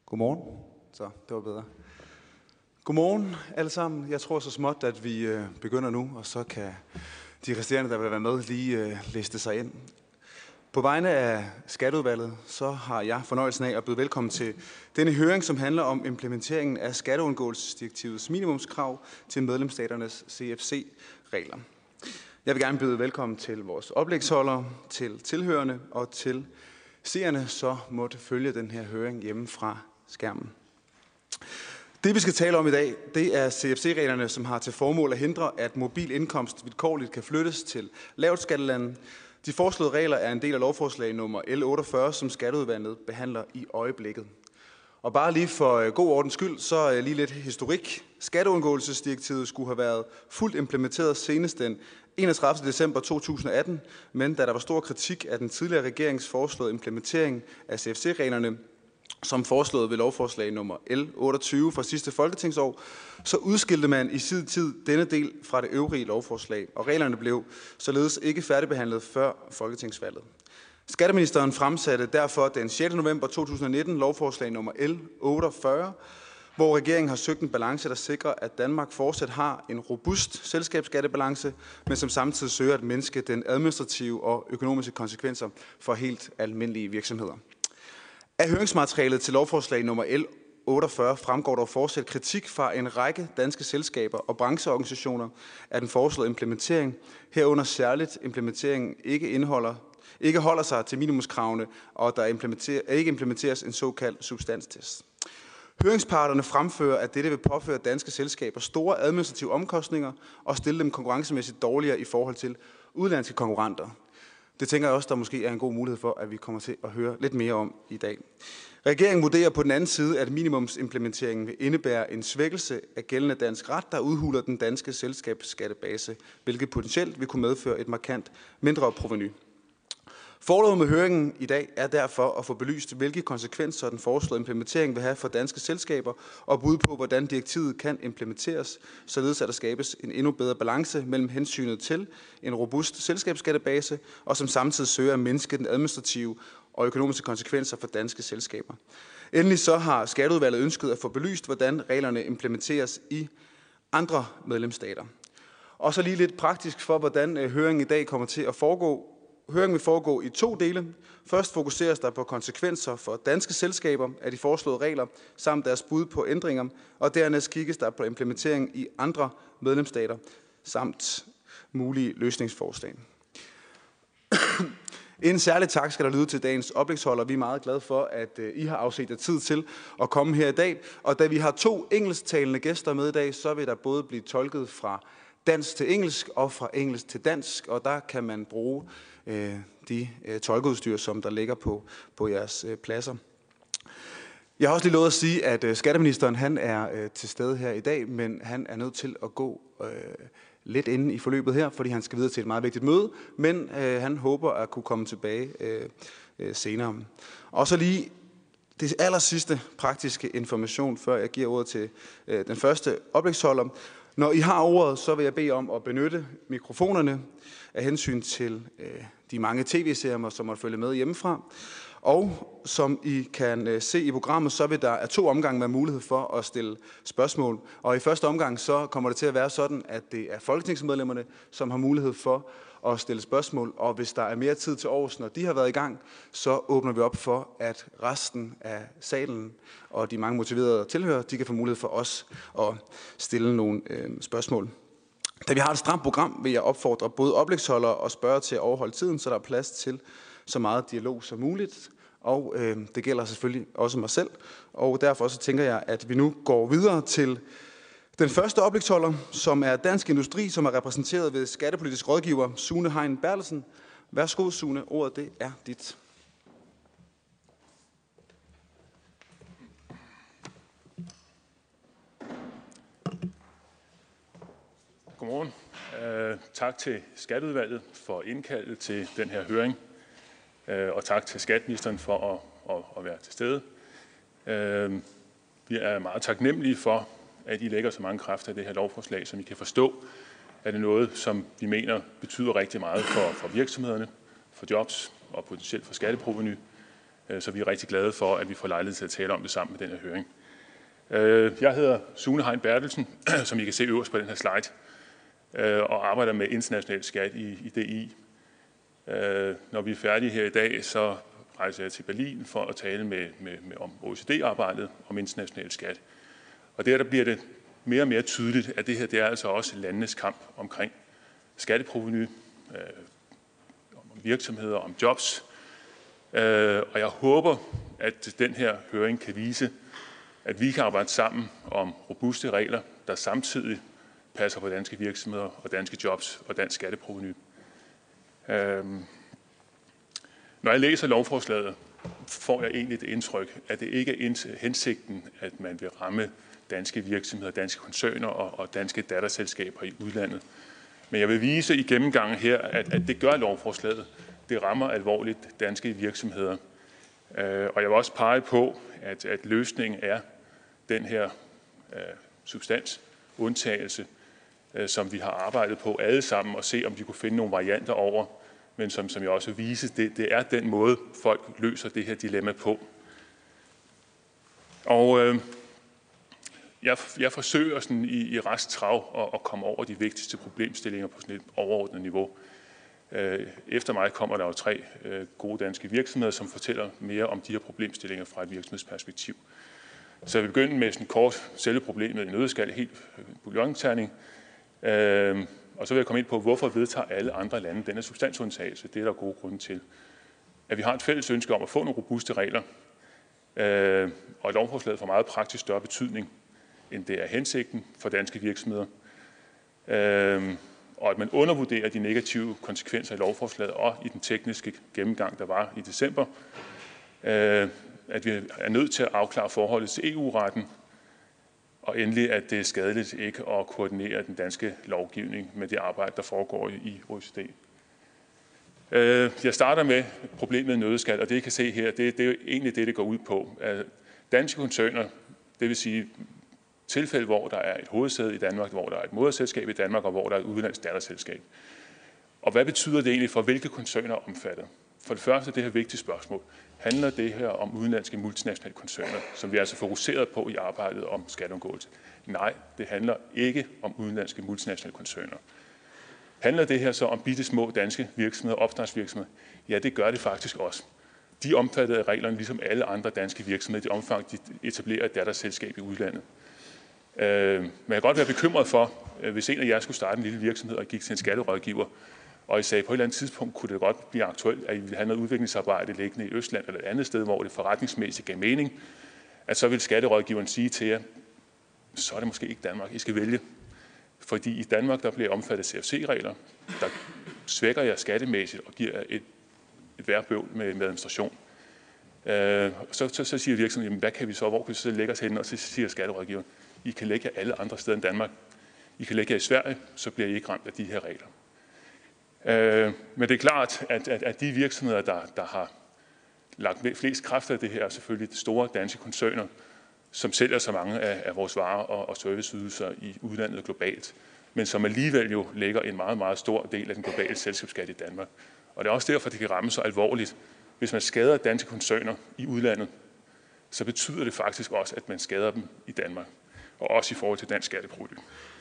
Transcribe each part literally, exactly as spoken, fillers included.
Godmorgen. Så, det var bedre. Godmorgen alle sammen. Jeg tror så småt, at vi øh, begynder nu, og så kan de resterende, der vil være med, lige øh, liste sig ind. På vegne af Skatteudvalget, så har jeg fornøjelsen af at byde velkommen til denne høring, som handler om implementeringen af skatteundgåelsesdirektivets minimumskrav til medlemsstaternes C F C-regler. Jeg vil gerne byde velkommen til vores oplægsholdere, til tilhørende og til seerne, så måtte følge den her høring hjemme fra skærmen. Det vi skal tale om i dag, det er C F C-reglerne, som har til formål at hindre, at mobil indkomst vilkårligt kan flyttes til lavt skattelande. De foreslåede regler er en del af lovforslag nummer L otteogfyrre, som Skatteudvalget behandler i øjeblikket. Og bare lige for god ordens skyld, så lige lidt historik. Skatteundgåelsesdirektivet skulle have været fuldt implementeret senest den enogtredivte december to tusind og atten, men da der var stor kritik af den tidligere regerings foreslåede implementering af C F C-reglerne, som foreslået ved lovforslag nummer L otteogtyve fra sidste folketingsår, så udskilte man i sin tid denne del fra det øvrige lovforslag, og reglerne blev således ikke færdigbehandlet før folketingsvalget. Skatteministeren fremsatte derfor den sjette november to tusind og nitten lovforslag nummer L otteogfyrre, hvor regeringen har søgt en balance, der sikrer, at Danmark fortsat har en robust selskabsskattebalance, men som samtidig søger at mindske den administrative og økonomiske konsekvenser for helt almindelige virksomheder. Af høringsmaterialet til lovforslag nummer L otteogfyrre fremgår dog fortsat kritik fra en række danske selskaber og brancheorganisationer af den foreslåede implementering, herunder særligt implementeringen ikke indeholder ikke holder sig til minimumskravene, og der implementer, ikke implementeres en såkaldt substanstest. Høringsparterne fremfører, at dette vil påføre danske selskaber store administrative omkostninger og stille dem konkurrencemæssigt dårligere i forhold til udenlandske konkurrenter. Det tænker jeg også, der måske er en god mulighed for, at vi kommer til at høre lidt mere om i dag. Regeringen vurderer på den anden side, at minimumsimplementeringen vil indebære en svækkelse af gældende dansk ret, der udhuler den danske selskabsskattebase, hvilket potentielt vil kunne medføre et markant mindre provenu. Formålet med høringen i dag er derfor at få belyst, hvilke konsekvenser den foreslåede implementering vil have for danske selskaber, og bud på, hvordan direktivet kan implementeres, således at der skabes en endnu bedre balance mellem hensynet til en robust selskabsskattebase, og som samtidig søger at mindske den administrative og økonomiske konsekvenser for danske selskaber. Endelig så har Skatteudvalget ønsket at få belyst, hvordan reglerne implementeres i andre medlemsstater. Og så lige lidt praktisk for, hvordan høringen i dag kommer til at foregå. Høringen vil foregå i to dele. Først fokuseres der på konsekvenser for danske selskaber af de foreslåede regler, samt deres bud på ændringer, og dernæst kigges der på implementering i andre medlemsstater, samt mulige løsningsforslag. En særlig tak skal der lyde til dagens oplægsholder. Vi er meget glade for, at I har afset jer tid til at komme her i dag. Og da vi har to engelsktalende gæster med i dag, så vil der både blive tolket fra dansk til engelsk og fra engelsk til dansk, og der kan man bruge øh, de øh, tolkeudstyr, som der ligger på, på jeres øh, pladser. Jeg har også lige lovet at sige, at øh, skatteministeren han er øh, til stede her i dag, men han er nødt til at gå øh, lidt inde i forløbet her, fordi han skal videre til et meget vigtigt møde, men øh, han håber at kunne komme tilbage øh, øh, senere. Og så lige det aller sidste praktiske information, før jeg giver ordet til øh, den første oplægsholder. Når I har ordet, så vil jeg bede om at benytte mikrofonerne af hensyn til øh, de mange tv-serier, som måtte følge med hjemmefra. Og som I kan øh, se i programmet, så vil der af to omgange være mulighed for at stille spørgsmål. Og i første omgang så kommer det til at være sådan, at det er folketingsmedlemmerne, som har mulighed for at stille spørgsmål. Og hvis der er mere tid til overs, når de har været i gang, så åbner vi op for, at resten af salen og de mange motiverede tilhørere, de kan få mulighed for os at stille nogle øh, spørgsmål. Da vi har et stramt program, vil jeg opfordre både oplægsholdere og spørgere til at overholde tiden, så der er plads til så meget dialog som muligt. Og øh, det gælder selvfølgelig også mig selv. Og derfor så tænker jeg, at vi nu går videre til den første oplægsholder, som er Dansk Industri, som er repræsenteret ved skattepolitisk rådgiver Sune Hein Bertelsen. Værsgo, Sune. Ordet det er dit. Godmorgen. Uh, tak til Skatteudvalget for indkaldet til den her høring, uh, og tak til skatteministeren for at, at, at være til stede. Uh, vi er meget taknemmelige for, at I lægger så mange kræfter i det her lovforslag, som I kan forstå, er det noget, som vi mener betyder rigtig meget for, for virksomhederne, for jobs og potentielt for skatteprovenu. Så vi er rigtig glade for, at vi får lejlighed til at tale om det sammen med den her høring. Jeg hedder Sune Hein Bertelsen, som I kan se øverst på den her slide, og arbejder med international skat i D I. Når vi er færdige her i dag, så rejser jeg til Berlin for at tale med, med, med om O E C D-arbejdet om international skat. Og der, der bliver det mere og mere tydeligt, at det her det er altså også landenes kamp omkring skatteprovenu, øh, om virksomheder, om jobs. Øh, og jeg håber, at den her høring kan vise, at vi kan arbejde sammen om robuste regler, der samtidig passer på danske virksomheder og danske jobs og dansk skatteprovenu. Øh, Når jeg læser lovforslaget, får jeg egentlig det indtryk, at det ikke er hensigten, at man vil ramme danske virksomheder, danske koncerner og danske datterselskaber i udlandet. Men jeg vil vise i gennemgangen her, at, at det gør lovforslaget. Det rammer alvorligt danske virksomheder. Og jeg vil også pege på, at, at løsningen er den her uh, substansundtagelse, uh, som vi har arbejdet på alle sammen, og se om vi kunne finde nogle varianter over. Men som, som jeg også viser, det, det er den måde, folk løser det her dilemma på. Og øh, jeg, jeg forsøger sådan i, i rest trav at, at komme over de vigtigste problemstillinger på sådan et overordnet niveau. Øh, efter mig kommer der jo tre øh, gode danske virksomheder, som fortæller mere om de her problemstillinger fra et virksomhedsperspektiv. Så jeg vil begynde med sådan kort selve problemet i nøddeskal, helt bouillonterning. Øh, Og så vil jeg komme ind på, hvorfor vedtager alle andre lande denne substansundtagelse. Det er der gode grunde til. At vi har et fælles ønske om at få nogle robuste regler, øh, og et lovforslag får meget praktisk større betydning, end det er hensigten for danske virksomheder. Øh, og at man undervurderer de negative konsekvenser i lovforslaget og i den tekniske gennemgang, der var i december. Øh, at vi er nødt til at afklare forholdet til E U-retten, og endelig, at det er skadeligt ikke at koordinere den danske lovgivning med det arbejde, der foregår i O E C D. Jeg starter med problemet med nøddeskal, og det I kan se her, det, det er egentlig det, det går ud på. Danske koncerner, det vil sige tilfælde, hvor der er et hovedsæde i Danmark, hvor der er et moderselskab i Danmark, og hvor der er et udenlandsk datterselskab. Og hvad betyder det egentlig for, hvilke koncerner er omfattet? For det første, det her vigtige spørgsmål. Handler det her om udenlandske multinationale koncerner, som vi er altså fokuseret på i arbejdet om skatteundgåelse? Nej, det handler ikke om udenlandske multinationale koncerner. Handler det her så om bitte små danske virksomheder, opstartsvirksomheder? Ja, det gør det faktisk også. De er omfattet af reglerne, ligesom alle andre danske virksomheder, i det omfang, de etablerer et datterselskab i udlandet. Øh, men jeg kan godt være bekymret for, hvis en af jer skulle starte en lille virksomhed og gik til en skatterådgiver, og I sagde, på et eller andet tidspunkt kunne det godt blive aktuelt, at I ville have noget udviklingsarbejde liggende i Østland eller et andet sted, hvor det forretningsmæssigt gav mening, at så vil skatterådgiveren sige til jer, så er det måske ikke Danmark, I skal vælge. Fordi i Danmark, der bliver omfattet C F C-regler, der svækker jer skattemæssigt og giver et, et værre bøvl med, med administration. Øh, så, så, så siger virksomheden, hvad kan vi så, hvor kan vi så lægge os hen, og så siger skatterådgiveren, I kan lægge jer alle andre steder end Danmark. I kan lægge jer i Sverige, så bliver I ikke ramt af de her regler. Øh, men det er klart, at, at, at de virksomheder, der, der har lagt flest kræfter i det her, er selvfølgelig de store danske koncerner, som sælger så mange af, af vores varer og, og serviceydelser i udlandet globalt, men som alligevel jo lægger en meget, meget stor del af den globale selskabsskat i Danmark. Og det er også derfor, det kan ramme så alvorligt. Hvis man skader danske koncerner i udlandet, så betyder det faktisk også, at man skader dem i Danmark, og også i forhold til dansk skatteprovenu.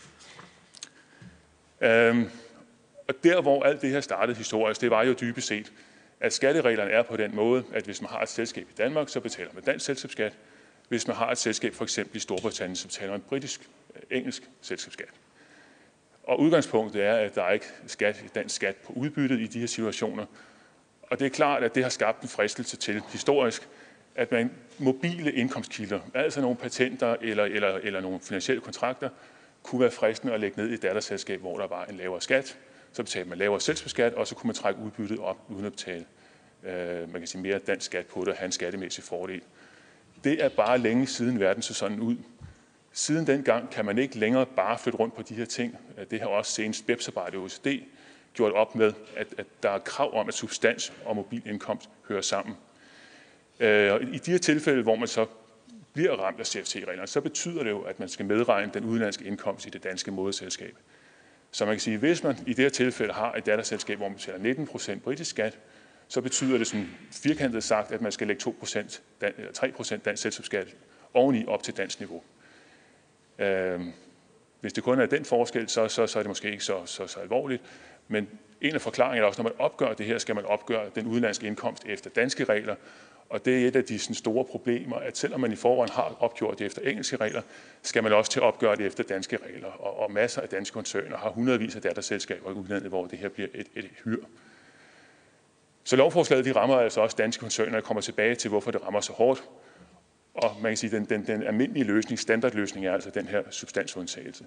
Øhm, Og der, hvor alt det her startede historisk, det var jo dybest set, at skattereglerne er på den måde, at hvis man har et selskab i Danmark, så betaler man dansk selskabsskat. Hvis man har et selskab for eksempel i Storbritannien, så betaler man britisk, engelsk selskabsskat. Og udgangspunktet er, at der er ikke skat, dansk skat på udbyttet i de her situationer. Og det er klart, at det har skabt en fristelse til historisk, at man mobile indkomstkilder, altså nogle patenter eller, eller, eller nogle finansielle kontrakter, kunne være fristende at lægge ned i et datterselskab, hvor der var en lavere skat. Så betalte man lavere selskabsskat, og så kunne man trække udbyttet op uden at betale øh, man kan sige, mere dansk skat på det og have en skattemæssig fordel. Det er bare længe siden verden så sådan ud. Siden dengang kan man ikke længere bare flytte rundt på de her ting. Det har også senest B E P S-arbejdet i O E C D gjort op med, at, at der er krav om, at substans og mobilindkomst hører sammen. Øh, I de her tilfælde, hvor man så bliver ramt af C F C-reglerne, så betyder det jo, at man skal medregne den udenlandske indkomst i det danske moderselskab. Så man kan sige, at hvis man i det her tilfælde har et datterselskab, hvor man betaler nitten procent britisk skat, så betyder det sådan firkantet sagt, at man skal lægge to procent, tre procent dansk selskabsskat oveni op til dansk niveau. Øh, hvis det kun er den forskel, så, så, så er det måske ikke så, så, så alvorligt. Men en af forklaringerne er også, når man opgør det her, skal man opgøre den udenlandske indkomst efter danske regler. Og det er et af de sådan, store problemer, at selvom man i forvejen har opgjort det efter engelske regler, skal man også til at opgøre det efter danske regler. Og, og masser af danske koncerner har hundredvis af datterselskaber i udlandet, hvor det her bliver et, et hyr. Så lovforslaget de rammer altså også danske koncerner, og kommer tilbage til, hvorfor det rammer så hårdt. Og man kan sige, at den, den, den almindelige løsning, standardløsning, er altså den her substansundtagelse.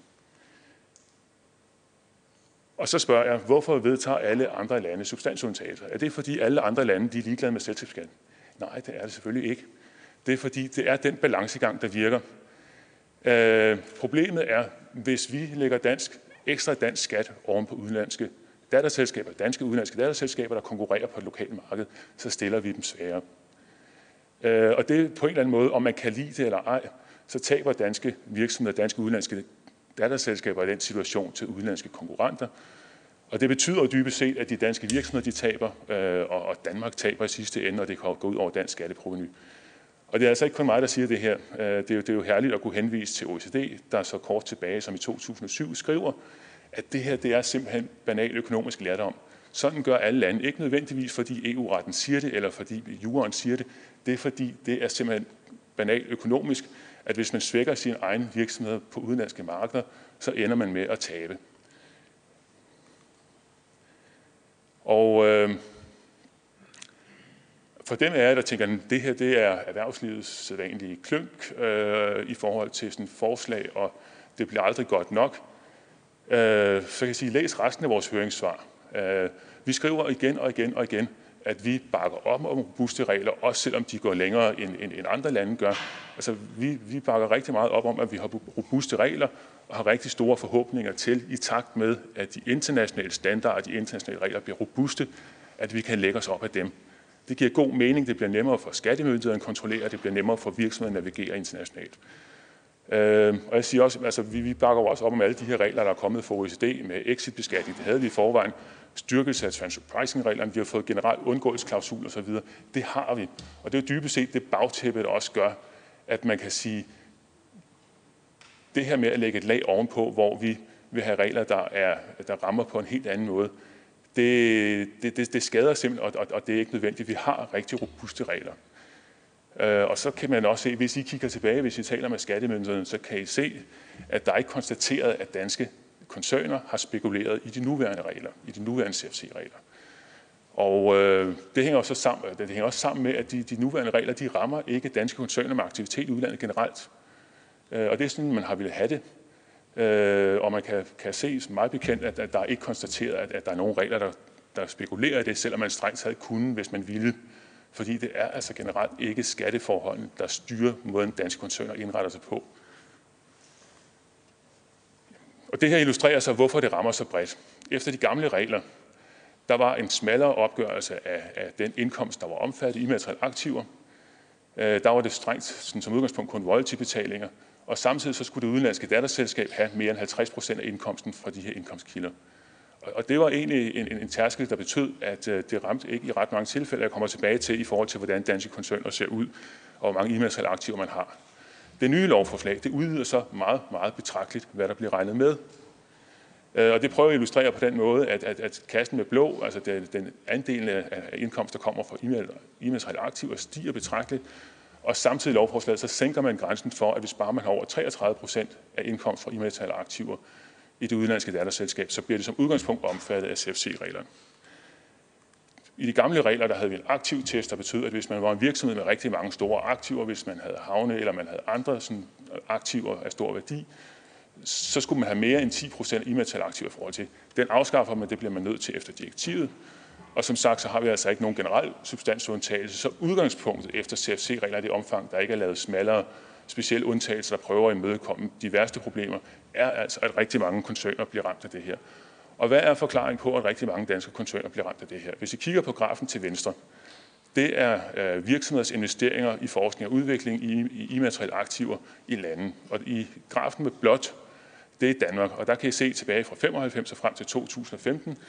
Og så spørger jeg, hvorfor vedtager alle andre lande substansundtagelser? Er det fordi alle andre lande de er ligeglade med selskabsskat? Nej, det er det selvfølgelig ikke. Det er fordi, det er den balancegang, der virker. Øh, problemet er, hvis vi lægger dansk, ekstra dansk skat oven på udenlandske datterselskaber, danske udenlandske datterselskaber, der konkurrerer på et lokalt marked, så stiller vi dem sværere. Øh, og det er på en eller anden måde, om man kan lide det eller ej, så taber danske virksomheder, danske udenlandske datterselskaber i den situation til udenlandske konkurrenter. Og det betyder jo dybest set, at de danske virksomheder de taber, øh, og Danmark taber i sidste ende, og det kan gå ud over dansk skatteprovenu. Og det er altså ikke kun mig, der siger det her. Øh, det, er jo, det er jo herligt at kunne henvise til O E C D, der så kort tilbage som i to tusind og syv skriver, at det her det er simpelthen banal økonomisk lærdom. Sådan gør alle lande. Ikke nødvendigvis fordi E U-retten siger det, eller fordi juraen siger det. Det er fordi, det er simpelthen banal økonomisk, at hvis man svækker sin egen virksomhed på udenlandske markeder, så ender man med at tabe. Og øh, for dem er jeg, der tænker, at det her det er erhvervslivets sædvanlige klynk øh, i forhold til sådan et forslag, og det bliver aldrig godt nok. Øh, så kan jeg sige, læs resten af vores høringssvar. Øh, vi skriver igen og igen og igen, at vi bakker op om robuste regler, også selvom de går længere end, end, end andre lande gør. Altså, vi, vi bakker rigtig meget op om, at vi har robuste regler, og har rigtig store forhåbninger til, i takt med, at de internationale standarder, de internationale regler bliver robuste, at vi kan lægge os op af dem. Det giver god mening, det bliver nemmere for skattemyndighederne at kontrollere, det bliver nemmere for virksomheder at navigere internationalt. Øh, og jeg siger også, altså vi, vi bakker også op om alle de her regler, der er kommet fra O E C D med exit-beskatning. Det havde vi i forvejen. Styrkelse af transfer pricing-reglerne, vi har fået generelt undgåelsesklausul og så videre. Det har vi. Og det er jo dybest set det bagtæppe, der også gør, at man kan sige, det her med at lægge et lag ovenpå, hvor vi vil have regler, der, er, der rammer på en helt anden måde, det, det, det, det skader simpelthen, og, og det er ikke nødvendigt. Vi har rigtig robuste regler. Uh, og så kan man også se, hvis I kigger tilbage, hvis I taler med skattemyndighederne, så kan I se, at der er ikke konstateret, at danske koncerner har spekuleret i de nuværende regler, i de nuværende C F C-regler. Og øh, det hænger også sammen, det hænger også sammen med, at de, de nuværende regler, de rammer ikke danske koncerner med aktivitet i udlandet generelt. Øh, og det er sådan, man har ville have det. Øh, og man kan, kan se meget bekendt, at, at der er ikke konstateret, at, at der er nogle regler, der, der spekulerer i det, selvom man strengt taget kunne, hvis man ville. Fordi det er altså generelt ikke skatteforholdene, der styrer måden danske koncerner indretter sig på. Og det her illustrerer så, hvorfor det rammer så bredt. Efter de gamle regler, der var en smallere opgørelse af, af den indkomst, der var omfattet i immaterielle aktiver. Øh, der var det strengt sådan, som udgangspunkt kun royalty-betalinger, og samtidig så skulle det udenlandske datterselskab have mere end halvtreds procent af indkomsten fra de her indkomstkilder. Og, og det var egentlig en, en, en tærskel, der betød, at øh, det ramte ikke i ret mange tilfælde, jeg kommer tilbage til i forhold til, hvordan danske koncerner ser ud, og hvor mange immaterielle aktiver man har. Det nye lovforslag, det udvider så meget, meget betragteligt, hvad der bliver regnet med. Og det prøver at illustrere på den måde, at, at, at kassen med blå, altså den, den andel af indkomst, der kommer fra immaterielle aktiver, stiger betragteligt. Og samtidig i lovforslaget, så sænker man grænsen for, at hvis bare man har over treogtredive procent af indkomst fra immaterielle aktiver i det udenlandske datterselskab, så bliver det som udgangspunkt omfattet af C F C-reglerne. I de gamle regler, der havde vi en aktiv test, der betød, at hvis man var en virksomhed med rigtig mange store aktiver, hvis man havde havne eller man havde andre sådan, aktiver af stor værdi, så skulle man have mere end ti procent immaterielle aktiver i forhold til. Den afskaffer man, det bliver man nødt til efter direktivet. Og som sagt, så har vi altså ikke nogen generel substansundtagelse, så udgangspunktet efter C F C-regler i det omfang, der ikke er lavet smallere specielle undtagelser, der prøver at imødekomme de værste problemer, er altså, at rigtig mange koncerner bliver ramt af det her. Og hvad er forklaringen på, at rigtig mange danske koncerner bliver ramt af det her? Hvis I kigger på grafen til venstre, det er øh, virksomheders investeringer i forskning og udvikling i, i immaterielle aktiver i landet. Og i grafen med blåt, det er Danmark. Og der kan I se tilbage fra femoghalvfems og frem til to tusind og femten,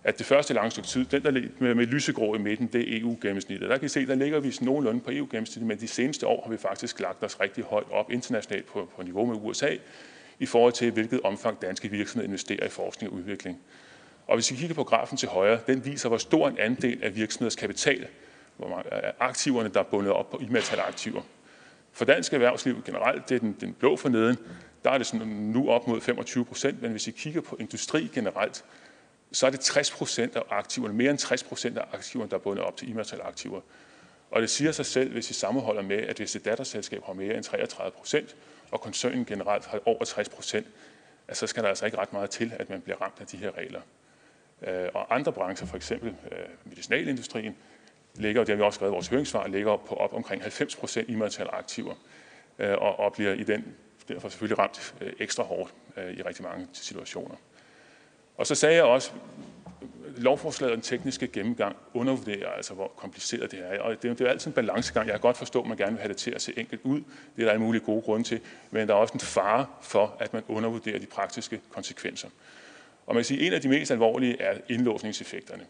at det første lange stykke tid, den der med, med lysegrå i midten, det er E U-gennemsnittet. Der kan I se, der ligger vi nogenlunde på E U-gennemsnittet, men de seneste år har vi faktisk lagt os rigtig højt op internationalt på, på niveau med U S A, i forhold til, hvilket omfang danske virksomheder investerer i forskning og udvikling. Og hvis vi kigger på grafen til højre, den viser, hvor stor en andel af virksomheders kapital, hvor mange af aktiverne, der er bundet op på immaterielle aktiver. For dansk erhvervsliv generelt, det er den, den blå for neden, der er det sådan nu op mod femogtyve procent, men hvis I kigger på industri generelt, så er det tres procent af aktiverne, mere end tres procent af aktiverne, der er bundet op til immaterielle aktiver. Og det siger sig selv, hvis I sammenholder med, at hvis et datterselskab har mere end treogtredive procent, og koncernen generelt har over tres procent, så skal der altså ikke ret meget til, at man bliver ramt af de her regler. Og andre brancher, for eksempel medicinalindustrien, ligger, og det har vi også skrevet i vores høringssvar, ligger op på op omkring halvfems procent immaterielle aktiver, og, og bliver i den derfor selvfølgelig ramt ekstra hårdt i rigtig mange situationer. Og så sagde jeg også, lovforslaget og den tekniske gennemgang undervurderer altså, hvor kompliceret det er. Og det er jo altid en balancegang. Jeg kan godt forstå, at man gerne vil have det til at se enkelt ud. Det er der alle mulige gode grunde til. Men der er også en fare for, at man undervurderer de praktiske konsekvenser. Og man kan sige, at en af de mest alvorlige er indlåsningseffekterne.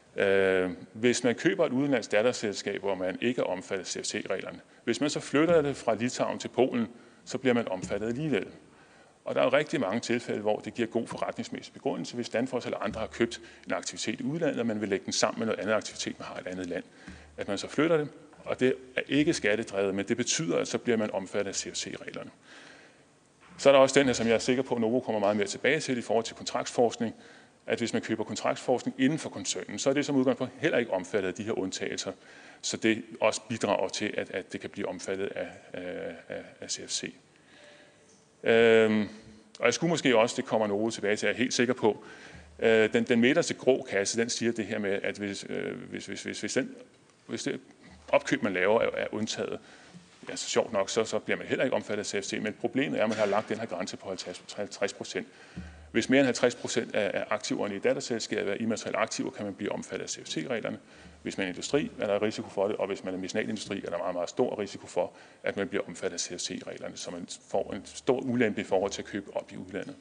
Hvis man køber et udenlandsk datterselskab, hvor man ikke er omfattet af C F C-reglerne, hvis man så flytter det fra Litauen til Polen, så bliver man omfattet alligevel. Og der er jo rigtig mange tilfælde, hvor det giver god forretningsmæssig begrundelse, hvis Danfoss eller andre har købt en aktivitet i udlandet, og man vil lægge den sammen med noget andet aktivitet, man har i et andet land. At man så flytter det, og det er ikke skattedrevet, men det betyder, at så bliver man omfattet af C F C-reglerne. Så er der også den her, som jeg er sikker på, at Novo kommer meget mere tilbage til i forhold til kontraktsforskning, at hvis man køber kontraktsforskning inden for koncernen, så er det som udgangspunkt heller ikke omfattet af de her undtagelser. Så det også bidrager til, at, at det kan blive omfattet af, af, af C F C. Øhm, og jeg skulle måske også, det kommer Novo tilbage til, jeg er helt sikker på, øh, den, den midterste grå kasse, den siger det her med, at hvis, øh, hvis, hvis, hvis, hvis, den, hvis det opkøb, man laver, er, er undtaget, ja, så sjovt nok, så, så bliver man heller ikke omfattet af C F C, men problemet er, at man har lagt den her grænse på halvtreds procent. Hvis mere end halvtreds procent af aktiverne i datterselskabet er immaterielle aktiver, kan man blive omfattet af C F C-reglerne. Hvis man er industri, er der risiko for det, og hvis man er medicinalindustri, er der meget, meget stor risiko for, at man bliver omfattet af C F C-reglerne, så man får en stor ulempe i forhold til at købe op i udlandet.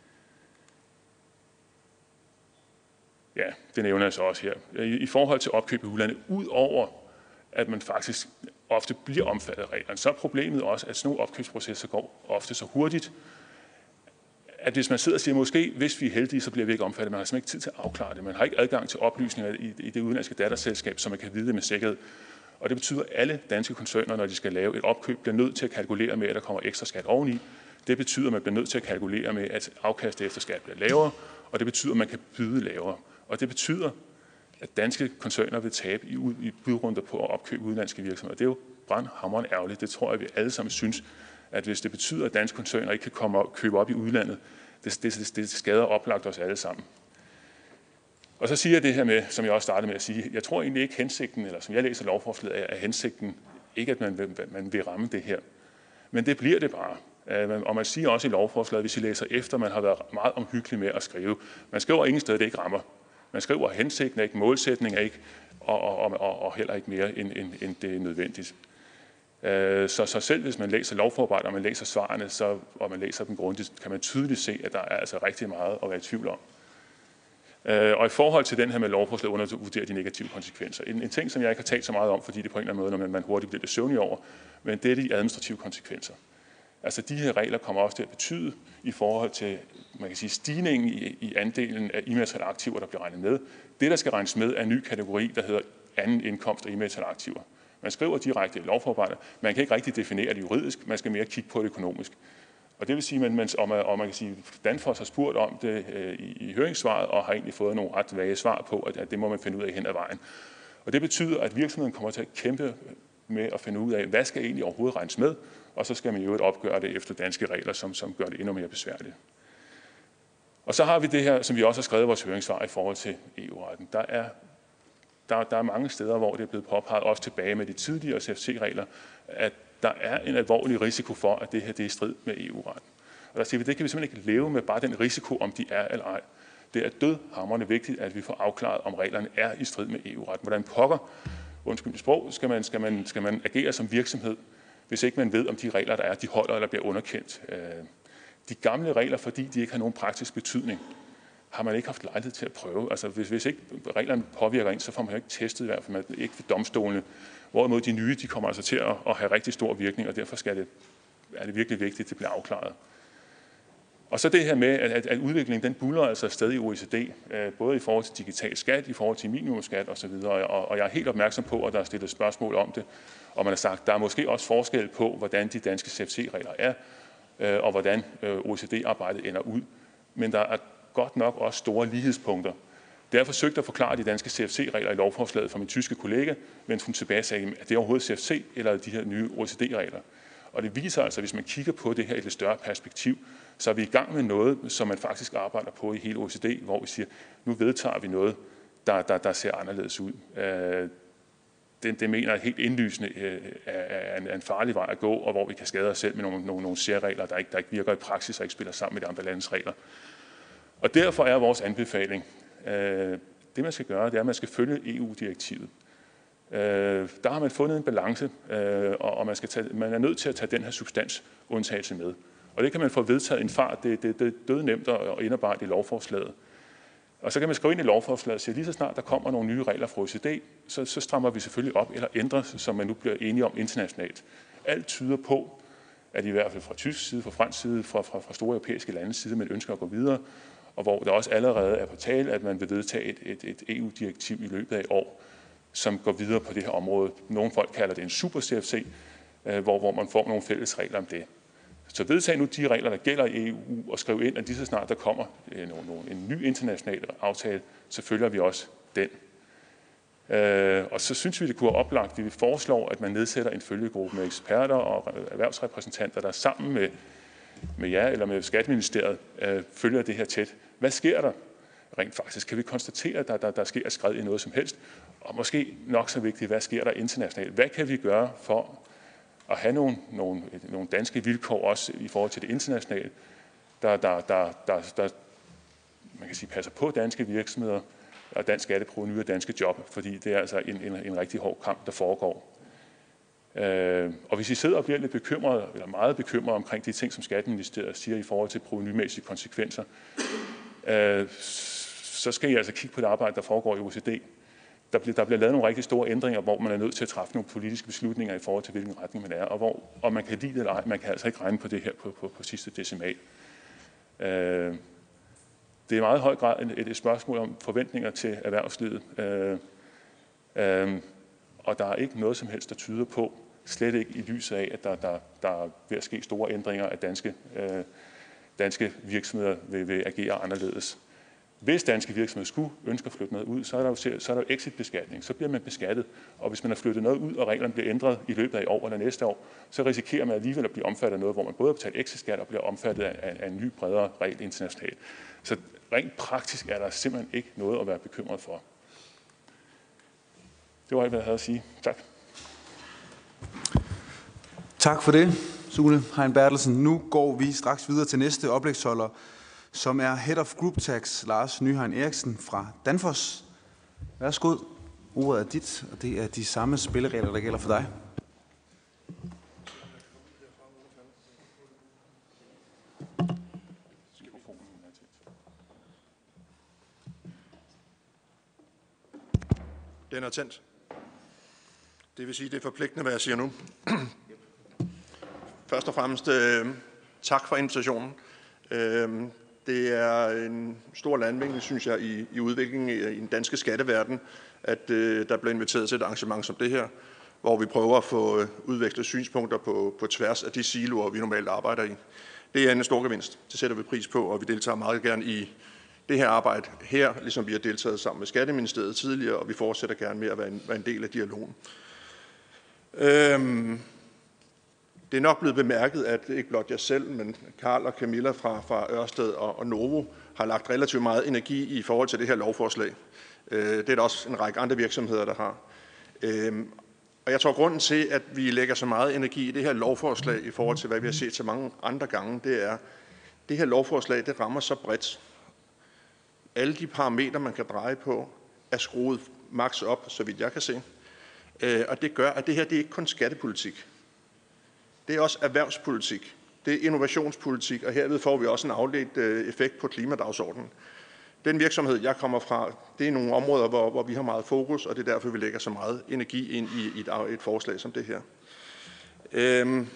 Ja, det nævner jeg så også her. I forhold til opkøb i udlandet, ud over at man faktisk ofte bliver omfattet af reglerne, så er problemet også, at sådan nogle opkøbsprocesser går ofte så hurtigt, at hvis man sidder og siger, måske hvis vi er heldige, så bliver vi ikke omfattet, man har simpelthen ikke tid til at afklare det. Man har ikke adgang til oplysninger i, i det udenlandske datterselskab, så man kan vide det med sikkerhed. Og det betyder, at alle danske koncerner, når de skal lave et opkøb, bliver nødt til at kalkulere med, at der kommer ekstra skat oveni. Det betyder, at man bliver nødt til at kalkulere med, at afkastet efter skat bliver lavere, og det betyder, at man kan byde lavere. Og det betyder, at danske koncerner vil tabe i, i budrunder på at opkøbe udenlandske virksomheder. Det er jo brandhamrende ærgerligt. Det tror jeg, vi alle sammen synes, at hvis det betyder, at danske koncerner ikke kan komme og købe op i udlandet, det, det, det skader oplagt os alle sammen. Og så siger jeg det her med, som jeg også startede med at sige, jeg tror egentlig ikke hensigten, eller som jeg læser lovforslaget, er hensigten ikke, at man vil, man vil ramme det her. Men det bliver det bare. Og man siger også i lovforslaget, hvis I læser efter, man har været meget omhyggelig med at skrive. Man skriver ingen sted, det ikke rammer. Man skriver, at hensigten er ikke, målsætning er ikke, og, og, og, og heller ikke mere, end, end, end det er nødvendigt. Så, så selv hvis man læser lovforarbejdet, og man læser svarene, så, og man læser dem grundigt, kan man tydeligt se, at der er altså rigtig meget at være i tvivl om. Og i forhold til den her med lovforslaget, undervurderer de negative konsekvenser. En, en ting, som jeg ikke har talt så meget om, fordi det på en eller anden måde, når man, man hurtigt bliver det søvnig over, men det er de administrative konsekvenser. Altså de her regler kommer også til at betyde i forhold til, man kan sige, stigningen i, i andelen af immaterielle aktiver, der bliver regnet med. Det, der skal regnes med, er en ny kategori, der hedder anden indkomst og immaterielle aktiver. Man skriver direkte i lovforarbejdet. Man kan ikke rigtig definere det juridisk. Man skal mere kigge på det økonomisk. Og det vil sige, at man, og man, og man kan sige, at Danfoss har spurgt om det øh, i, i høringssvaret, og har egentlig fået nogle ret vage svar på, at, at det må man finde ud af hen ad vejen. Og det betyder, at virksomheden kommer til at kæmpe med at finde ud af, hvad skal egentlig overhovedet regnes med, og så skal man jo opgøre det efter danske regler, som, som gør det endnu mere besværligt. Og så har vi det her, som vi også har skrevet i vores høringssvar i forhold til E U-retten. Der er Der, der er mange steder, hvor det er blevet påpeget, også tilbage med de tidligere C F C-regler, at der er en alvorlig risiko for, at det her det er i strid med E U-retten. Og der siger vi, det kan vi simpelthen ikke leve med, bare den risiko, om de er eller ej. Det er dødhamrende vigtigt, at vi får afklaret, om reglerne er i strid med E U-retten. Hvordan pokker, undskyld mit sprog, skal man, skal, man, skal man agere som virksomhed, hvis ikke man ved, om de regler, der er, de holder eller bliver underkendt. De gamle regler, fordi de ikke har nogen praktisk betydning, har man ikke haft lejlighed til at prøve. Altså hvis, hvis ikke reglerne påvirker en, så får man jo ikke testet i hvert fald, man ikke ved domstolene. Hvorimod de nye, de kommer altså til at, at have rigtig stor virkning, og derfor skal det, er det virkelig vigtigt, at det bliver afklaret. Og så det her med, at, at udviklingen den buller altså afsted i O E C D, både i forhold til digital skat, i forhold til minimumsskat osv., og, og jeg er helt opmærksom på, at der er stillet spørgsmål om det, og man har sagt, at der er måske også forskel på, hvordan de danske C F C-regler er, og hvordan O E C D-arbejdet ender ud. Men der er godt nok også store lighedspunkter. Det er forsøgt at forklare de danske C F C-regler i lovforslaget fra min tyske kollega, mens hun tilbage sagde, at det er overhovedet C F C eller de her nye O E C D-regler. Og det viser altså, at hvis man kigger på det her i et lidt større perspektiv, så er vi i gang med noget, som man faktisk arbejder på i hele O E C D, hvor vi siger, nu vedtager vi noget, der, der, der ser anderledes ud. Det, det mener jeg helt indlysende er en, en farlig vej at gå, og hvor vi kan skade os selv med nogle, nogle, nogle særregler, der ikke, der ikke virker i praksis og ikke spiller sammen med de andre landes regler. Og derfor er vores anbefaling, det man skal gøre, det er, at man skal følge E U-direktivet. Der har man fundet en balance, og man, skal tage, man er nødt til at tage den her substansundtagelse med. Og det kan man få vedtaget en fart, det, det, det er død nemt at indarbejde i lovforslaget. Og så kan man skrive ind i lovforslaget og sige, at lige så snart der kommer nogle nye regler fra O E C D, så, så strammer vi selvfølgelig op eller ændrer, som man nu bliver enige om internationalt. Alt tyder på, at i hvert fald fra tysk side, fra fransk side, fra, fra, fra store europæiske landes side, man ønsker at gå videre, og hvor der også allerede er på tale, at man vil vedtage et, et, et E U-direktiv i løbet af et år, som går videre på det her område. Nogle folk kalder det en super C F C, hvor, hvor man får nogle fælles regler om det. Så vedtag nu de regler, der gælder i E U, og skriv ind, at lige så snart der kommer en, en ny international aftale, så følger vi også den. Og så synes vi, det kunne være oplagt, at vi foreslår, at man nedsætter en følgegruppe med eksperter og erhvervsrepræsentanter, der sammen med, med jer eller med Skatteministeriet følger det her tæt. Hvad sker der rent faktisk? Kan vi konstatere, at der, der, der sker skred i noget som helst? Og måske nok så vigtigt, hvad sker der internationalt? Hvad kan vi gøre for at have nogle, nogle, nogle danske vilkår også i forhold til det internationale, der, der, der, der, der man kan sige, passer på danske virksomheder og dansk skatteprovenu og danske job, fordi det er altså en, en, en rigtig hård kamp, der foregår. Øh, og hvis I sidder og bliver lidt bekymret, eller meget bekymret omkring de ting, som Skatteministeriet siger i forhold til provenumæssige konsekvenser, øh, så skal I altså kigge på det arbejde, der foregår i O E C D. Der bliver, der bliver lavet nogle rigtig store ændringer, hvor man er nødt til at træffe nogle politiske beslutninger i forhold til, hvilken retning man er, og hvor og man kan lide det eller ej, man kan altså ikke regne på det her på, på, på sidste decimal. Øh, det er i meget høj grad et, et spørgsmål om forventninger til erhvervslivet, øh, øh, og der er ikke noget som helst, der tyder på, slet ikke i lyset af, at der, der, der er ved at ske store ændringer, at danske, øh, danske virksomheder vil, vil agere anderledes. Hvis danske virksomheder skulle ønske at flytte noget ud, så er der jo, så er der jo exit-beskatning. Så bliver man beskattet. Og hvis man har flyttet noget ud, og reglerne bliver ændret i løbet af i år eller næste år, så risikerer man alligevel at blive omfattet af noget, hvor man både har betalt exit-skat og bliver omfattet af, af en ny, bredere regel internationalt. Så rent praktisk er der simpelthen ikke noget at være bekymret for. Det var alt, hvad jeg havde at sige. Tak. Tak for det, Sune Hein Bertelsen. Nu går vi straks videre til næste oplægsholder, som er Head of Group Tax, Lars Nyheim Eriksen fra Danfoss. Værsgo, ordet er dit, og det er de samme spilleregler, der gælder for dig. Den er tændt. Det vil sige, det er forpligtende, hvad jeg siger nu. Først og fremmest øh, tak for invitationen. Øh, Det er en stor landvinding, synes jeg, i, i udviklingen i, i den danske skatteverden, at øh, der bliver inviteret til et arrangement som det her, hvor vi prøver at få øh, udvekslet synspunkter på, på tværs af de siloer, vi normalt arbejder i. Det er en stor gevinst. Det sætter vi pris på, og vi deltager meget gerne i det her arbejde her, ligesom vi har deltaget sammen med Skatteministeriet tidligere, og vi fortsætter gerne med at være en, være en del af dialogen. Øhm Det er nok blevet bemærket, at ikke blot jeg selv, men Karl og Camilla fra, fra Ørsted og, og Novo har lagt relativt meget energi i forhold til det her lovforslag. Øh, det er der også en række andre virksomheder, der har. Øh, og jeg tror, grunden til, at vi lægger så meget energi i det her lovforslag i forhold til, hvad vi har set så mange andre gange, det er, at det her lovforslag det rammer så bredt. Alle de parametre, man kan dreje på, er skruet maks op, så vidt jeg kan se. Øh, og det gør, at det her det er ikke kun skattepolitik. Det er også erhvervspolitik, det er innovationspolitik, og herved får vi også en afledt effekt på klimadagsordenen. Den virksomhed, jeg kommer fra, det er nogle områder, hvor, hvor vi har meget fokus, og det er derfor, vi lægger så meget energi ind i et, et forslag som det her. Øhm.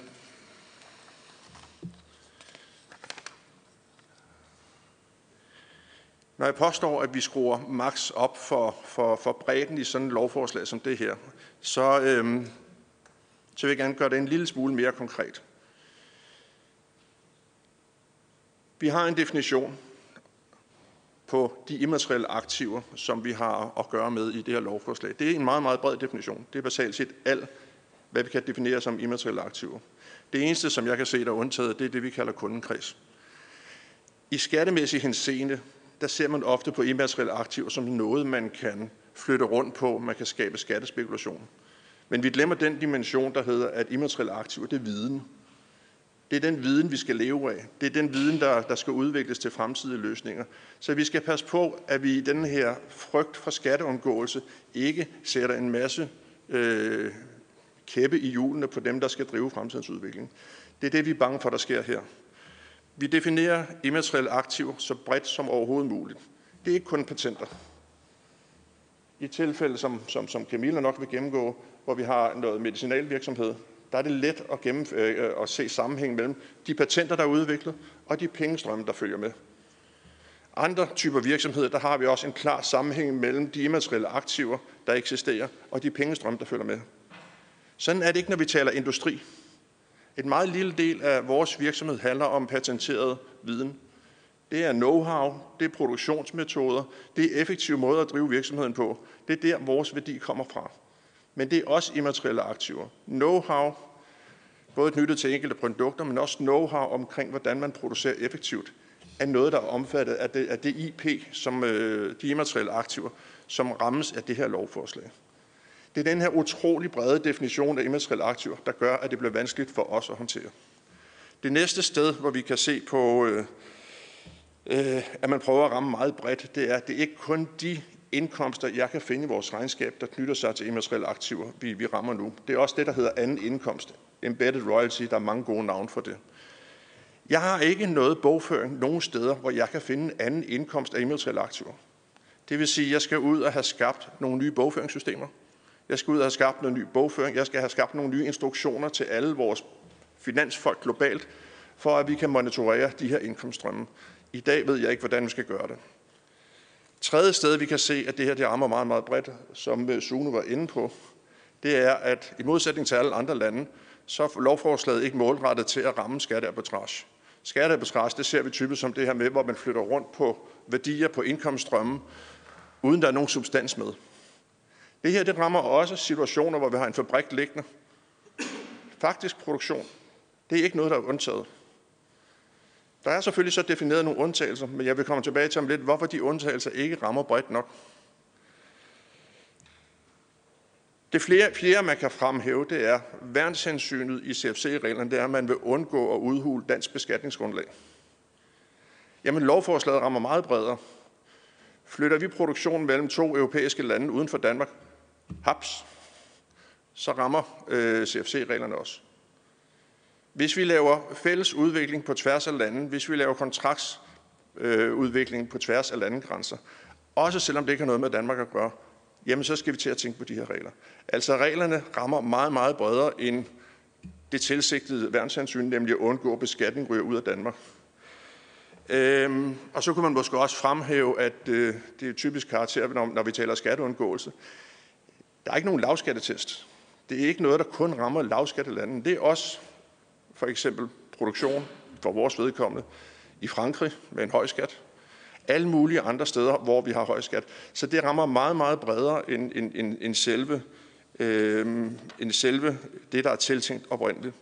Når jeg påstår, at vi skruer max op for, for, for bredden i sådan et lovforslag som det her, så, øhm, så vil jeg gerne gøre det en lille smule mere konkret. Vi har en definition på de immaterielle aktiver, som vi har at gøre med i det her lovforslag. Det er en meget, meget bred definition. Det er basalt set alt, hvad vi kan definere som immaterielle aktiver. Det eneste, som jeg kan se, der er undtaget, det er det, vi kalder kundekreds. I skattemæssig henseende, der ser man ofte på immaterielle aktiver som noget, man kan flytte rundt på, man kan skabe skattespekulation. Men vi glemmer den dimension, der hedder, at immaterielle aktiver, det er viden. Det er den viden, vi skal leve af. Det er den viden, der, der skal udvikles til fremtidige løsninger. Så vi skal passe på, at vi i den her frygt for skatteundgåelse ikke sætter en masse øh, kæppe i hjulene på dem, der skal drive fremtidens udvikling. Det er det, vi er bange for, der sker her. Vi definerer immaterielle aktiver så bredt som overhovedet muligt. Det er ikke kun patenter. I tilfælde, som, som, som Camilla nok vil gennemgå, hvor vi har noget medicinalvirksomhed, der er det let at, gennemføre, at se sammenhæng mellem de patenter, der er udviklet, og de pengestrømme, der følger med. Andre typer virksomheder, der har vi også en klar sammenhæng mellem de immaterielle aktiver, der eksisterer, og de pengestrømme, der følger med. Sådan er det ikke, når vi taler industri. En meget lille del af vores virksomhed handler om patenteret viden. Det er know-how, det er produktionsmetoder, det er effektive måder at drive virksomheden på. Det er der, vores værdi kommer fra. Men det er også immaterielle aktiver. Know-how, både knyttet til enkelte produkter, men også know-how omkring, hvordan man producerer effektivt, er noget, der er omfattet af det, af det I P, som øh, de immaterielle aktiver, som rammes af det her lovforslag. Det er den her utrolig brede definition af immaterielle aktiver, der gør, at det bliver vanskeligt for os at håndtere. Det næste sted, hvor vi kan se på, øh, øh, at man prøver at ramme meget bredt, det er, at det ikke kun de indkomster, jeg kan finde i vores regnskab, der knytter sig til immaterielle aktiver, vi, vi rammer nu. Det er også det, der hedder anden indkomst. Embedded royalty, der er mange gode navne for det. Jeg har ikke noget bogføring nogen steder, hvor jeg kan finde en anden indkomst af immaterielle aktiver. Det vil sige, at jeg skal ud og have skabt nogle nye bogføringssystemer. Jeg skal ud og have skabt noget ny bogføring. Jeg skal have skabt nogle nye instruktioner til alle vores finansfolk globalt, for at vi kan monitorere de her indkomststrømme. I dag ved jeg ikke, hvordan vi skal gøre det. Tredje sted, vi kan se, at det her det rammer meget, meget bredt, som Sune var inde på, det er, at i modsætning til alle andre lande, så er lovforslaget ikke målrettet til at ramme skattearbitrage. Skattearbitrage, det ser vi typisk som det her med, hvor man flytter rundt på værdier på indkomststrømme, uden der er nogen substans med. Det her det rammer også situationer, hvor vi har en fabrik liggende. Faktisk produktion, det er ikke noget, der er undtaget. Der er selvfølgelig så defineret nogle undtagelser, men jeg vil komme tilbage til om lidt, hvorfor de undtagelser ikke rammer bredt nok. Det flere, flere, man kan fremhæve, det er værnshensynet i C F C-reglerne, det er, at man vil undgå at udhule dansk beskatningsgrundlag. Jamen, lovforslaget rammer meget bredere. Flytter vi produktionen mellem to europæiske lande uden for Danmark, haps, så rammer øh, C F C-reglerne også. Hvis vi laver fælles udvikling på tværs af lande, hvis vi laver kontraktsudvikling øh, på tværs af landegrænser, også selvom det ikke har noget med Danmark at gøre, jamen så skal vi til at tænke på de her regler. Altså reglerne rammer meget, meget bredere end det tilsigtede værnshensyn, nemlig at undgå beskatning ryger ud af Danmark. Øhm, og så kunne man måske også fremhæve, at øh, det er typisk karakter, når, når vi taler skatteundgåelse. Der er ikke nogen lavskattetest. Det er ikke noget, der kun rammer lavskattelanden. Det er også for eksempel produktion for vores vedkommende i Frankrig med en høj skat. Alle mulige andre steder, hvor vi har høj skat. Så det rammer meget, meget bredere end, end, end, end, selve, øh, end selve det, der er tiltænkt oprindeligt.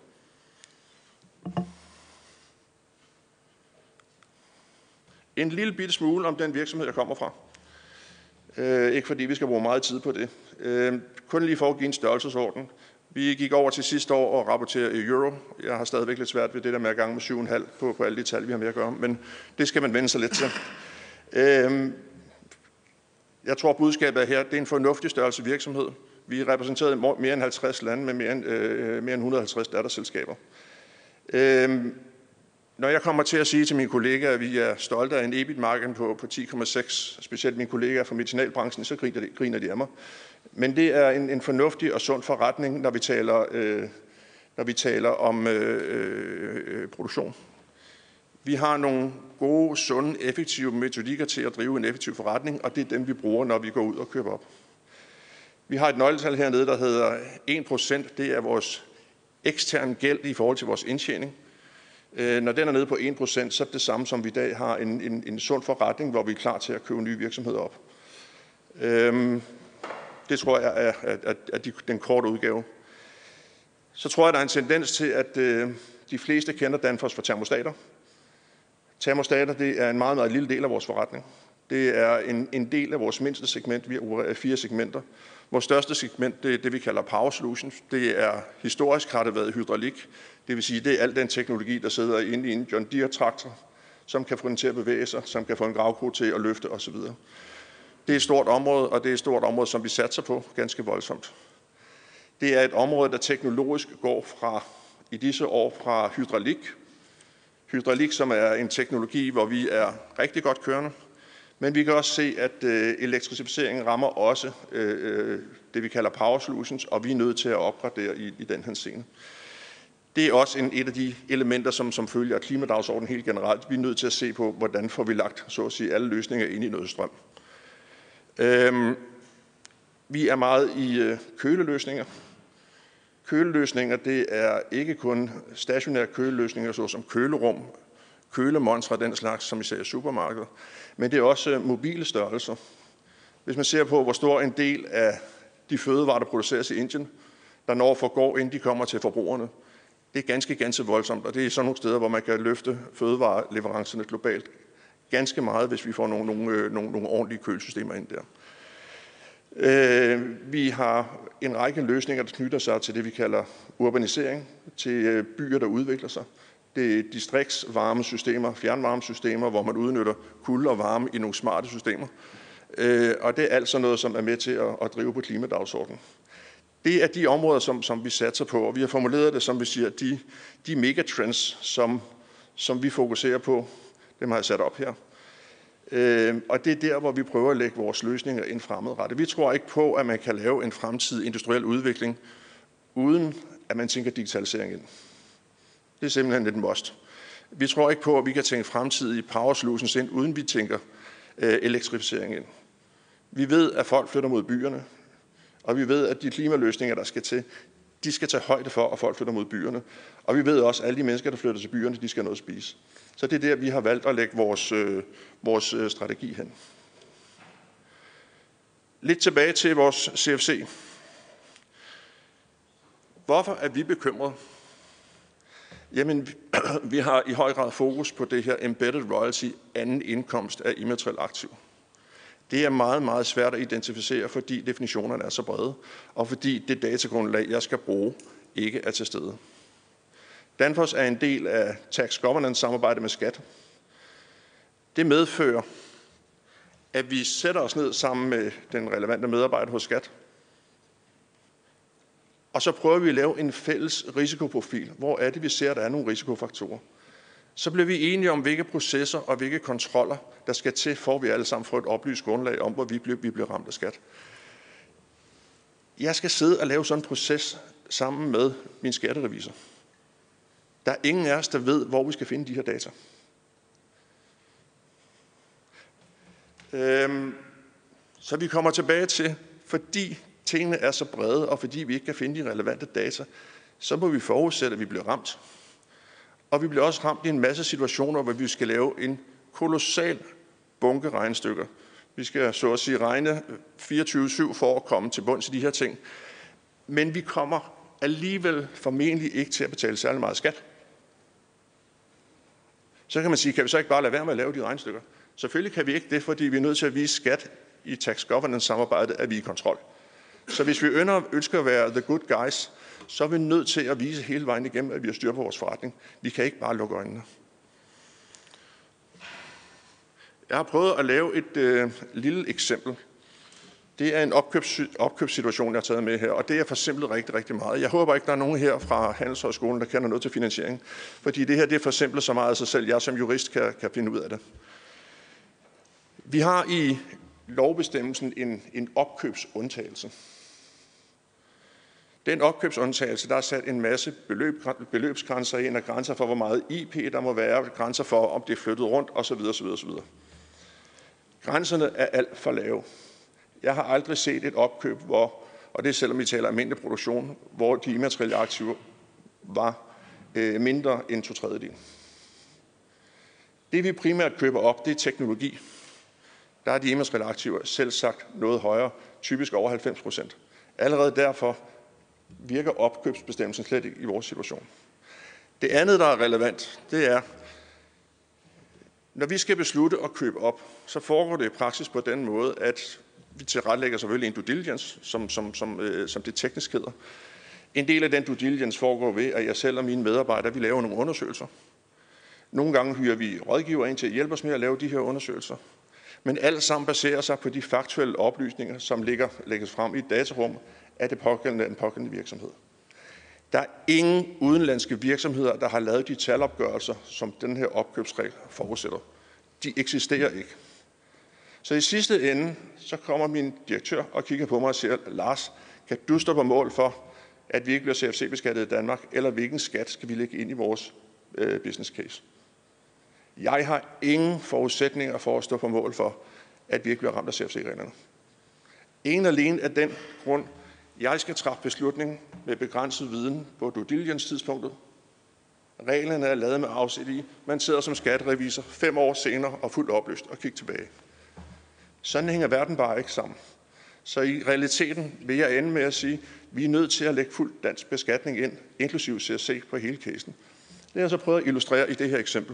En lille bitte smule om den virksomhed, jeg kommer fra. Øh, ikke fordi vi skal bruge meget tid på det. Øh, kun lige for at give en størrelsesorden. Vi gik over til sidste år og rapportere i euro. Jeg har stadigvæk lidt svært ved det der med at gange med syv komma fem på, på alle de tal, vi har med at gøre. Men det skal man vende sig lidt til. Øh, jeg tror, budskabet er her, det er en fornuftig størrelse virksomhed. Vi repræsenterede mere end halvtreds lande med mere end, øh, mere end et hundrede og halvtreds datterselskaber. Øh, Når jeg kommer til at sige til mine kollegaer, at vi er stolte af en E B I T-margin på, på ti komma seks, specielt mine kollegaer fra medicinalbranchen, så griner de, griner de af mig. Men det er en, en fornuftig og sund forretning, når vi taler, øh, når vi taler om øh, øh, produktion. Vi har nogle gode, sunde, effektive metodikker til at drive en effektiv forretning, og det er dem, vi bruger, når vi går ud og køber op. Vi har et nøgletal hernede, der hedder en procent. Det er vores eksterne gæld i forhold til vores indtjening. Når den er nede på en procent, så er det det samme, som vi i dag har en, en, en sund forretning, hvor vi er klar til at købe nye virksomheder op. Øhm, det tror jeg er, er, er de, den korte udgave. Så tror jeg, der er en tendens til, at øh, de fleste kender Danfoss for termostater. Termostater, det er en meget, meget lille del af vores forretning. Det er en, en del af vores mindste segment. Vi har fire segmenter. Vores største segment, det er det, vi kalder Power Solutions. Det er historisk har det været hydraulik. Det vil sige, det er al den teknologi, der sidder inde i en John Deere-traktor, som kan få den til at bevæge sig, som kan få en gravko til at løfte osv. Det er et stort område, og det er et stort område, som vi satser på ganske voldsomt. Det er et område, der teknologisk går fra, i disse år fra hydraulik. Hydraulik, som er en teknologi, hvor vi er rigtig godt kørende. Men vi kan også se, at øh, elektrificeringen rammer også øh, det, vi kalder Power Solutions, og vi er nødt til at opgradere i, i den her scene. Det er også en, et af de elementer, som, som følger af klimadagsordenen helt generelt. Vi er nødt til at se på, hvordan får vi lagt så at sige, alle løsninger ind i noget strøm. Øhm, vi er meget i øh, køleløsninger. Køleløsninger, det er ikke kun stationære køleløsninger, såsom kølerum, kølemontre, den slags, som vi ser i supermarkedet, men det er også mobile størrelser. Hvis man ser på, hvor stor en del af de fødevarer, der produceres i Indien, der når forgår, inden de kommer til forbrugerne, det er ganske, ganske voldsomt, og det er sådan nogle steder, hvor man kan løfte fødevareleverancerne globalt ganske meget, hvis vi får nogle, nogle, nogle, nogle ordentlige kølesystemer ind der. Øh, vi har en række løsninger, der knytter sig til det, vi kalder urbanisering, til byer, der udvikler sig. Det er distriktsvarmesystemer, fjernvarmesystemer, hvor man udnytter kulde og varme i nogle smarte systemer. Øh, og det er altså noget, som er med til at, at drive på klimadagsordenen. Det er de områder, som, som vi satser på, og vi har formuleret det, som vi siger, de, de megatrends, som, som vi fokuserer på, dem har jeg sat op her. Øh, og det er der, hvor vi prøver at lægge vores løsninger ind fremadrettet. Vi tror ikke på, at man kan lave en fremtidig industriel udvikling, uden at man tænker digitalisering ind. Det er simpelthen et must. Vi tror ikke på, at vi kan tænke fremtidige power solutions ind, uden vi tænker øh, elektrificering ind. Vi ved, at folk flytter mod byerne, og vi ved, at de klimaløsninger, der skal til, de skal tage højde for, at folk flytter mod byerne. Og vi ved også, at alle de mennesker, der flytter til byerne, de skal have noget at spise. Så det er der, vi har valgt at lægge vores, øh, vores øh, strategi hen. Lidt tilbage til vores C F C. Hvorfor er vi bekymrede? Jamen, vi har i høj grad fokus på det her embedded royalty, anden indkomst af immateriel aktiv. Det er meget, meget svært at identificere, fordi definitionerne er så brede, og fordi det datagrundlag, jeg skal bruge, ikke er til stede. Danfoss er en del af tax governance-samarbejdet med Skat. Det medfører, at vi sætter os ned sammen med den relevante medarbejder hos Skat, og så prøver vi at lave en fælles risikoprofil. Hvor er det, vi ser, at der er nogle risikofaktorer? Så bliver vi enige om, hvilke processer og hvilke kontroller, der skal til, for at vi alle sammen får et oplyst grundlag om, hvor vi bliver, vi bliver ramt af skat. Jeg skal sidde og lave sådan en proces sammen med min skatterevisor. Der er ingen af os, der ved, hvor vi skal finde de her data. Øhm, så vi kommer tilbage til, fordi tingene er så brede, og fordi vi ikke kan finde de relevante data, så må vi forudsætte, at vi bliver ramt. Og vi bliver også ramt i en masse situationer, hvor vi skal lave en kolossal bunke regnestykker. Vi skal så at sige regne fireogtyve syv for at komme til bunds i de her ting. Men vi kommer alligevel formentlig ikke til at betale særlig meget skat. Så kan man sige, kan vi så ikke bare lade være med at lave de regnestykker? Selvfølgelig kan vi ikke det, fordi vi er nødt til at vise skat i tax governance-samarbejdet, at vi er i kontrol. Så hvis vi ønsker at være the good guys, så er vi nødt til at vise hele vejen igennem, at vi har styr på vores forretning. Vi kan ikke bare lukke øjnene. Jeg har prøvet at lave et øh, lille eksempel. Det er en opkøbs, opkøbssituation, jeg har taget med her, og det er forsimplet rigtig, rigtig meget. Jeg håber ikke, der er nogen her fra Handelshøjskolen, der kender noget til finansiering, fordi det her det er forsimplet så meget af sig selv, jeg som jurist kan, kan finde ud af det. Vi har i lovbestemmelsen en, en opkøbsundtagelse. Den opkøbsundtagelse, der er sat en masse beløb, beløbsgrænser ind, og grænser for, hvor meget I P der må være, grænser for, om det er flyttet rundt, osv. osv., osv. Grænserne er alt for lave. Jeg har aldrig set et opkøb, hvor, og det er selvom vi taler almindelig produktion, hvor de immaterielle aktiver var øh, mindre end to tredjedel. Det vi primært køber op, det er teknologi. Der er de immaterielle aktiver selv sagt noget højere, typisk over halvfems procent. Allerede derfor virker opkøbsbestemmelsen slet ikke i vores situation. Det andet, der er relevant, det er, når vi skal beslutte at købe op, så foregår det i praksis på den måde, at vi tilrettelægger selvfølgelig en due diligence, som, som, som, øh, som det teknisk hedder. En del af den due diligence foregår ved, at jeg selv og mine medarbejdere, vi laver nogle undersøgelser. Nogle gange hyrer vi rådgiver ind til at hjælpe os med at lave de her undersøgelser. Men alt sammen baserer sig på de faktuelle oplysninger, som ligger, lægges frem i et datarum af det pågældende, den pågældende virksomhed. Der er ingen udenlandske virksomheder, der har lavet de talopgørelser, som den her opkøbsregel forudsætter. De eksisterer ikke. Så i sidste ende, så kommer min direktør og kigger på mig og siger, Lars, kan du stå på mål for, at vi ikke bliver C F C-beskattet i Danmark, eller hvilken skat skal vi lægge ind i vores øh, business case? Jeg har ingen forudsætninger for at stå på mål for, at vi ikke bliver ramt af C F C-reglerne. En alene af den grund, jeg skal træffe beslutning med begrænset viden på due diligence-tidspunktet. Reglerne er lavet med afsæt i. Man sidder som skatterevisor fem år senere og fuldt oplyst og kigger tilbage. Sådan hænger verden bare ikke sammen. Så i realiteten vil jeg ende med at sige, at vi er nødt til at lægge fuld dansk beskatning ind, inklusive C F C på hele casen. Det har jeg så prøvet at illustrere i det her eksempel.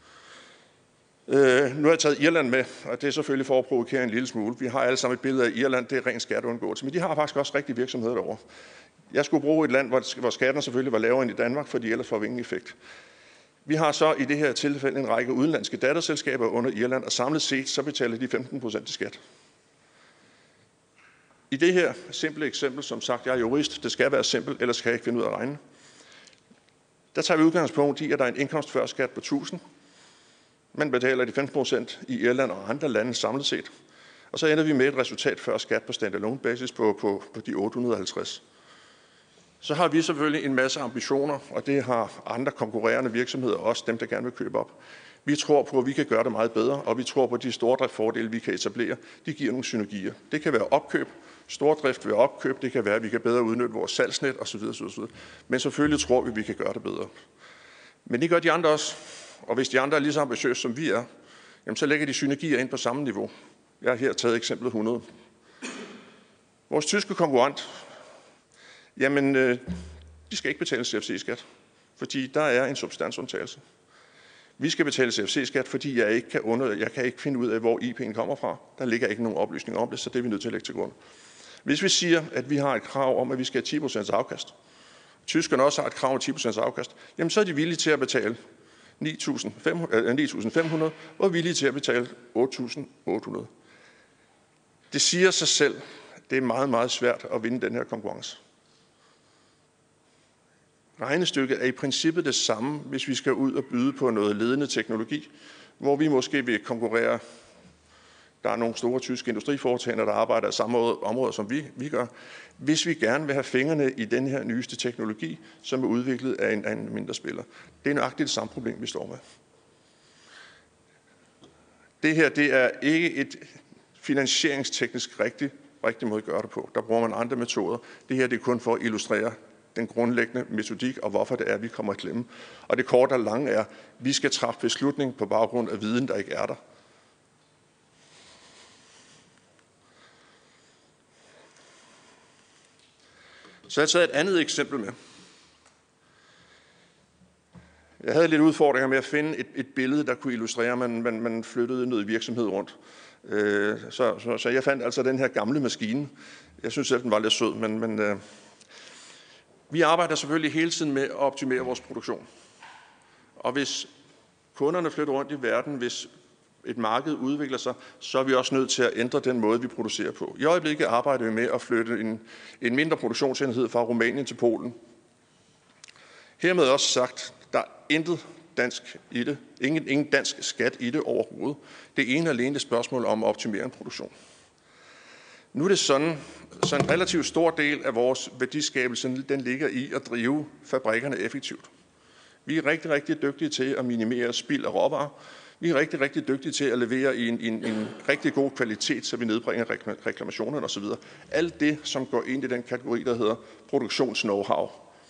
Øh, nu har jeg taget Irland med, og det er selvfølgelig for at provokere en lille smule. Vi har alle sammen et billede af Irland, det er ren skatteundgåelse, men de har faktisk også rigtige virksomheder derovre. Jeg skulle bruge et land, hvor, hvor skatten selvfølgelig var lavere end i Danmark, fordi ellers får vi ingen effekt. Vi har så i det her tilfælde en række udenlandske datterselskaber under Irland, og samlet set så betaler de femten procent i skat. I det her simple eksempel, som sagt, jeg er jurist, det skal være simpelt, ellers kan jeg ikke finde ud af at regne. Der tager vi udgangspunkt i, at der er en indkomst før skat på tusind. Man betaler de femten procent i Irland og andre lande samlet set. Og så ender vi med et resultat før skat på standalone basis på, på, på de otte hundrede og halvtreds. Så har vi selvfølgelig en masse ambitioner, og det har andre konkurrerende virksomheder, også dem, der gerne vil købe op. Vi tror på, at vi kan gøre det meget bedre, og vi tror på, at de stordriftsfordele, vi kan etablere, de giver nogle synergier. Det kan være opkøb, stordrift ved opkøb, det kan være, at vi kan bedre udnytte vores salgsnet osv. osv. Men selvfølgelig tror vi, at vi kan gøre det bedre. Men det gør de andre også. Og hvis de andre er lige så ambitiøse, som vi er, jamen så lægger de synergier ind på samme niveau. Jeg har her taget eksemplet hundrede. Vores tyske konkurrent, jamen øh, de skal ikke betale C F C-skat, fordi der er en substansundtagelse. Vi skal betale C F C-skat, fordi jeg ikke kan, under, jeg kan ikke finde ud af, hvor I P'en kommer fra. Der ligger ikke nogen oplysning om det, så det er vi nødt til at lægge til grund. Hvis vi siger, at vi har et krav om, at vi skal have ti procent afkast, tyskerne også har et krav om ti procent afkast, jamen så er de villige til at betale ni tusind fem hundrede og villige til at betale otte tusind otte hundrede. Det siger sig selv, det er meget, meget svært at vinde den her konkurrence. Regnestykket er i princippet det samme, hvis vi skal ud og byde på noget ledende teknologi, hvor vi måske vil konkurrere. Der er nogle store tyske industriforetagender, der arbejder i samme område, som vi, vi gør. Hvis vi gerne vil have fingrene i den her nyeste teknologi, som er udviklet af en, af en mindre spiller. Det er nøjagtigt det samme problem, vi står med. Det her det er ikke et finansieringsteknisk rigtig, rigtig måde at gøre det på. Der bruger man andre metoder. Det her det er kun for at illustrere den grundlæggende metodik, og hvorfor det er, at vi kommer at glemme. Og det korte og lange er, at vi skal træffe beslutning på baggrund af viden, der ikke er der. Så jeg har taget et andet eksempel med. Jeg havde lidt udfordringer med at finde et, et billede, der kunne illustrere, at man, man, man flyttede noget virksomhed rundt. Øh, så, så, så jeg fandt altså den her gamle maskine. Jeg synes selv, den var lidt sød, men, men øh, vi arbejder selvfølgelig hele tiden med at optimere vores produktion. Og hvis kunderne flytter rundt i verden, hvis et marked udvikler sig, så er vi også nødt til at ændre den måde, vi producerer på. I øjeblikket arbejder vi med at flytte en, en mindre produktionsenhed fra Rumænien til Polen. Hermed også sagt, der er intet dansk i det. Ingen, ingen dansk skat i det overhovedet. Det ene alene et spørgsmål om at optimere en produktion. Nu er det sådan, så en relativt stor del af vores værdiskabelse, den ligger i at drive fabrikkerne effektivt. Vi er rigtig, rigtig dygtige til at minimere spild af råvarer. Vi er rigtig, rigtig dygtige til at levere i en, en, en rigtig god kvalitet, så vi nedbringer reklamationerne osv. Alt det, som går ind i den kategori, der hedder produktions-know-how.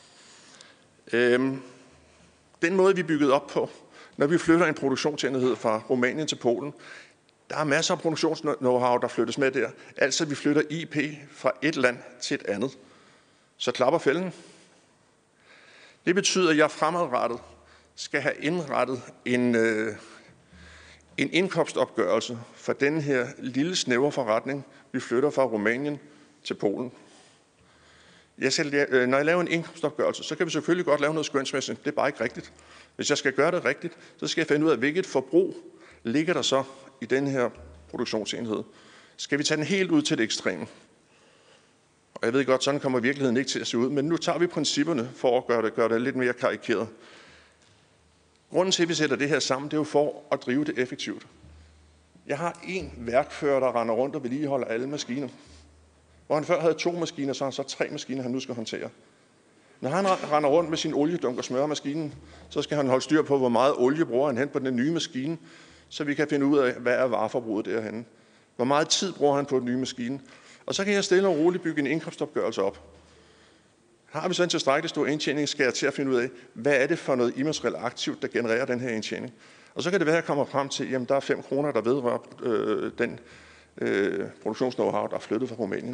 Øhm, den måde, vi er bygget op på, når vi flytter en produktionsenhed fra Rumænien til Polen, der er masser af produktions-know-how, der flyttes med der. Altså, vi flytter I P fra et land til et andet. Så klapper fælden. Det betyder, at jeg fremadrettet skal have indrettet en, øh, en indkomstopgørelse for den her lille snævre forretning, vi flytter fra Rumænien til Polen. Jeg skal, øh, når jeg laver en indkomstopgørelse, så kan vi selvfølgelig godt lave noget skønsmæssigt. Det er bare ikke rigtigt. Hvis jeg skal gøre det rigtigt, så skal jeg finde ud af, hvilket forbrug ligger der så i den her produktionsenhed. Skal vi tage den helt ud til det ekstreme? Og jeg ved godt, sådan kommer virkeligheden ikke til at se ud, men nu tager vi principperne for at gøre det, gøre det lidt mere karikeret. Grunden til, at vi sætter det her sammen, det er jo for at drive det effektivt. Jeg har en værkfører, der render rundt og vedligeholder alle maskiner. Hvor han før havde to maskiner, så har han så tre maskiner, han nu skal håndtere. Når han render rundt med sin oliedunk og smører maskinen, så skal han holde styr på, hvor meget olie bruger han hen på den nye maskine, så vi kan finde ud af, hvad er vareforbruget derhenne. Hvor meget tid bruger han på den nye maskine. Og så kan jeg stille og roligt bygge en indkomstopgørelse op. Har vi så en tilstrækkelig stor indtjening, skal jeg til at finde ud af, hvad er det for noget immaterielt aktivt, der genererer den her indtjening. Og så kan det være, at jeg kommer frem til, at der er fem kroner, der vedrører øh, den øh, produktions-know-how, der er flyttet fra Rumænien.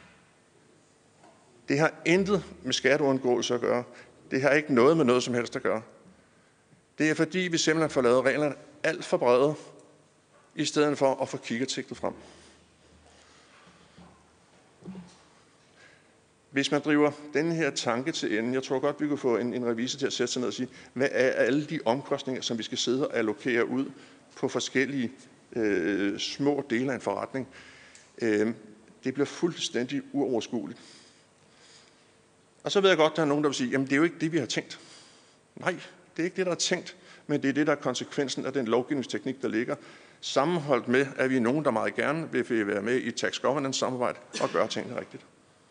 Det har intet med skatteundgåelse at gøre. Det har ikke noget med noget som helst at gøre. Det er fordi, vi simpelthen får lavet reglerne alt for brede, i stedet for at få kikkersigtet frem. Hvis man driver denne her tanke til enden, jeg tror godt, vi kunne få en, en revisor til at sætte sig ned og sige, hvad er alle de omkostninger, som vi skal sidde og allokere ud på forskellige øh, små dele af en forretning. Øh, det bliver fuldstændig uoverskueligt. Og så ved jeg godt, at der er nogen, der vil sige, jamen det er jo ikke det, vi har tænkt. Nej, det er ikke det, der er tænkt, men det er det, der er konsekvensen af den lovgivningsteknik, der ligger. Sammenholdt med, at vi er nogen, der meget gerne vil være med i et tax governance samarbejde og gøre tingene rigtigt.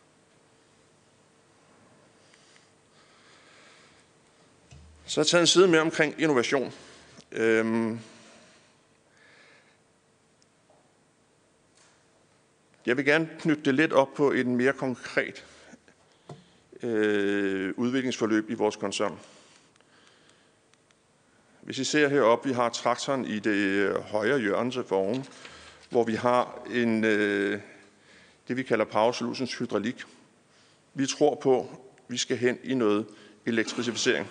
Så har jeg taget en side med omkring innovation. Øhm jeg vil gerne knytte det lidt op på et mere konkret øh, udviklingsforløb i vores koncern. Hvis I ser heroppe, vi har traktoren i det højre hjørne til foroven, hvor vi har en, øh, det, vi kalder Power Solutions hydraulik. Vi tror på, at vi skal hen i noget elektrificering.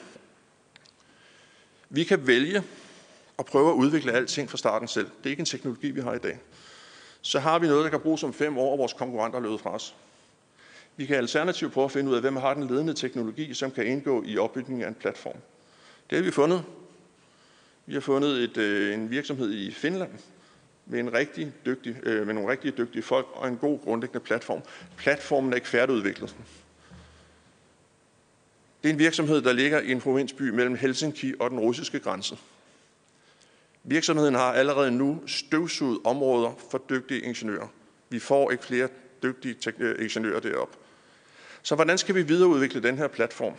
Vi kan vælge at prøve at udvikle alting fra starten selv. Det er ikke en teknologi, vi har i dag. Så har vi noget, der kan bruges om fem år, og vores konkurrenter er løbet fra os. Vi kan alternativt prøve at finde ud af, hvem har den ledende teknologi, som kan indgå i opbygningen af en platform. Det har vi fundet. Vi har fundet et, øh, en virksomhed i Finland med, en rigtig dygtig, øh, med nogle rigtig dygtige folk og en god grundlæggende platform. Platformen er ikke færdigudviklet. Det er en virksomhed, der ligger i en provinsby mellem Helsinki og den russiske grænse. Virksomheden har allerede nu støvsuget områder for dygtige ingeniører. Vi får ikke flere dygtige ingeniører deroppe. Så hvordan skal vi videreudvikle den her platform?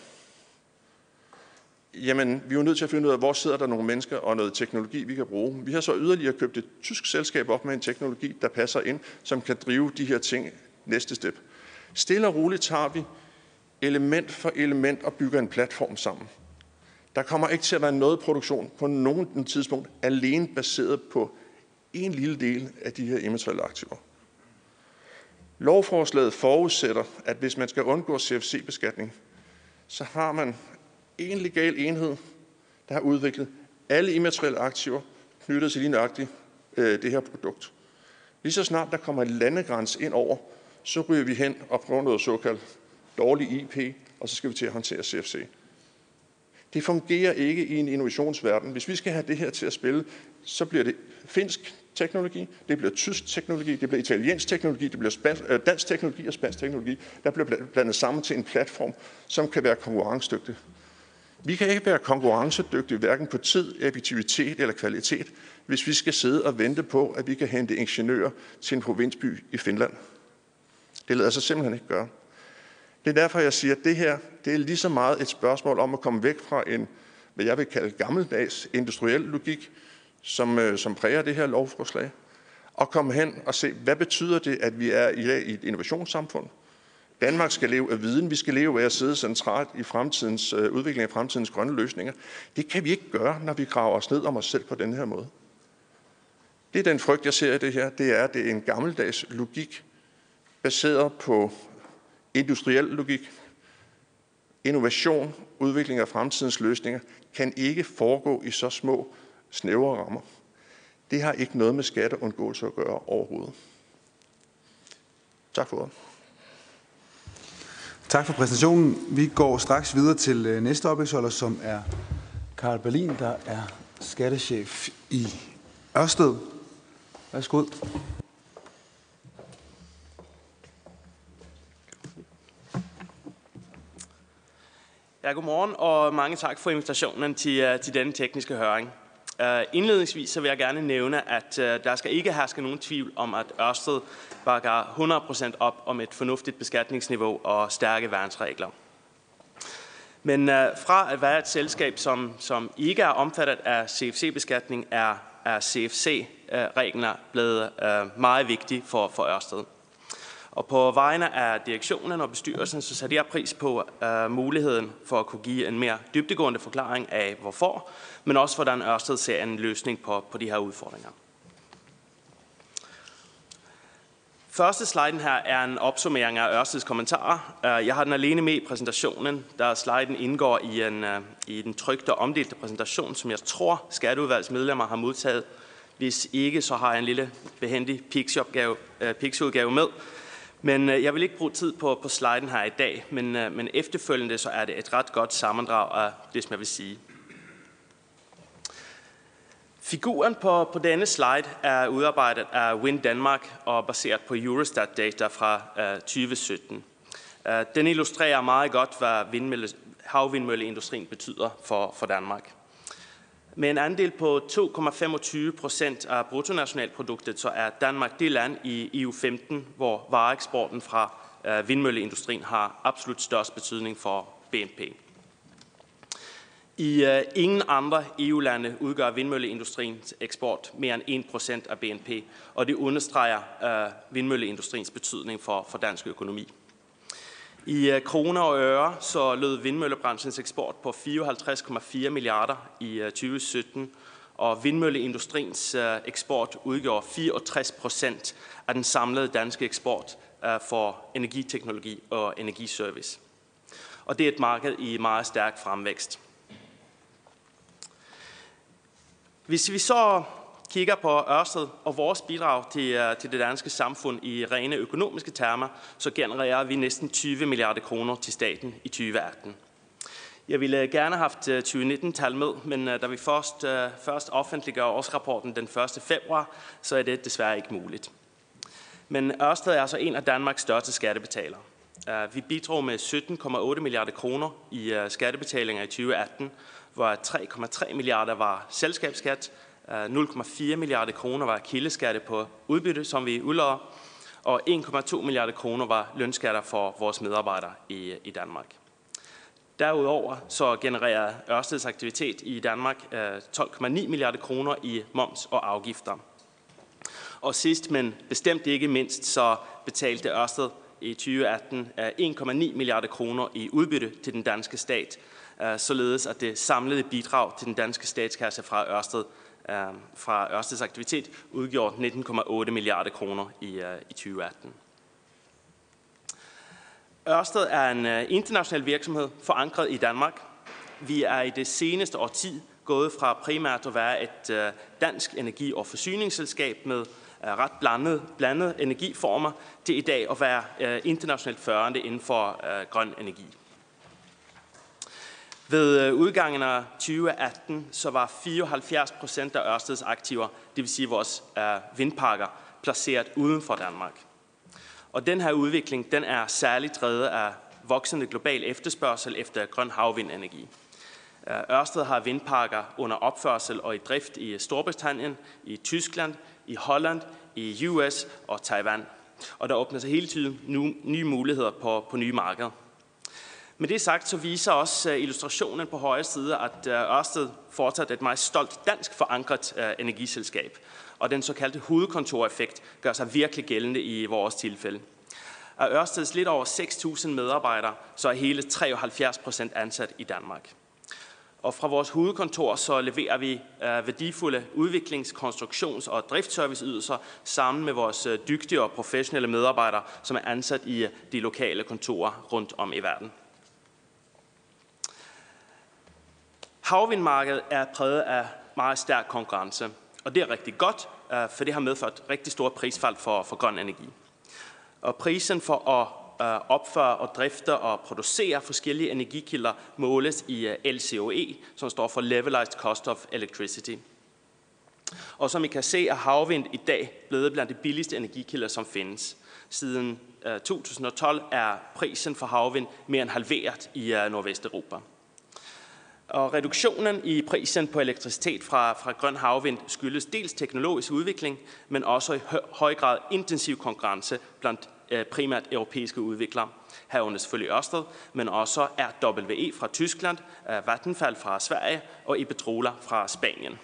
Jamen, vi er jo nødt til at finde ud af, hvor sidder der nogle mennesker og noget teknologi, vi kan bruge. Vi har så yderligere købt et tysk selskab op med en teknologi, der passer ind, som kan drive de her ting næste step. Stille og roligt tager vi element for element og bygger en platform sammen. Der kommer ikke til at være noget produktion på nogen tidspunkt alene baseret på en lille del af de her immaterielle aktiver. Lovforslaget forudsætter, at hvis man skal undgå C F C-beskatning, så har man en legal enhed, der har udviklet alle immaterielle aktiver knyttet til lige nøjagtigt øh, det her produkt. Lige så snart der kommer en landegrænse ind over, så ryger vi hen og prøver noget såkaldt dårlig I P, og så skal vi til at håndtere C F C. Det fungerer ikke i en innovationsverden. Hvis vi skal have det her til at spille, så bliver det finsk teknologi, det bliver tysk teknologi, det bliver italiensk teknologi, det bliver spansk, øh, dansk teknologi og spansk teknologi, der bliver blandet sammen til en platform, som kan være konkurrencedygtig. Vi kan ikke være konkurrencedygtige hverken på tid, effektivitet eller kvalitet, hvis vi skal sidde og vente på, at vi kan hente ingeniører til en provinsby i Finland. Det lader sig simpelthen ikke gøre. Det er derfor, jeg siger, at det her det er lige så meget et spørgsmål om at komme væk fra en, hvad jeg vil kalde gammeldags industriel logik, som, som præger det her lovforslag, og komme hen og se, hvad betyder det, at vi er i dag i et innovationssamfund. Danmark skal leve af viden, vi skal leve af at sidde centralt i fremtidens øh, udvikling af fremtidens grønne løsninger. Det kan vi ikke gøre, når vi graver os ned om os selv på den her måde. Det er den frygt, jeg ser i det her, det er, at det er en gammeldags logik, baseret på industriel logik. Innovation, udvikling af fremtidens løsninger, kan ikke foregå i så små, snævre rammer. Det har ikke noget med skatteundgåelse at gøre overhovedet. Tak for ordet. Tak for præsentationen. Vi går straks videre til næste oplægsholder, som er Carl Berlin, der er skattechef i Ørsted. Værsgo. Ja, godmorgen, og mange tak for invitationen til, til denne tekniske høring. Uh, indledningsvis så vil jeg gerne nævne, at uh, der skal ikke herske nogen tvivl om, at Ørsted bakker hundrede procent op om et fornuftigt beskatningsniveau og stærke værnsregler. Men uh, fra at være et selskab, som, som ikke er omfattet af C F C-beskatning, er, er C F C-reglerne blevet uh, meget vigtige for, for Ørsted. Og på vegne af direktionen og bestyrelsen, så sætter jeg pris på uh, muligheden for at kunne give en mere dybdegående forklaring af hvorfor, men også hvordan Ørsted ser en løsning på, på de her udfordringer. Første sliden her er en opsummering af Ørsteds kommentarer. Uh, jeg har den alene med i præsentationen, da sliden indgår i, en, uh, i den trykte og omdelte præsentation, som jeg tror Skatteudvalgets medlemmer har modtaget. Hvis ikke, så har jeg en lille behendig Pixie-udgave uh, Pixie med. Men øh, jeg vil ikke bruge tid på, på sliden her i dag, men, øh, men efterfølgende så er det et ret godt sammendrag af det, som jeg vil sige. Figuren på, på denne slide er udarbejdet af Wind Denmark og baseret på Eurostat-data fra øh, tyve sytten. Øh, den illustrerer meget godt, hvad vindmølle, havvindmølleindustrien betyder for, for Danmark. Med en andel på to komma femogtyve procent af bruttonationalproduktet, så er Danmark det land i E U femten, hvor vareeksporten fra vindmølleindustrien har absolut størst betydning for B N P. I ingen andre E U-lande udgør vindmølleindustriens eksport mere end en procent af B N P, og det understreger vindmølleindustriens betydning for, for dansk økonomi. I kroner og øre så lød vindmøllebranchens eksport på fireoghalvtreds komma fire milliarder i tyve sytten, og vindmølleindustriens eksport udgjorde fireogtres procent af den samlede danske eksport for energiteknologi og energiservice. Og det er et marked i meget stærk fremvækst. Hvis vi så kigger på Ørsted og vores bidrag til, til det danske samfund i rene økonomiske termer, så genererer vi næsten tyve milliarder kroner til staten i tyve atten. Jeg ville gerne have haft tyve nitten-tal med, men da vi først, først offentliggør årsrapporten den første februar, så er det desværre ikke muligt. Men Ørsted er altså en af Danmarks største skattebetalere. Vi bidrog med sytten komma otte milliarder kroner i skattebetalinger i tyve atten, hvor tre komma tre milliarder var selskabsskat, nul komma fire milliarder kroner var kildeskatte på udbytte, som vi udlodder, og en komma to milliarder kroner var lønskatter for vores medarbejdere i, i Danmark. Derudover så genererer Ørsteds aktivitet i Danmark tolv komma ni milliarder kroner i moms og afgifter. Og sidst, men bestemt ikke mindst, så betalte Ørsted i tyve atten en komma ni milliarder kroner i udbytte til den danske stat, således at det samlede bidrag til den danske statskasse fra Ørsted fra Ørsteds aktivitet udgjorde nitten komma otte milliarder kroner i, i tyve atten. Ørsted er en international virksomhed forankret i Danmark. Vi er i det seneste årti gået fra primært at være et dansk energi- og forsyningsselskab med ret blandede, blandede energiformer til i dag at være internationalt førende inden for grøn energi. Ved udgangen af tyve atten så var fireoghalvfjerds procent af Ørsteds aktiver, det vil sige vores uh, vindparker, placeret uden for Danmark. Og den her udvikling den er særligt drevet af voksende global efterspørgsel efter grøn havvindenergi. Ørsted har vindparker under opførsel og i drift i Storbritannien, i Tyskland, i Holland, i U S og Taiwan. Og der åbner sig hele tiden nye muligheder på, på nye markeder. Med det sagt, så viser også illustrationen på højre side, at Ørsted fortsat er et meget stolt dansk forankret uh, energiselskab. Og den såkaldte hovedkontoreffekt gør sig virkelig gældende i vores tilfælde. Af Ørsteds lidt over seks tusind medarbejdere, så er hele treoghalvfjerds procent ansat i Danmark. Og fra vores hovedkontor så leverer vi uh, værdifulde udviklings-, konstruktions- og driftsserviceydelser sammen med vores uh, dygtige og professionelle medarbejdere, som er ansat i uh, de lokale kontorer rundt om i verden. Havvindmarkedet er præget af meget stærk konkurrence, og det er rigtig godt, uh, for det har medført rigtig store prisfald for, for grøn energi. Og prisen for at opføre og drifte og producere forskellige energikilder måles i L C O E, som står for Levelized Cost of Electricity. Og som I kan se, er havvind i dag blevet blandt de billigste energikilder, som findes. Siden to tusind og tolv er prisen for havvind mere end halveret i Nordvesteuropa. Og reduktionen i prisen på elektricitet fra, fra grøn havvind skyldes dels teknologisk udvikling, men også i høj grad intensiv konkurrence blandt primært europæiske udviklere. Herunder selvfølgelig Ørsted, men også R W E fra Tyskland, Vattenfall fra Sverige og Iberdrola fra Spanien.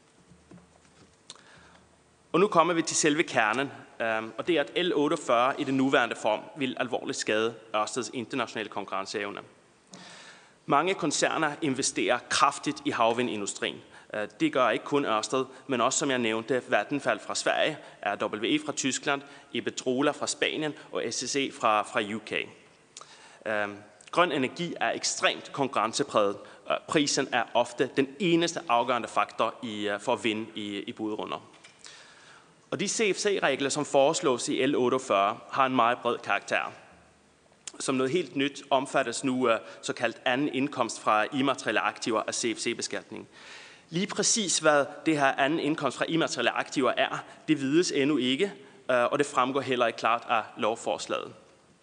Og nu kommer vi til selve kernen, og det er, at L otteogfyrre i den nuværende form vil alvorligt skade Ørsteds internationale konkurrenceevne. Mange koncerner investerer kraftigt i havvindindustrien. Det gør ikke kun Ørsted, men også, som jeg nævnte, Vattenfall fra Sverige, R W E fra Tyskland, Iberdrola fra Spanien og S C C fra, fra U K. Grøn energi er ekstremt konkurrencepræget. Prisen er ofte den eneste afgørende faktor i, for at vinde i, i budrunder. Og de C F C-regler, som foreslås i L otteogfyrre, har en meget bred karakter. Som noget helt nyt omfattes nu uh, såkaldt anden indkomst fra immaterielle aktiver af C F C-beskatning. Lige præcis hvad det her anden indkomst fra immaterielle aktiver er, det vides endnu ikke, uh, og det fremgår heller ikke klart af lovforslaget.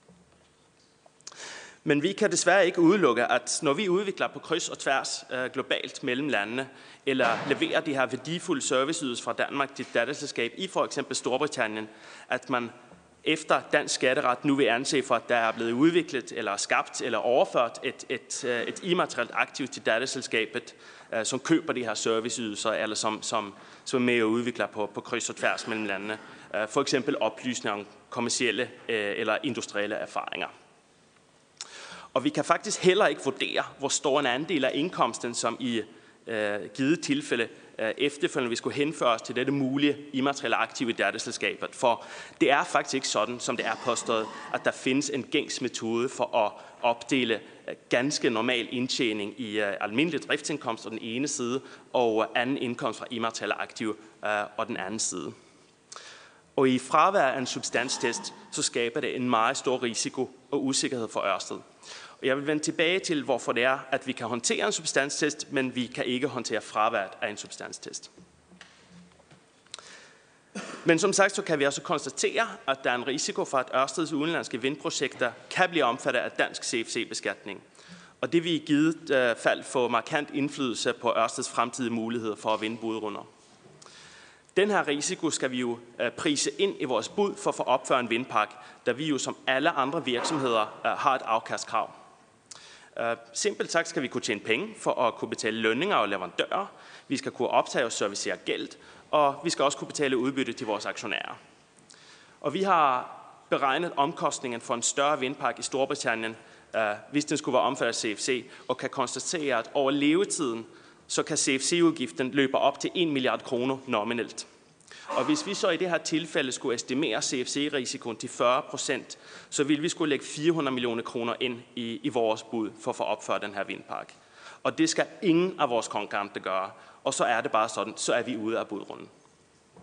Men vi kan desværre ikke udelukke, at når vi udvikler på kryds og tværs uh, globalt mellem landene, eller leverer de her værdifulde serviceydelser fra Danmark til et datterselskab i for eksempel Storbritannien, at man efter dansk skatteret nu vil anse for, at der er blevet udviklet eller skabt eller overført et, et, et immaterielt aktiv til datterselskabet, som køber de her serviceydelser, eller som, som, som er med og udvikler på, på kryds og tværs mellem landene. For eksempel oplysninger om kommercielle eller industrielle erfaringer. Og vi kan faktisk heller ikke vurdere, hvor stor en andel af indkomsten, som i øh, givet tilfælde øh, efterfølgende vi skulle henføres til dette mulige immaterielle aktiv i datterselskabet. For det er faktisk ikke sådan, som det er påstået, at der findes en gængs metode for at opdele øh, ganske normal indtjening i øh, almindelig driftsindkomst på den ene side, og anden indkomst fra immaterielle aktiv øh, og den anden side. Og i fravær af en substanstest, så skaber det en meget stor risiko og usikkerhed for Ørsted. Og jeg vil vende tilbage til, hvorfor det er, at vi kan håndtere en substanstest, men vi kan ikke håndtere fraværet af en substanstest. Men som sagt, så kan vi også konstatere, at der er en risiko for, at Ørsteds udenlandske vindprojekter kan blive omfattet af dansk C F C-beskatning. Og det vil i givet fald få markant indflydelse på Ørsteds fremtidige muligheder for at vinde budrunder. Den her risiko skal vi jo prise ind i vores bud for at få opført en vindpark, da vi jo som alle andre virksomheder har et afkastkrav. Simpelt sagt skal vi kunne tjene penge for at kunne betale lønninger og leverandører, vi skal kunne optage og servicere gæld, og vi skal også kunne betale udbytte til vores aktionærer. Og vi har beregnet omkostningen for en større vindpark i Storbritannien, hvis den skulle være omfattet af C F C, og kan konstatere, at over levetiden, så kan C F C-udgiften løbe op til en milliard kroner nominelt. Og hvis vi så i det her tilfælde skulle estimere C F C-risikoen til fyrre procent, så ville vi skulle lægge fire hundrede millioner kroner ind i, i vores bud for at få opført den her vindpark. Og det skal ingen af vores konkurrenter gøre. Og så er det bare sådan, så er vi ude af budrunden.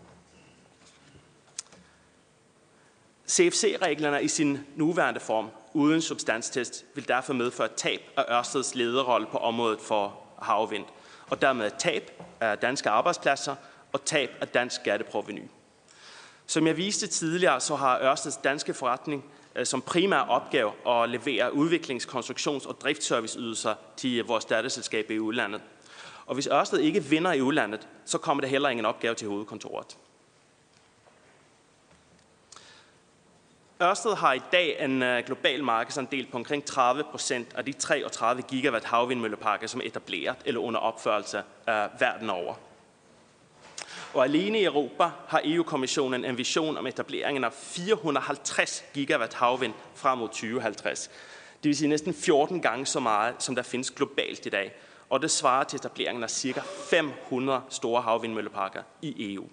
C F C-reglerne i sin nuværende form uden substanstest vil derfor medføre tab af Ørsteds lederrolle på området for havvind, og dermed tab af danske arbejdspladser og tab af dansk skatteprovenu. Som jeg viste tidligere, så har Ørsteds danske forretning som primær opgave at levere udviklings-, konstruktions- og driftsserviceydelser til vores datterselskaber i udlandet. Og hvis Ørsted ikke vinder i udlandet, så kommer der heller ingen opgave til hovedkontoret. Ørsted har i dag en global markedsandel på omkring tredive procent af de treogtredive gigawatt havvindmølleparker, som er etableret eller under opførelse af verden over. Og alene i Europa har E U-kommissionen en vision om etableringen af fire hundrede og halvtreds gigawatt havvind frem mod tyve halvtreds. Det vil sige næsten fjorten gange så meget, som der findes globalt i dag. Og det svarer til etableringen af ca. fem hundrede store havvindmølleparker i E U.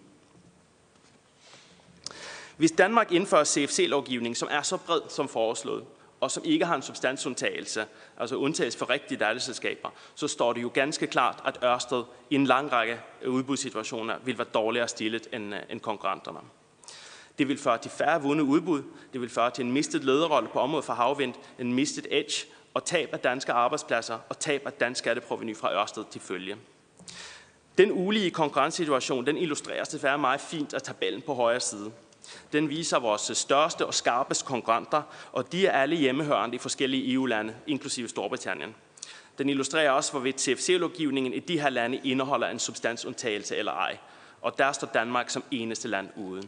Hvis Danmark indfører C F C-lovgivning, som er så bred som foreslået, og som ikke har en substansundtagelse, altså undtagelse for rigtige datterselskaber, så står det jo ganske klart, at Ørsted i en lang række udbudssituationer vil være dårligere stillet end, end konkurrenterne. Det vil føre til færre vunde udbud, det vil føre til en mistet lederrolle på området for havvind, en mistet edge og tab af danske arbejdspladser og tab af dansk skatteprovenu fra Ørsted til følge. Den ulige konkurrencesituation, den illustreres desværre meget fint af tabellen på højre side. Den viser vores største og skarpeste konkurrenter, og de er alle hjemmehørende i forskellige E U-lande, inklusive Storbritannien. Den illustrerer også, hvorvidt C F C-lovgivningen i de her lande indeholder en substansundtagelse eller ej. Og der står Danmark som eneste land uden.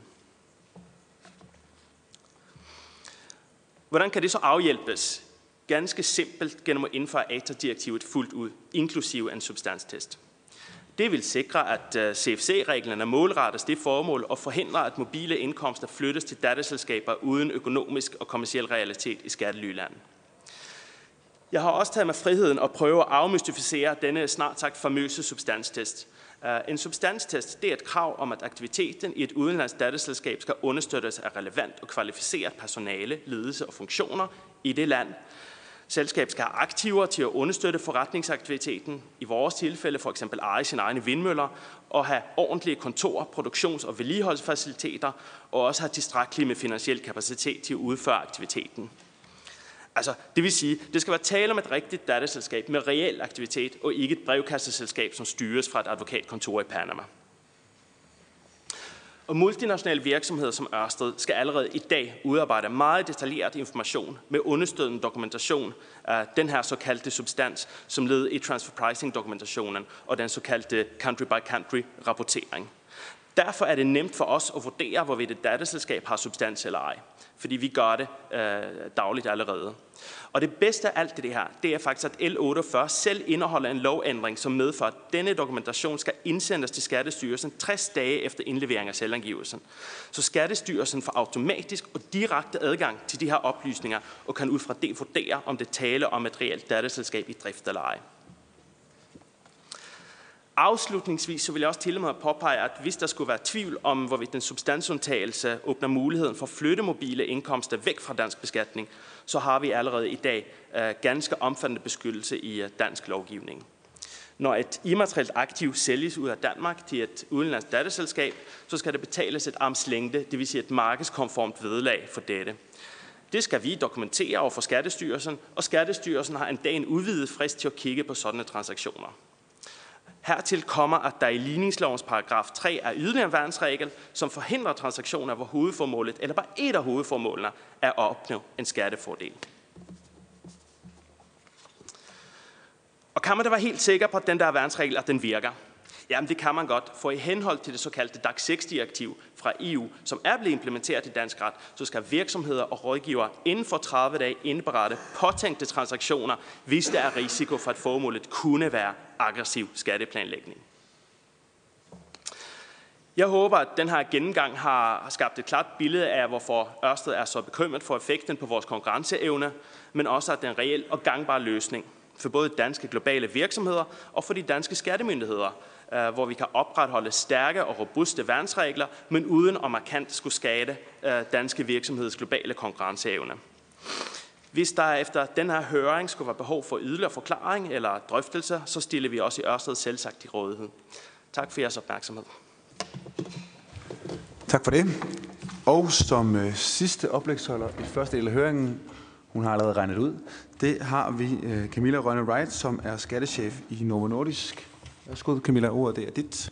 Hvordan kan det så afhjælpes? Ganske simpelt gennem at indføre A T A-direktivet fuldt ud, inklusive en substanstest. Det vil sikre, at C F C-reglerne målrettes det formål og forhindre, at mobile indkomster flyttes til datterselskaber uden økonomisk og kommerciel realitet i skattelylandet. Jeg har også taget mig friheden at prøve at afmystificere denne snart sagt famøse substanstest. En substanstest det er et krav om, at aktiviteten i et udenlandsk datterselskab skal understøttes af relevant og kvalificeret personale, ledelse og funktioner i det land. Selskab skal have aktiver til at understøtte forretningsaktiviteten, i vores tilfælde for eksempel eje sine egne vindmøller, og have ordentlige kontor, produktions- og vedligeholdsfaciliteter, og også have tilstrækkeligt med finansiel kapacitet til at udføre aktiviteten. Altså, det vil sige, det skal være tale om et rigtigt datterselskab med reel aktivitet, og ikke et brevkasseselskab, som styres fra et advokatkontor i Panama. Og multinationale virksomheder som Ørsted skal allerede i dag udarbejde meget detaljeret information med understøttende dokumentation af den her såkaldte substans, som led i transfer pricing dokumentationen og den såkaldte country by country rapportering. Derfor er det nemt for os at vurdere, hvorvidt et datterselskab har substans eller ej, fordi vi gør det øh, dagligt allerede. Og det bedste af alt det her, det er faktisk, at L otteogfyrre selv indeholder en lovændring, som medfører, at denne dokumentation skal indsendes til Skattestyrelsen tres dage efter indlevering af selvangivelsen. Så Skattestyrelsen får automatisk og direkte adgang til de her oplysninger og kan ud fra det vurdere, om det taler om et reelt datterselskab i drift eller ej. Afslutningsvis så vil jeg også tillade mig at påpege, at hvis der skulle være tvivl om, hvorvidt den substansundtagelse åbner muligheden for at flytte mobile indkomster væk fra dansk beskatning, så har vi allerede i dag uh, ganske omfattende beskyttelse i uh, dansk lovgivning. Når et immaterielt aktiv sælges ud af Danmark til et udenlandsk datterselskab, så skal det betales et armslængde, det vil sige et markedskonformt vederlag for dette. Det skal vi dokumentere over for Skattestyrelsen, og Skattestyrelsen har endda en udvidet frist til at kigge på sådanne transaktioner. Hertil kommer, at der i ligningslovens paragraf tre er yderligere en værnsregel, som forhindrer transaktioner, hvor hovedformålet, eller bare et af hovedformålene, er at opnå en skattefordel. Og kan man da være helt sikker på, at den der værnsregel, at den virker? Jamen det kan man godt, for i henhold til det såkaldte D A C seks-direktiv fra E U, som er blevet implementeret i dansk ret, så skal virksomheder og rådgivere inden for tredive dage indberette påtænkte transaktioner, hvis der er risiko for, at formålet kunne være aggressiv skatteplanlægning. Jeg håber, at den her gennemgang har skabt et klart billede af, hvorfor Ørsted er så bekymret for effekten på vores konkurrenceevne, men også at det er en reel og gangbar løsning for både danske globale virksomheder og for de danske skattemyndigheder, hvor vi kan opretholde stærke og robuste værnsregler, men uden at markant skulle skade danske virksomheders globale konkurrenceevne. Hvis der efter den her høring skulle være behov for yderligere forklaring eller drøftelse, så stiller vi også i Ørsted selvsagt til rådighed. Tak for jeres opmærksomhed. Tak for det. Og som sidste oplægsholder i første del af høringen Hun har allerede regnet ud. Det har vi uh, Camilla Rønne Wright, som er skattechef i Novo Nordisk. Værsgo, Camilla, ordet det er dit.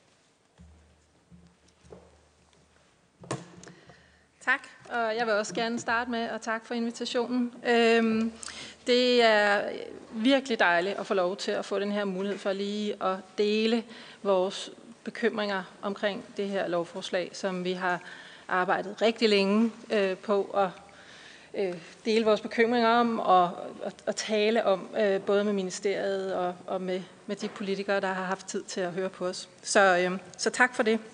Tak, og jeg vil også gerne starte med at takke for invitationen. Øhm, det er virkelig dejligt at få lov til at få den her mulighed for lige at dele vores bekymringer omkring det her lovforslag, som vi har arbejdet rigtig længe øh, på at øh, dele vores bekymringer om og, og, og tale om, øh, både med ministeriet og, og med, med de politikere, der har haft tid til at høre på os. Så, øh, så tak for det.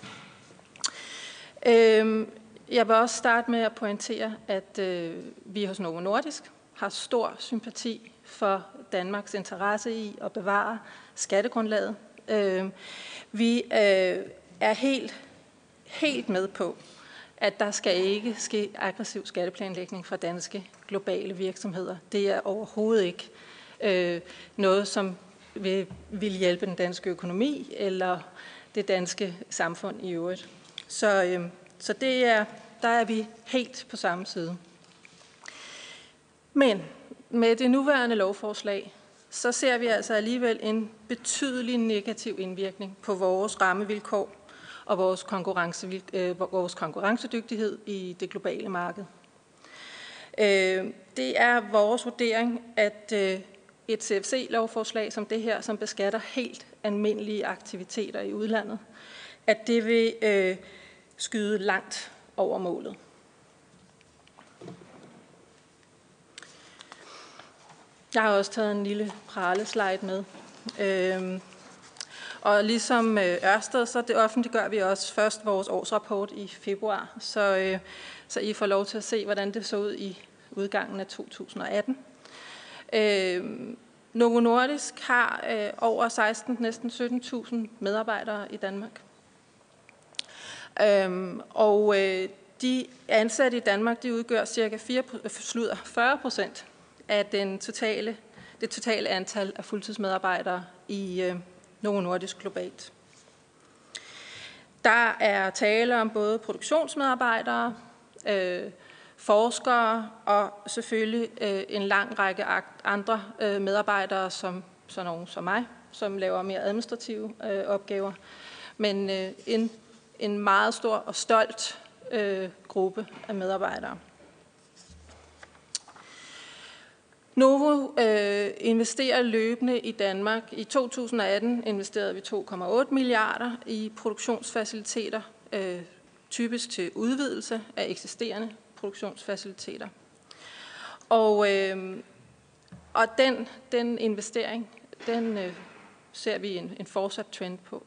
Øh, Jeg vil også starte med at pointere, at øh, vi hos Novo Nordisk har stor sympati for Danmarks interesse i at bevare skattegrundlaget. Øh, vi øh, er helt, helt med på, at der skal ikke ske aggressiv skatteplanlægning fra danske globale virksomheder. Det er overhovedet ikke øh, noget, som vil, vil hjælpe den danske økonomi eller det danske samfund i øvrigt. Så øh, Så det er, der er vi helt på samme side. Men med det nuværende lovforslag, så ser vi altså alligevel en betydelig negativ indvirkning på vores rammevilkår og vores, konkurrence, øh, vores konkurrencedygtighed i det globale marked. Øh, det er vores vurdering, at øh, et C F C-lovforslag som det her, som beskatter helt almindelige aktiviteter i udlandet, at det vil øh, skyde langt over målet. Jeg har også taget en lille praleslide med. Øhm, og ligesom Ørsted, så det offentliggør vi også først vores årsrapport i februar, så, øh, så I får lov til at se, hvordan det så ud i udgangen af to tusind og atten. Øhm, Novo Nordisk har øh, over seksten, næsten sytten tusind medarbejdere i Danmark. Øhm, og øh, de ansatte i Danmark, de udgør cirka fyrre procent af den totale, det totale antal af fuldtidsmedarbejdere i øh, Novo Nordisk globalt. Der er tale om både produktionsmedarbejdere, øh, forskere og selvfølgelig øh, en lang række andre øh, medarbejdere, som sådan nogle som mig, som laver mere administrative øh, opgaver. Men øh, en en meget stor og stolt øh, gruppe af medarbejdere. Novo øh, investerer løbende i Danmark. I to tusind og atten investerede vi to komma otte milliarder i produktionsfaciliteter, øh, typisk til udvidelse af eksisterende produktionsfaciliteter. Og, øh, og den, den investering, den øh, ser vi en, en fortsat trend på.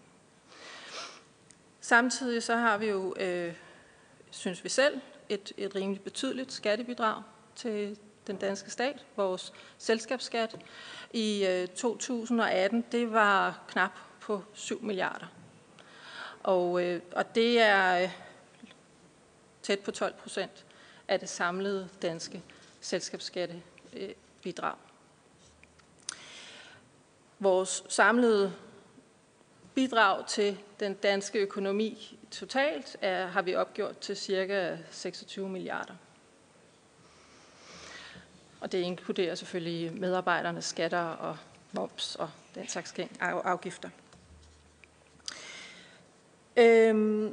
Samtidig så har vi jo, øh, synes vi selv, et, et rimelig betydeligt skattebidrag til den danske stat. Vores selskabsskat i øh, to tusind og atten, det var knap på syv milliarder. Og, øh, og det er øh, tæt på tolv procent af det samlede danske selskabsskattebidrag. Vores samlede bidrag til den danske økonomi totalt er, har vi opgjort til ca. seksogtyve milliarder. Og det inkluderer selvfølgelig medarbejdernes skatter og moms og den slags afgifter. Øhm,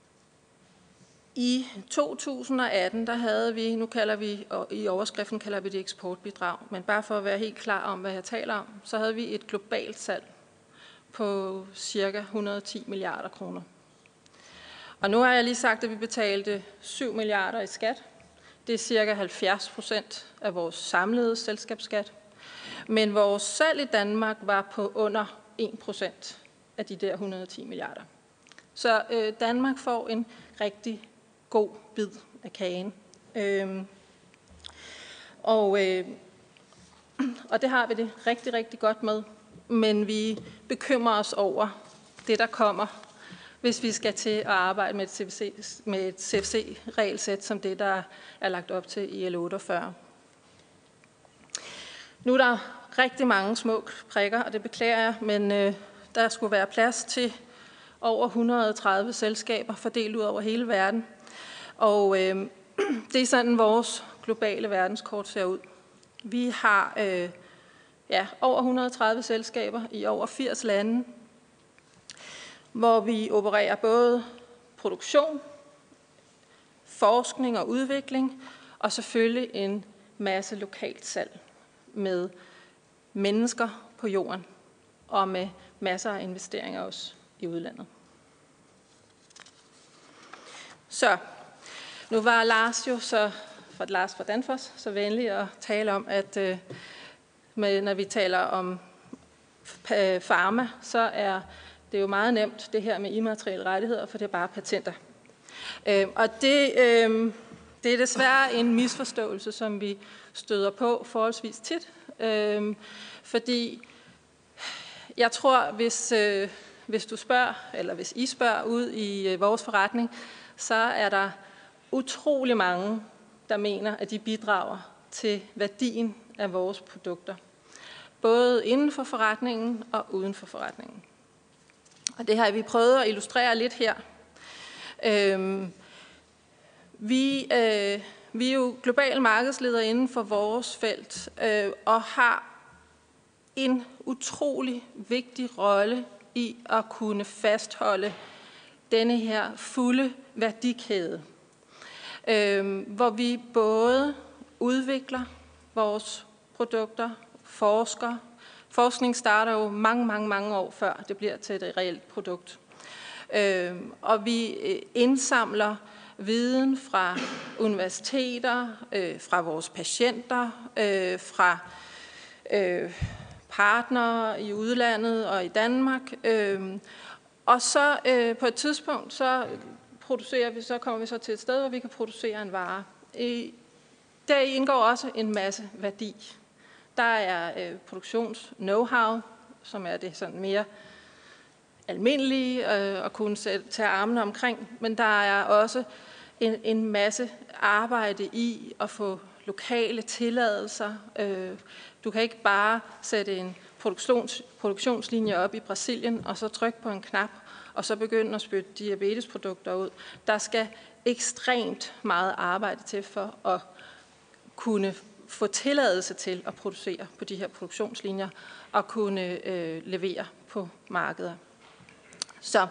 I to tusind og atten, der havde vi, nu kalder vi, og i overskriften kalder vi det eksportbidrag, men bare for at være helt klar om, hvad jeg taler om, så havde vi et globalt salg på ca. et hundrede og ti milliarder kroner. Og nu har jeg lige sagt, at vi betalte syv milliarder i skat. Det er ca. halvfjerds procent af vores samlede selskabsskat. Men vores salg i Danmark var på under en procent af de der et hundrede og ti milliarder. Så øh, Danmark får en rigtig god bid af kagen. Øhm, og, øh, og det har vi det rigtig, rigtig godt med. Men vi bekymrer os over det, der kommer, hvis vi skal til at arbejde med et C F C, med et C F C-regelsæt, som det, der er lagt op til i L otteogfyrre. Nu er der rigtig mange små prikker, og det beklager jeg, men øh, der skulle være plads til over et hundrede og tredive selskaber fordelt ud over hele verden. Og øh, det er sådan vores globale verdenskort ser ud. Vi har øh, ja, over et hundrede og tredive selskaber i over firs lande, hvor vi opererer både produktion, forskning og udvikling, og selvfølgelig en masse lokalt salg med mennesker på jorden, og med masser af investeringer også i udlandet. Så, nu var Lars jo så, for Lars fra Danfoss, så venlig at tale om, at øh, med, når vi taler om pharma, så er det jo meget nemt, det her med immaterielle rettigheder, for det er bare patenter. Øh, og det, øh, det er desværre en misforståelse, som vi støder på forholdsvis tit, øh, fordi jeg tror, hvis, øh, hvis du spørger, eller hvis I spørger ud i øh, vores forretning, så er der utrolig mange, der mener, at de bidrager til værdien af vores produkter. Både inden for forretningen og uden for forretningen. Og det har vi prøvet at illustrere lidt her. Øhm, vi, øh, vi er jo global markedsleder inden for vores felt, øh, og har en utrolig vigtig rolle i at kunne fastholde denne her fulde værdikæde, øh, hvor vi både udvikler vores produkter, forsker. Forskning starter jo mange, mange, mange år før det bliver til et reelt produkt. Øh, og vi indsamler viden fra universiteter, øh, fra vores patienter, øh, fra øh, partnere i udlandet og i Danmark. Øh, og så øh, på et tidspunkt, så producerer vi, så kommer vi så til et sted, hvor vi kan producere en vare. I, der indgår også en masse værdi. Der er øh, produktions-know-how, som er det sådan mere almindelige øh, at kunne sætte, tage armene omkring, men der er også en, en masse arbejde i at få lokale tilladelser. Øh, du kan ikke bare sætte en produktions, produktionslinje op i Brasilien, og så trykke på en knap, og så begynde at spytte diabetesprodukter ud. Der skal ekstremt meget arbejde til for at kunne få tilladelse til at producere på de her produktionslinjer og kunne øh, levere på markeder. Så,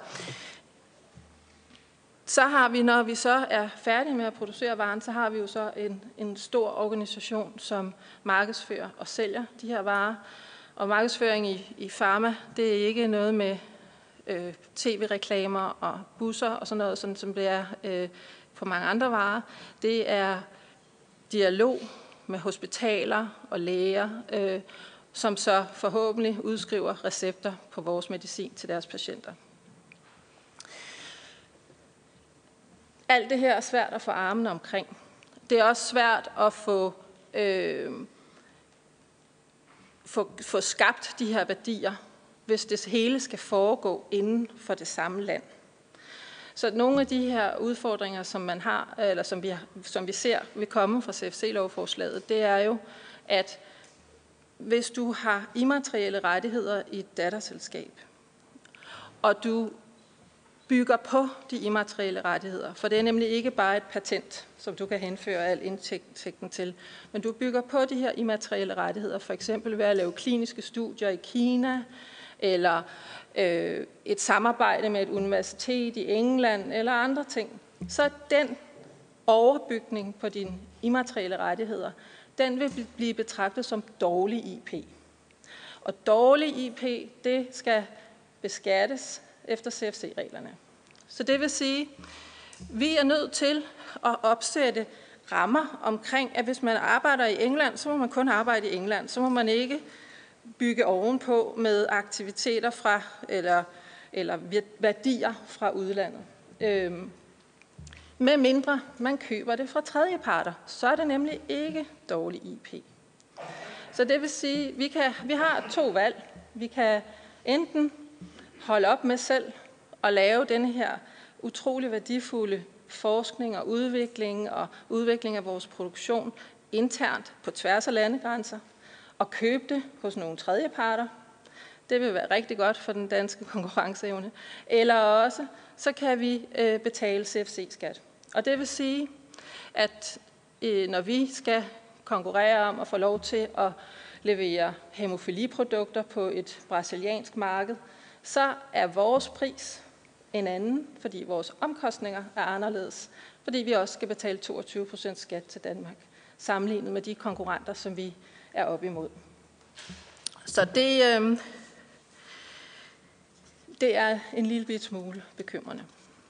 så har vi, når vi så er færdige med at producere varen, så har vi jo så en, en stor organisation, som markedsfører og sælger de her varer. Og markedsføring i, i pharma, det er ikke noget med øh, tv-reklamer og busser og sådan noget, sådan som det er øh, på mange andre varer. Det er dialog med hospitaler og læger, øh, som så forhåbentlig udskriver recepter på vores medicin til deres patienter. Alt det her er svært at få armene omkring. Det er også svært at få, øh, få, få skabt de her værdier, hvis det hele skal foregå inden for det samme land. Så nogle af de her udfordringer, som man har, eller som vi, som vi ser vil komme fra C F C-lovforslaget, det er jo, at hvis du har immaterielle rettigheder i et datterselskab, og du bygger på de immaterielle rettigheder, for det er nemlig ikke bare et patent, som du kan henføre al indtægten til, men du bygger på de her immaterielle rettigheder, for eksempel ved at lave kliniske studier i Kina, eller øh, et samarbejde med et universitet i England, eller andre ting, så den overbygning på dine immaterielle rettigheder, den vil blive betragtet som dårlig I P. Og dårlig I P, det skal beskattes efter C F C-reglerne. Så det vil sige, at vi er nødt til at opsætte rammer omkring, at hvis man arbejder i England, så må man kun arbejde i England. Så må man ikke bygge ovenpå med aktiviteter fra, eller, eller værdier fra udlandet. Øhm, med mindre man køber det fra tredjeparter, så er det nemlig ikke dårlig I P. Så det vil sige, at vi, kan, vi har to valg. Vi kan enten holde op med selv at lave denne her utrolig værdifulde forskning og udvikling og udvikling af vores produktion internt på tværs af landegrænser og købe det hos nogle tredjeparter. Det vil være rigtig godt for den danske konkurrenceevne. Eller også, så kan vi betale C F C-skat. Og det vil sige, at når vi skal konkurrere om at få lov til at levere hæmofiliprodukter på et brasiliansk marked, så er vores pris en anden, fordi vores omkostninger er anderledes, fordi vi også skal betale toogtyve procent skat til Danmark, sammenlignet med de konkurrenter, som vi er op imod. Så det, øh, det er en lille bit smule bekymrende.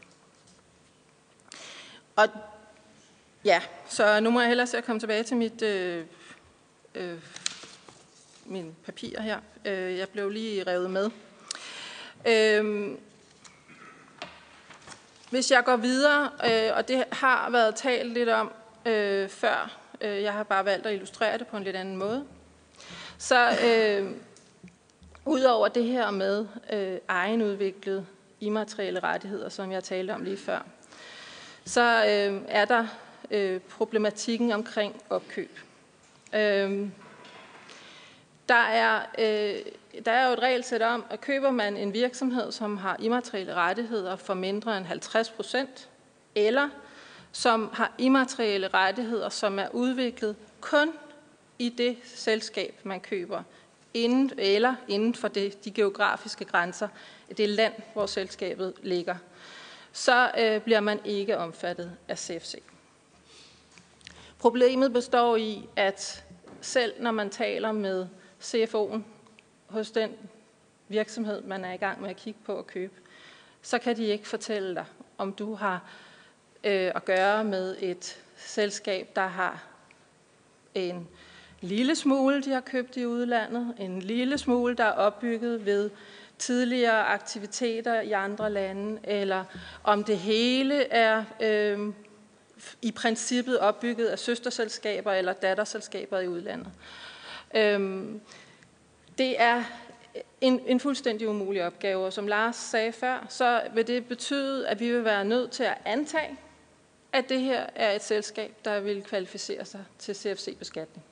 Og ja, så nu må jeg hellere se at komme tilbage til mit, øh, øh, mine papirer her. Øh, jeg blev lige revet med. Øh, hvis jeg går videre, øh, og det har været talt lidt om øh, før, øh, jeg har bare valgt at illustrere det på en lidt anden måde. Så øh, udover det her med øh, egenudviklede immaterielle rettigheder, som jeg talte om lige før, så øh, er der øh, problematikken omkring opkøb. Øh, der, er, øh, der er jo et regelsæt om, at køber man en virksomhed, som har immaterielle rettigheder for mindre end halvtreds procent, eller som har immaterielle rettigheder, som er udviklet kun i det selskab, man køber, inden, eller inden for det, de geografiske grænser, det land, hvor selskabet ligger, så øh, bliver man ikke omfattet af C F C. Problemet består i, at selv når man taler med C F O'en hos den virksomhed, man er i gang med at kigge på at købe, så kan de ikke fortælle dig, om du har øh, at gøre med et selskab, der har en lille smule, de har købt i udlandet, en lille smule, der er opbygget ved tidligere aktiviteter i andre lande, eller om det hele er øh, i princippet opbygget af søsterselskaber eller datterselskaber i udlandet. Øh, det er en, en fuldstændig umulig opgave, og som Lars sagde før, så vil det betyde, at vi vil være nødt til at antage, at det her er et selskab, der vil kvalificere sig til C F C-beskatning.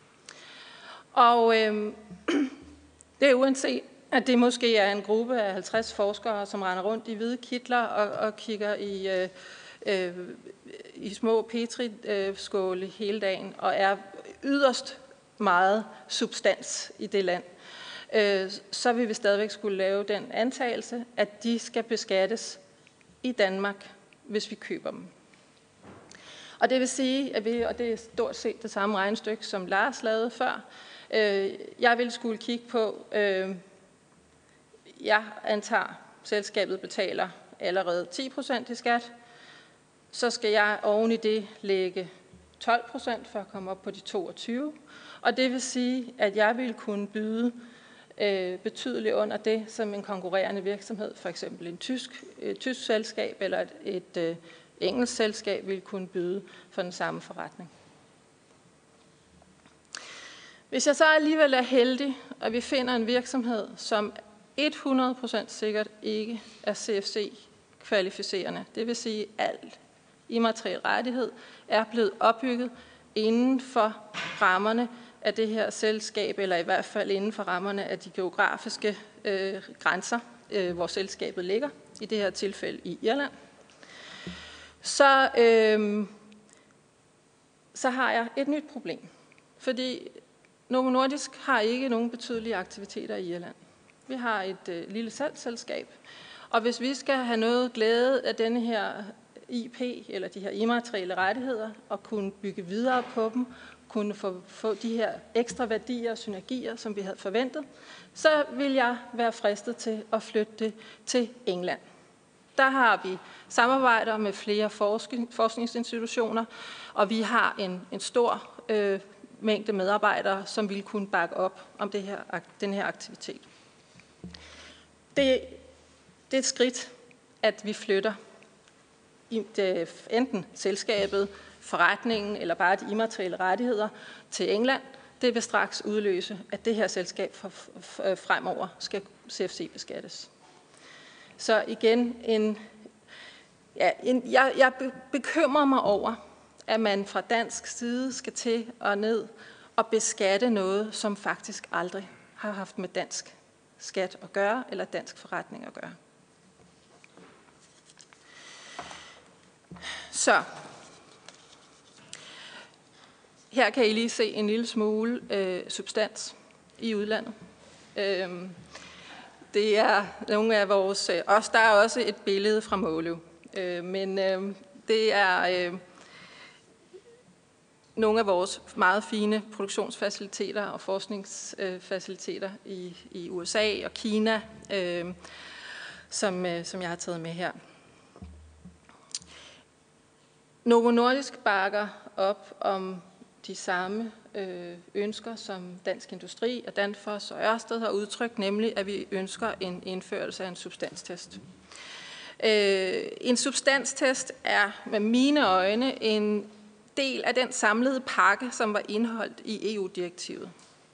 Og øh, det er uanset, at det måske er en gruppe af halvtreds forskere, som render rundt i hvide kitler og, og kigger i, øh, øh, i små petri-skåle hele dagen, og er yderst meget substans i det land, øh, så vil vi stadigvæk skulle lave den antagelse, at de skal beskattes i Danmark, hvis vi køber dem. Og det vil sige, at vi, og det er stort set det samme regnestykke, som Lars lavede før, øh, jeg vil skulle kigge på, øh, jeg antager, selskabet betaler allerede ti procent i skat, så skal jeg oven i det lægge tolv procent for at komme op på de toogtyve, og det vil sige, at jeg vil kunne byde øh, betydeligt under det, som en konkurrerende virksomhed, for eksempel en tysk, et tysk selskab eller et, et øh, engelsk selskab, vil kunne byde for den samme forretning. Hvis jeg så alligevel er heldig, og vi finder en virksomhed, som hundrede procent sikkert ikke er C F C-kvalificerende, det vil sige, at alt immateriel rettighed er blevet opbygget inden for rammerne af det her selskab, eller i hvert fald inden for rammerne af de geografiske øh, grænser, øh, hvor selskabet ligger, i det her tilfælde i Irland, så, øh, så har jeg et nyt problem. Fordi Novo Nordisk har ikke nogen betydelige aktiviteter i Irland. Vi har et øh, lille salgsselskab, og hvis vi skal have noget glæde af denne her I P, eller de her immaterielle rettigheder, og kunne bygge videre på dem, kunne få, få de her ekstra værdier og synergier, som vi havde forventet, så vil jeg være fristet til at flytte det til England. Der har vi samarbejder med flere forskning, forskningsinstitutioner, og vi har en, en stor øh, mængde medarbejdere, som vil kunne bakke op om det her, den her aktivitet. Det, det er et skridt, at vi flytter i det, enten selskabet, forretningen eller bare de immaterielle rettigheder til England. Det vil straks udløse, at det her selskab for, for, fremover skal C F C-beskattes. Så igen, en, ja, en, jeg, jeg bekymrer mig over, at man fra dansk side skal til og ned og beskatte noget, som faktisk aldrig har haft med dansk skat at gøre, eller dansk forretning at gøre. Så her kan I lige se en lille smule øh, substans i udlandet. Øh, det er nogle af vores... Øh, også, der er også et billede fra Måløv. Øh, men øh, det er øh, nogle af vores meget fine produktionsfaciliteter og forskningsfaciliteter i, i U S A og Kina, øh, som, øh, som jeg har taget med her. Novo Nordisk bakker op om de samme øh, ønsker, som Dansk Industri og Danfoss og Ørsted har udtrykt, nemlig at vi ønsker en indførelse af en substanstest. Øh, en substanstest er med mine øjne en del af den samlede pakke, som var indeholdt i E U-direktivet.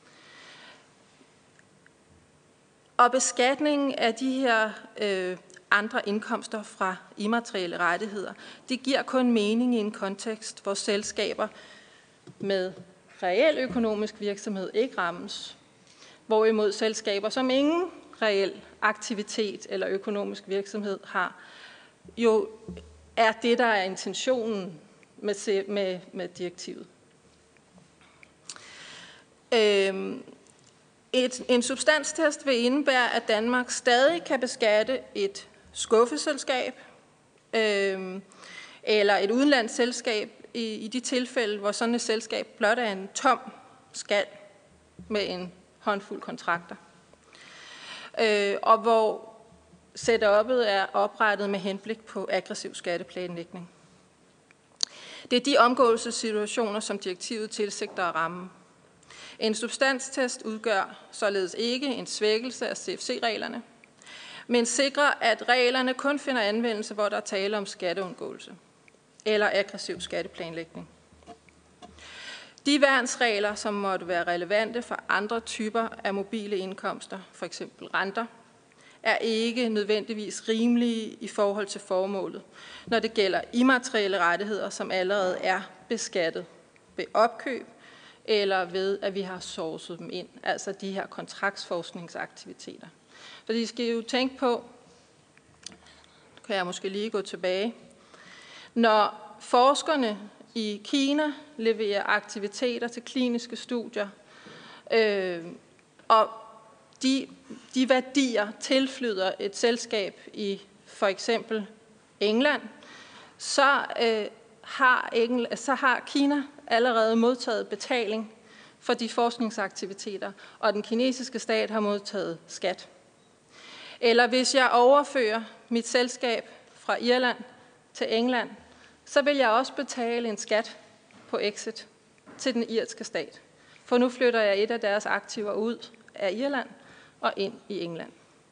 Og beskatningen af de her øh, andre indkomster fra immaterielle rettigheder, det giver kun mening i en kontekst, hvor selskaber med reel økonomisk virksomhed ikke rammes, hvorimod selskaber, som ingen reel aktivitet eller økonomisk virksomhed har, jo er det, der er intentionen med, med, med direktivet. Øhm, et, en substanstest vil indebære, at Danmark stadig kan beskatte et skuffeselskab øhm, eller et udenlandsselskab i, i de tilfælde, hvor sådan et selskab blot er en tom skal med en håndfuld kontrakter. Øh, og hvor setup'et er oprettet med henblik på aggressiv skatteplanlægning. Det er de omgåelsessituationer, som direktivet tilsigter at ramme. En substanstest udgør således ikke en svækkelse af C F C-reglerne, men sikrer, at reglerne kun finder anvendelse, hvor der er tale om skatteundgåelse eller aggressiv skatteplanlægning. De værnsregler, som måtte være relevante for andre typer af mobile indkomster, f.eks. renter, er ikke nødvendigvis rimelige i forhold til formålet, når det gælder immaterielle rettigheder, som allerede er beskattet ved opkøb eller ved, at vi har sourcet dem ind, altså de her kontraktsforskningsaktiviteter. Fordi I skal jo tænke på, kan jeg måske lige gå tilbage, når forskerne i Kina leverer aktiviteter til kliniske studier, øh, og de, de værdier tilflyder et selskab i for eksempel England, så, øh, har England, så har Kina allerede modtaget betaling for de forskningsaktiviteter, og den kinesiske stat har modtaget skat. Eller hvis jeg overfører mit selskab fra Irland til England, så vil jeg også betale en skat på exit til den irske stat. For nu flytter jeg et af deres aktiver ud af Irland og ind i England.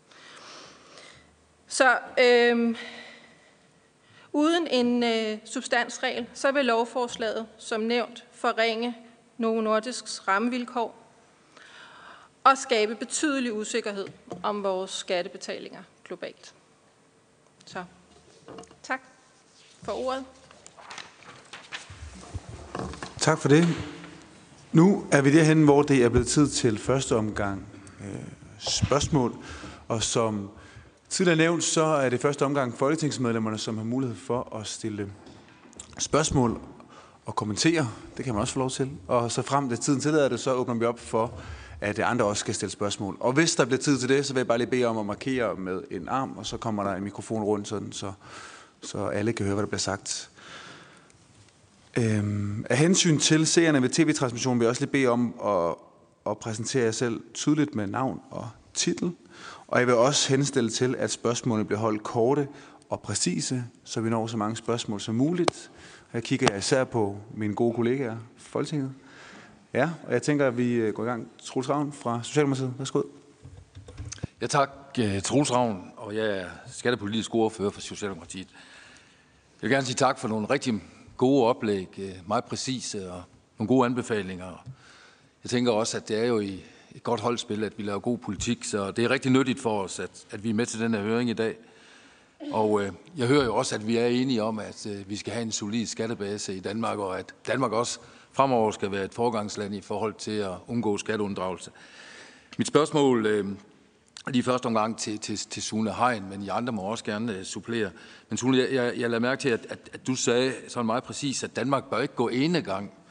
Så øh, uden en øh, substansregel, så vil lovforslaget, som nævnt, forringe Novo Nordisks rammevilkår og skabe betydelig usikkerhed om vores skattebetalinger globalt. Så tak for ordet. Tak for det. Nu er vi derhen, hvor det er blevet tid til første omgang øh, spørgsmål. Og som tidligere nævnt, så er det første omgang folketingsmedlemmerne, som har mulighed for at stille spørgsmål og kommentere. Det kan man også få lov til. Og så frem til tiden tillader det, så åbner vi op for, at andre også skal stille spørgsmål. Og hvis der bliver tid til det, så vil jeg bare lige bede om at markere med en arm, og så kommer der en mikrofon rundt, sådan, så, så alle kan høre, hvad der bliver sagt. Øhm, af hensyn til seerne ved tv-transmissionen vil jeg også lige bede om at, at præsentere jer selv tydeligt med navn og titel. Og jeg vil også henstille til, at spørgsmålene bliver holdt korte og præcise, så vi når så mange spørgsmål som muligt. Her kigger jeg især på mine gode kollegaer fra Folketinget. Ja, og jeg tænker, at vi går i gang. Troels Ravn fra Socialdemokratiet. Værsgo. Ja, tak. Troels Ravn, og jeg er skattepolitisk ordfører for Socialdemokratiet. Jeg vil gerne sige tak for nogle rigtig gode oplæg, meget præcise og nogle gode anbefalinger. Jeg tænker også, at det er jo i et godt holdspil, at vi laver god politik, så det er rigtig nyttigt for os, at, at vi er med til den her høring i dag. Og øh, jeg hører jo også, at vi er enige om, at øh, vi skal have en solid skattebase i Danmark, og at Danmark også fremover skal være et foregangsland i forhold til at undgå skatteunddragelse. Mit spørgsmål øh, lige første omgang til, til, til Sune Hein, men I andre må også gerne øh, supplere. Men Sune, jeg, jeg, jeg lader mærke til, at, at, at du sagde sådan meget præcis, at Danmark bør ikke gå enegang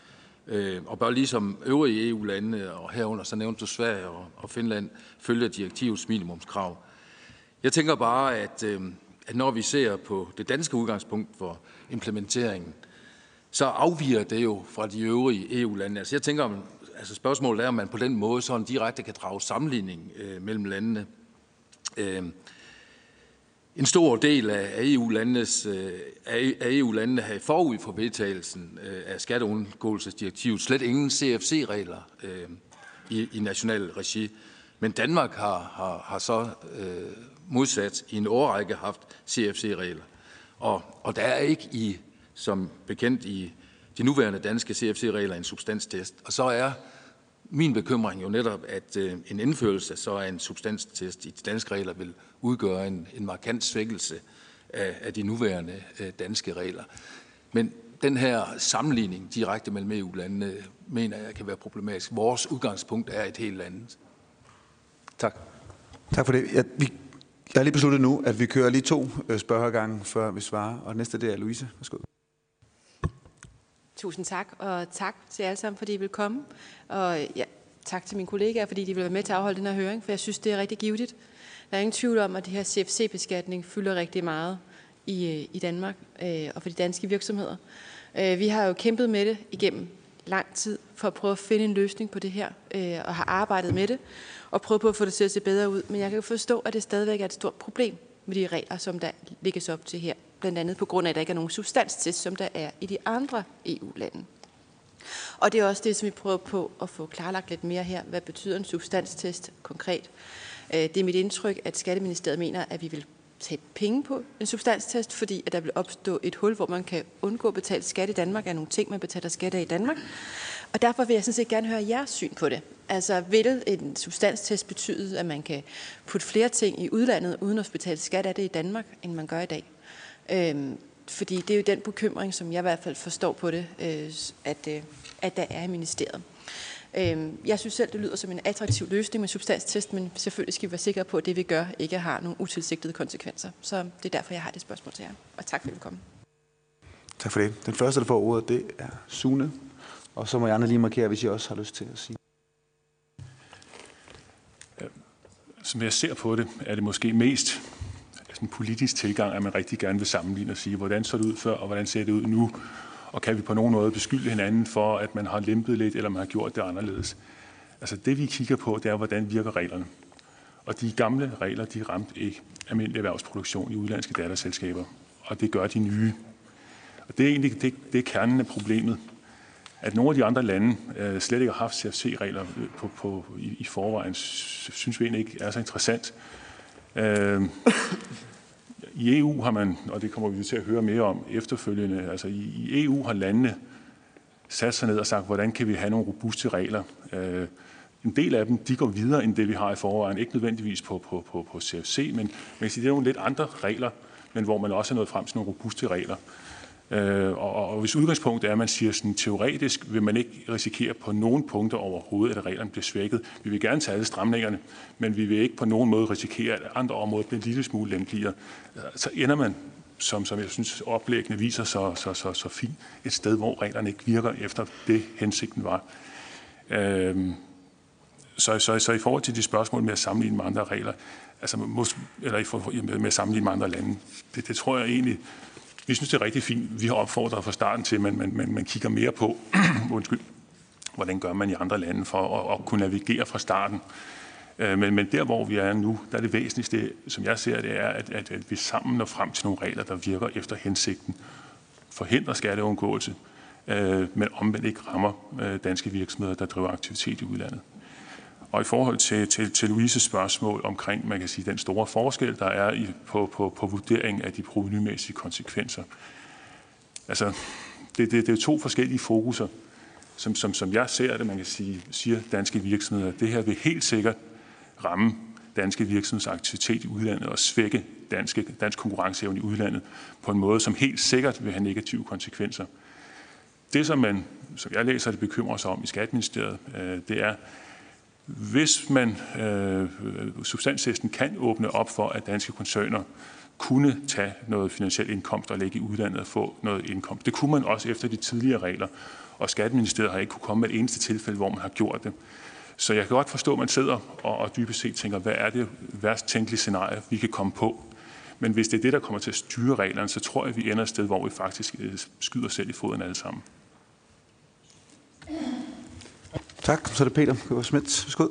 og bør ligesom øvrige E U-lande, og herunder så nævnte du Sverige og Finland, følge direktivets minimumskrav. Jeg tænker bare, at, at når vi ser på det danske udgangspunkt for implementeringen, så afviger det jo fra de øvrige E U-lande. Altså jeg tænker, altså spørgsmålet er, om man på den måde sådan direkte kan drage sammenligning øh, mellem landene. Øh, en stor del af E U-landenes øh, af E U-landene har forud for vedtagelsen øh, af skatteundgåelsesdirektivet slet ingen C F C-regler øh, i, i national regi. Men Danmark har, har, har så øh, modsat i en årrække haft C F C-regler. Og, og der er ikke i, som bekendt i de nuværende danske C F C-regler, en substanstest. Og så er min bekymring jo netop, at øh, en indførelse så af en substanstest i de danske regler vil udgøre en, en markant svækkelse af, af de nuværende øh, danske regler. Men den her sammenligning direkte mellem E U-landene, mener jeg kan være problematisk. Vores udgangspunkt er et helt andet. Tak. Tak for det. Jeg, vi, jeg har lige besluttet nu, at vi kører lige to spørgergange, før vi svarer. Og den næste, det er Louise. Værsgo. Tusind tak, og tak til alle sammen, fordi I vil komme. Og ja, tak til mine kollegaer, fordi de vil være med til at afholde den her høring, for jeg synes, det er rigtig givetigt. Der er ingen tvivl om, at det her C F C-beskatning fylder rigtig meget i, i Danmark øh, og for de danske virksomheder. Øh, vi har jo kæmpet med det igennem lang tid for at prøve at finde en løsning på det her, øh, og har arbejdet med det, og prøvet på at få det til at se bedre ud. Men jeg kan forstå, at det stadigvæk er et stort problem med de regler, som der lægges op til her. Blandt andet på grund af, at der ikke er nogen substanstest, som der er i de andre E U-lande. Og det er også det, som vi prøver på at få klarlagt lidt mere her. Hvad betyder en substanstest konkret? Det er mit indtryk, at Skatteministeriet mener, at vi vil tage penge på en substanstest, fordi at der vil opstå et hul, hvor man kan undgå at betale skat i Danmark af nogle ting, man betaler skat af i Danmark. Og derfor vil jeg sådan set gerne høre jeres syn på det. Altså, vil en substanstest betyde, at man kan putte flere ting i udlandet, uden at betale skat af det i Danmark, end man gør i dag? Øhm, fordi det er jo den bekymring, som jeg i hvert fald forstår på det, øh, at, øh, at der er i ministeriet. Øhm, jeg synes selv, det lyder som en attraktiv løsning med substanstest, men selvfølgelig skal vi være sikre på, at det vi gør ikke har nogle utilsigtede konsekvenser. Så det er derfor, jeg har det spørgsmål til jer. Og tak for at I kom. Tak for det. Den første, der får ordet, det er Sune. Og så må jeg andre lige markere, hvis I også har lyst til at sige. Som jeg ser på det, er det måske mest en politisk tilgang, at man rigtig gerne vil sammenligne og sige, hvordan så det ud før, og hvordan ser det ud nu, og kan vi på nogen måde beskylde hinanden for, at man har lempet lidt, eller man har gjort det anderledes. Altså det, vi kigger på, det er, hvordan virker reglerne. Og de gamle regler, de ramte ikke almindelig erhvervsproduktion i udlandske datterselskaber, og det gør de nye. Og det er egentlig det, det er kernen af problemet, at nogle af de andre lande øh, slet ikke har haft C F C-regler på, på, i, i forvejen, synes vi egentlig ikke er så interessant. Øh, I E U har man, og det kommer vi til at høre mere om efterfølgende, altså i, i E U har landene sat sig ned og sagt, hvordan kan vi have nogle robuste regler. Øh, en del af dem, de går videre end det, vi har i forvejen. Ikke nødvendigvis på, på, på, på C F C, men man kan sige, det er nogle lidt andre regler, men hvor man også er nået frem til nogle robuste regler. Øh, og, og hvis udgangspunktet er, at man siger sådan, teoretisk vil man ikke risikere på nogen punkter overhovedet, at reglerne bliver svækket. Vi vil gerne tage alle stramningerne, men vi vil ikke på nogen måde risikere, at andre områder bliver en lille smule lempeligere. Så ender man, som, som jeg synes oplæggene viser så, så, så, så fint, et sted, hvor reglerne ikke virker efter det, hensigten var. Øh, så, så, så i forhold til de spørgsmål med at sammenligne med andre regler, altså mås, eller i forhold med at sammenligne med andre lande, det, det tror jeg egentlig. Vi synes, det er rigtig fint. Vi har opfordret fra starten til, at man, man, man, man kigger mere på, undskyld, hvordan gør man i andre lande for at, at kunne navigere fra starten. Men, men der, hvor vi er nu, der er det væsentligste, som jeg ser det, er, at, at, at vi sammen når frem til nogle regler, der virker efter hensigten, forhindrer skatteundgåelse, men omvendt ikke rammer danske virksomheder, der driver aktivitet i udlandet. Og i forhold til, til, til Louises spørgsmål omkring, man kan sige, den store forskel, der er i, på, på, på vurdering af de provenumæssige konsekvenser. Altså, det, det, det er jo to forskellige fokuser, som, som, som jeg ser det, man kan sige, siger danske virksomheder. Det her vil helt sikkert ramme danske virksomheders aktivitet i udlandet og svække danske, dansk konkurrenceevne i udlandet på en måde, som helt sikkert vil have negative konsekvenser. Det, som man, som jeg læser det, bekymrer sig om i Skatteministeriet, øh, det er, hvis man, øh, substanstesten kan åbne op for, at danske koncerner kunne tage noget finansiel indkomst og lægge i udlandet og få noget indkomst. Det kunne man også efter de tidligere regler, og Skatteministeriet har ikke kunne komme med et eneste tilfælde, hvor man har gjort det. Så jeg kan godt forstå, at man sidder og, og dybest set tænker, hvad er det værst tænkelige scenarie, vi kan komme på. Men hvis det er det, der kommer til at styre reglerne, så tror jeg, at vi ender et sted, hvor vi faktisk skyder selv i foden alle sammen. Tak. Så er det Peter Kofod Schmidt. Værsgo.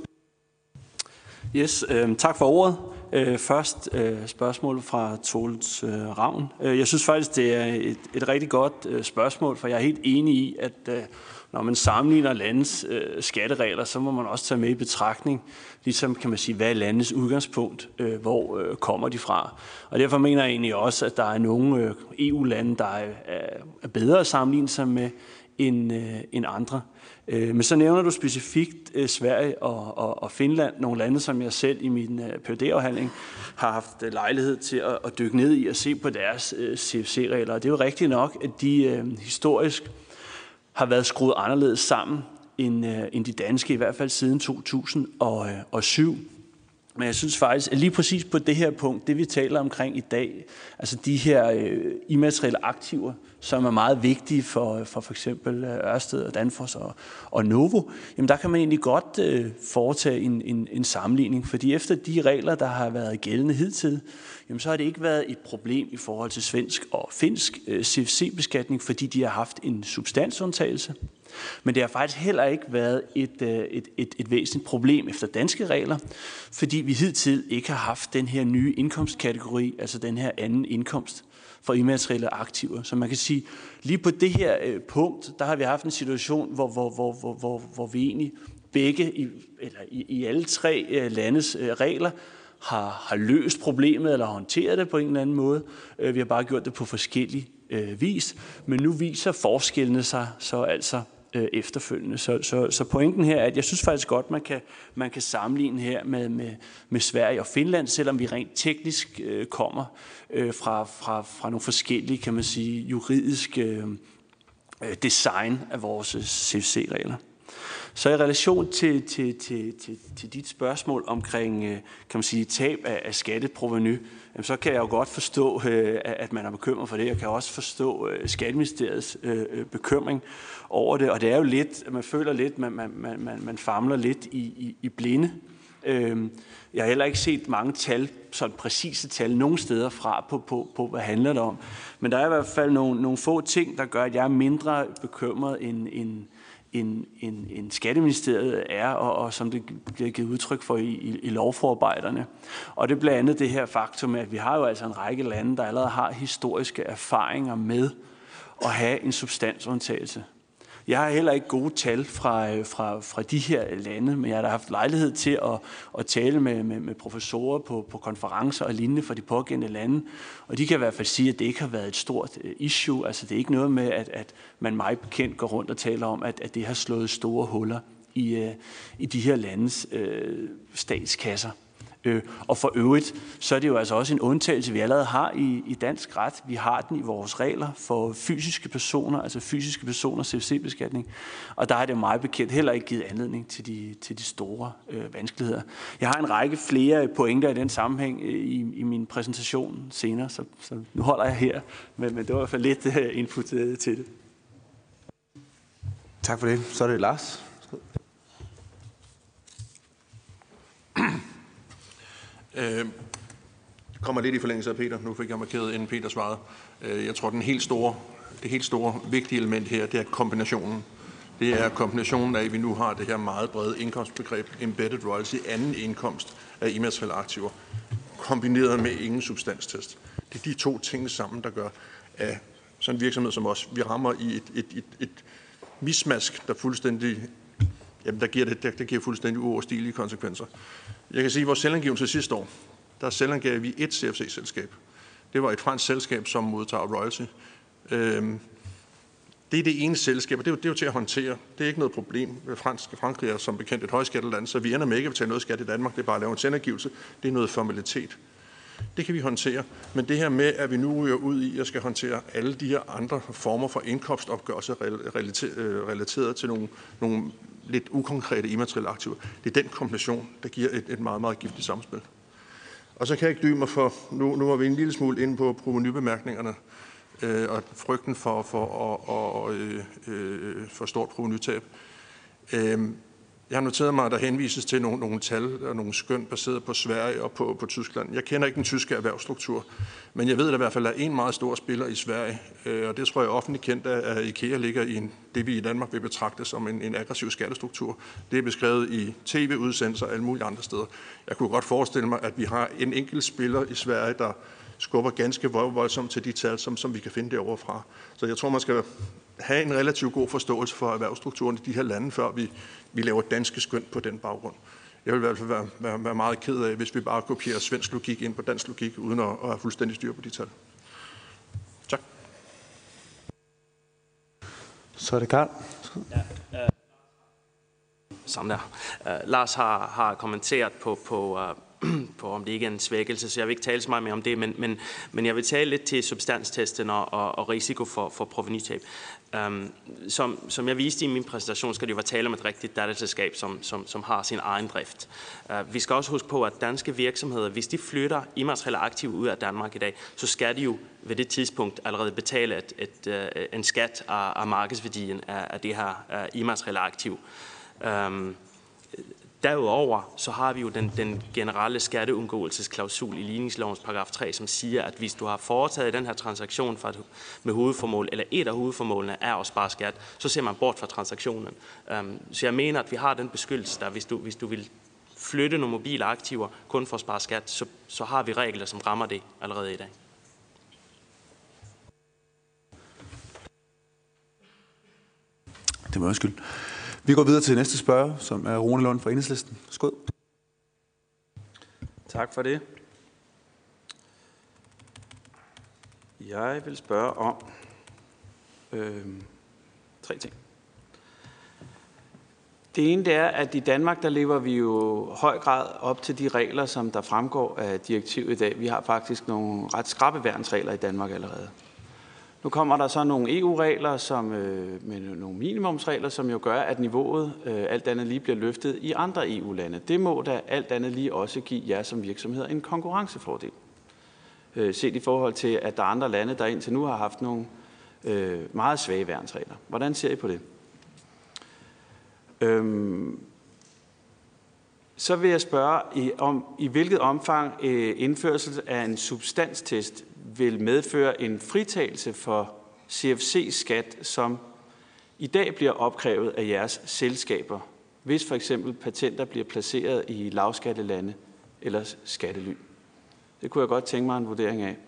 Yes, øh, tak for ordet. Øh, først øh, spørgsmål fra Troels øh, Ravn. Øh, jeg synes faktisk, det er et, et rigtig godt øh, spørgsmål, for jeg er helt enig i, at øh, når man sammenligner landets øh, skatteregler, så må man også tage med i betragtning, ligesom kan man sige, hvad er landets udgangspunkt, øh, hvor øh, kommer de fra. Og derfor mener jeg egentlig også, at der er nogle øh, E U-lande, der er, er bedre at sammenligne sig med end, øh, end andre. Øh, men så nævner du specifikt øh, Sverige og, og, og Finland, nogle lande, som jeg selv i min øh, P H D-afhandling har haft øh, lejlighed til at, at dykke ned i og se på deres øh, C F C-regler. Og det er jo rigtigt nok, at de øh, historisk har været skruet anderledes sammen end, øh, end de danske, i hvert fald siden to tusind og syv. Men jeg synes faktisk, at lige præcis på det her punkt, det vi taler omkring i dag, altså de her øh, immaterielle aktiver, som er meget vigtige for for, for eksempel Ørsted og Danfoss og, og Novo, jamen der kan man egentlig godt øh, foretage en, en, en sammenligning, fordi efter de regler, der har været gældende hidtil, jamen så har det ikke været et problem i forhold til svensk og finsk øh, C F C-beskatning, fordi de har haft en substansundtagelse. Men det har faktisk heller ikke været et, et, et, et væsentligt problem efter danske regler, fordi vi hidtil ikke har haft den her nye indkomstkategori, altså den her anden indkomst for immaterielle aktiver. Så man kan sige, lige på det her øh, punkt, der har vi haft en situation, hvor, hvor, hvor, hvor, hvor, hvor vi egentlig begge, i, eller i, i alle tre øh, landes øh, regler, har, har løst problemet eller håndteret det på en eller anden måde. Øh, vi har bare gjort det på forskellige øh, vis, men nu viser forskellene sig så altså øh, efterfølgende. Så, så, så pointen her er, at jeg synes faktisk godt, man kan, man kan sammenligne her med, med, med Sverige og Finland, selvom vi rent teknisk øh, kommer øh, fra, fra, fra nogle forskellige, kan man sige, juridiske øh, design af vores C F C-regler. Så i relation til, til, til, til, til dit spørgsmål omkring, kan man sige, tab af, af skatteprovenu, så kan jeg jo godt forstå, at man er bekymret for det. Jeg kan også forstå Skatteministeriets bekymring over det. Og det er jo lidt, man føler lidt, man, man, man, man famler lidt i, i, i blinde. Jeg har heller ikke set mange tal, sådan præcise tal, nogen steder fra på, på, på, hvad handler det om. Men der er i hvert fald nogle, nogle få ting, der gør, at jeg er mindre bekymret end, end end, end, end Skatteministeriet er, og, og som det bliver givet udtryk for i, i, i lovforarbejderne. Og det er blandt andet det her faktum, at vi har jo altså en række lande, der allerede har historiske erfaringer med at have en substansundtagelse. Jeg har heller ikke gode tal fra, fra, fra de her lande, men jeg har da haft lejlighed til at, at tale med, med, med professorer på, på konferencer og lignende fra de pågældende lande, og de kan i hvert fald sige, at det ikke har været et stort issue. Altså det er ikke noget med, at, at man meget bekendt går rundt og taler om, at, at det har slået store huller i, i de her landes øh, statskasser. Øh, og for øvrigt, så er det jo altså også en undtagelse, vi allerede har i, i dansk ret. Vi har den i vores regler for fysiske personer, altså fysiske personers C F C-beskatning. Og der er det meget bekendt heller ikke givet anledning til de, til de store øh, vanskeligheder. Jeg har en række flere pointer i den sammenhæng i, i min præsentation senere, så, så nu holder jeg her. Men, men det var i hvert fald lidt uh, input uh, til det. Tak for det. Så er det Lars. Øh, kommer lidt i forlængelse af Peter. Nu fik jeg markeret, inden Peter svarede. Øh, jeg tror, den helt store, det helt store vigtige element her, det er kombinationen. Det er kombinationen af, at vi nu har det her meget brede indkomstbegreb, embedded royalty, anden indkomst af immaterielle aktiver, kombineret med ingen substanstest. Det er de to ting sammen, der gør, at sådan en virksomhed som os, vi rammer i et, et, et, et mismask, der fuldstændig, jamen der giver det, der, der giver fuldstændig uoverstigelige konsekvenser. Jeg kan sige, at vores selvangivelse sidste år, der selvangav vi et C F C-selskab. Det var et fransk selskab, som modtager royalty. Øhm, det er det ene selskab, og det er, jo, det er jo til at håndtere. Det er ikke noget problem. Fransk, Frankrig er som bekendt et højskatteland, så vi ender med ikke at betale noget skat i Danmark. Det er bare at lave en selvangivelse. Det er noget formalitet. Det kan vi håndtere. Men det her med, at vi nu er ud i at skal håndtere alle de her andre former for indkomstopgørelse relateret til nogle, nogle lidt ukonkrete immaterielle aktiver, det er den kombination, der giver et, et meget, meget giftigt samspil. Og så kan jeg ikke dy mig for, nu, nu var vi en lille smule inde på provenubemærkningerne, øh, og frygten for, for, for, for, øh, øh, for stort provenutab. Øh, Jeg har noteret mig, at der henvises til nogle, nogle tal og nogle skøn baseret på Sverige og på, på Tyskland. Jeg kender ikke den tyske erhvervsstruktur, men jeg ved at der i hvert fald er en meget stor spiller i Sverige, og det tror jeg er offentligt kendt, at IKEA ligger i en, det, vi i Danmark vil betragte som en, en aggressiv skattestruktur. Det er beskrevet i tv-udsendelser og alle mulige andre steder. Jeg kunne godt forestille mig, at vi har en enkelt spiller i Sverige, der skubber ganske voldsomt til de tal, som, som vi kan finde derovre fra. Så jeg tror, man skal have en relativt god forståelse for erhvervsstrukturen i de her lande, før vi, vi laver danske skøn på den baggrund. Jeg vil i hvert fald være, være, være meget ked af, hvis vi bare kopierer svensk logik ind på dansk logik, uden at, at have fuldstændig styr på de tal. Tak. Så er det Karl. Ja, øh, sådan der. Uh, Lars har, har kommenteret på, på, uh, på, om det ikke er en svækkelse, så jeg vil ikke tale så meget mere om det, men, men, men jeg vil tale lidt til substanstesten og, og, og risiko for, for provenutab. Um, som, som jeg viste i min præsentation, skal det jo være tale om et rigtigt datterselskab, som, som, som har sin egen drift. Uh, vi skal også huske på, at danske virksomheder, hvis de flytter immaterielle aktiver ud af Danmark i dag, så skal de jo ved det tidspunkt allerede betale et, et, uh, en skat af, af markedsværdien af, af det her uh, immaterielle aktiv. Um, Derudover så har vi jo den, den generelle skatteundgåelsesklausul i ligningslovens paragraf tre, som siger, at hvis du har foretaget den her transaktion for, med hovedformål, eller et af hovedformålene er at spare skat, så ser man bort fra transaktionen. Um, så jeg mener, at vi har den beskyttelse der, hvis du, hvis du vil flytte nogle mobile aktiver kun for at spare skat, så, så har vi regler, som rammer det allerede i dag. Det må jeg undskylde. Vi går videre til næste spørger, som er Rune Lund fra Enhedslisten. Skål. Tak for det. Jeg vil spørge om øh, tre ting. Det ene det er, at i Danmark der lever vi jo høj grad op til de regler, som der fremgår af direktivet i dag. Vi har faktisk nogle ret skrappe værnsregler i Danmark allerede. Nu kommer der så nogle E U-regler som, øh, med nogle minimumsregler, som jo gør, at niveauet øh, alt andet lige bliver løftet i andre E U-lande. Det må da alt andet lige også give jer som virksomheder en konkurrencefordel. Øh, set i forhold til, at der er andre lande, der indtil nu har haft nogle øh, meget svage værnsregler. Hvordan ser I på det? Øhm, så vil jeg spørge, i, om i hvilket omfang øh, indførsel af en substanstest vil medføre en fritagelse for C F C-skat, som i dag bliver opkrævet af jeres selskaber, hvis for eksempel patenter bliver placeret i lavskattelande eller skattely. Det kunne jeg godt tænke mig en vurdering af.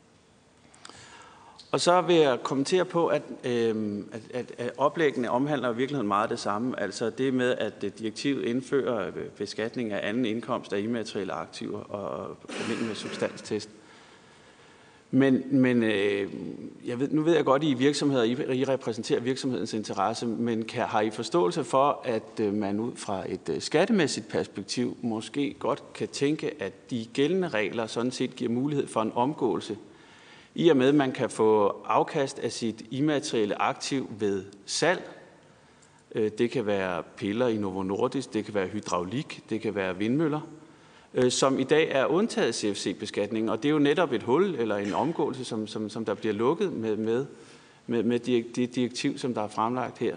Og så vil jeg kommentere på, at, øh, at, at, at oplæggene omhandler i virkeligheden meget det samme. Altså det med, at direktivet indfører beskatning af anden indkomst af immaterielle aktiver og formentlig med substanstest. Men, men øh, jeg ved, nu ved jeg godt, at I virksomheder, I, I repræsenterer virksomhedens interesse, men kan, har I forståelse for, at øh, man ud fra et øh, skattemæssigt perspektiv måske godt kan tænke, at de gældende regler sådan set giver mulighed for en omgåelse, i og med, at man kan få afkast af sit immaterielle aktiv ved salg. Øh, det kan være piller i Novo Nordisk, det kan være hydraulik, det kan være vindmøller, som i dag er undtaget C F C-beskatningen, og det er jo netop et hul eller en omgåelse, som, som, som der bliver lukket med, med, med, med det direktiv, som der er fremlagt her.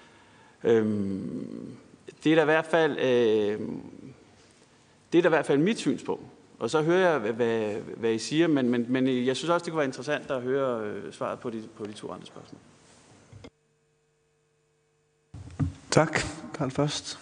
Øhm, det er da i hvert fald øh, det er da i hvert fald mit synspunkt, og så hører jeg, hvad, hvad I siger, men, men, men jeg synes også, det kunne være interessant at høre øh, svaret på de, på de to andre spørgsmål. Tak. Karl først.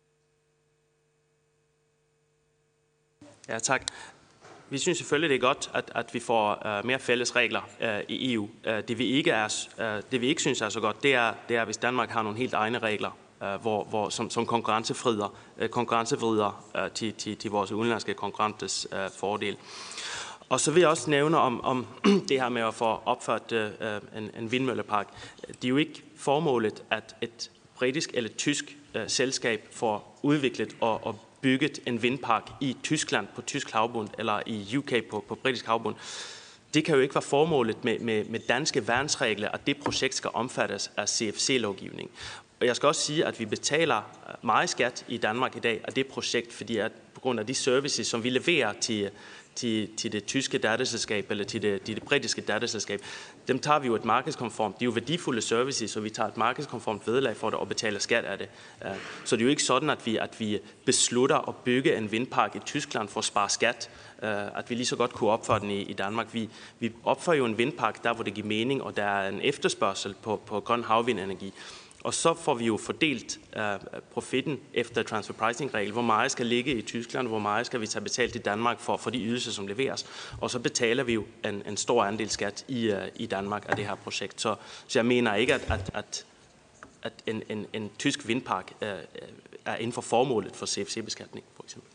Ja, tak. Vi synes selvfølgelig, det er godt, at, at vi får uh, mere fælles regler uh, i E U. Uh, det, vi ikke er, uh, det vi ikke synes er så godt, det er, det er hvis Danmark har nogle helt egne regler, uh, hvor, hvor, som, som konkurrencevrider, uh, konkurrencevrider uh, til, til, til vores udenlandske konkurrenters uh, fordel. Og så vil jeg også nævne om, om det her med at få opført uh, en, en vindmøllepark. Det er jo ikke formålet, at et britisk eller tysk uh, selskab får udviklet og, og bygget en vindpark i Tyskland på tysk havbund, eller i U K på, på britisk havbund. Det kan jo ikke være formålet med, med, med danske værnsregler, at det projekt skal omfattes af C F C-lovgivning. Og jeg skal også sige, at vi betaler meget skat i Danmark i dag af det projekt, fordi at på grund af de services, som vi leverer til, til, til det tyske datterselskab eller til det, til det britiske datterselskab. Dem tager vi jo et markedskonformt. De er jo værdifulde services, så vi tager et markedskonformt vederlag for det og betaler skat af det. Så det er jo ikke sådan, at vi, at vi beslutter at bygge en vindpark i Tyskland for at spare skat, at vi lige så godt kunne opføre den i, i Danmark. Vi, vi opfører jo en vindpark der, hvor det giver mening, og der er en efterspørgsel på, på grøn havvindenergi. Og så får vi jo fordelt uh, profitten efter transfer pricing-regel. Hvor meget skal ligge i Tyskland, hvor meget skal vi tage betalt i Danmark for, for de ydelser, som leveres. Og så betaler vi jo en, en stor andel skat i, uh, i Danmark af det her projekt. Så, så jeg mener ikke, at, at, at, at en, en, en tysk vindpark uh, er inden for formålet for C F C-beskatning, for eksempel.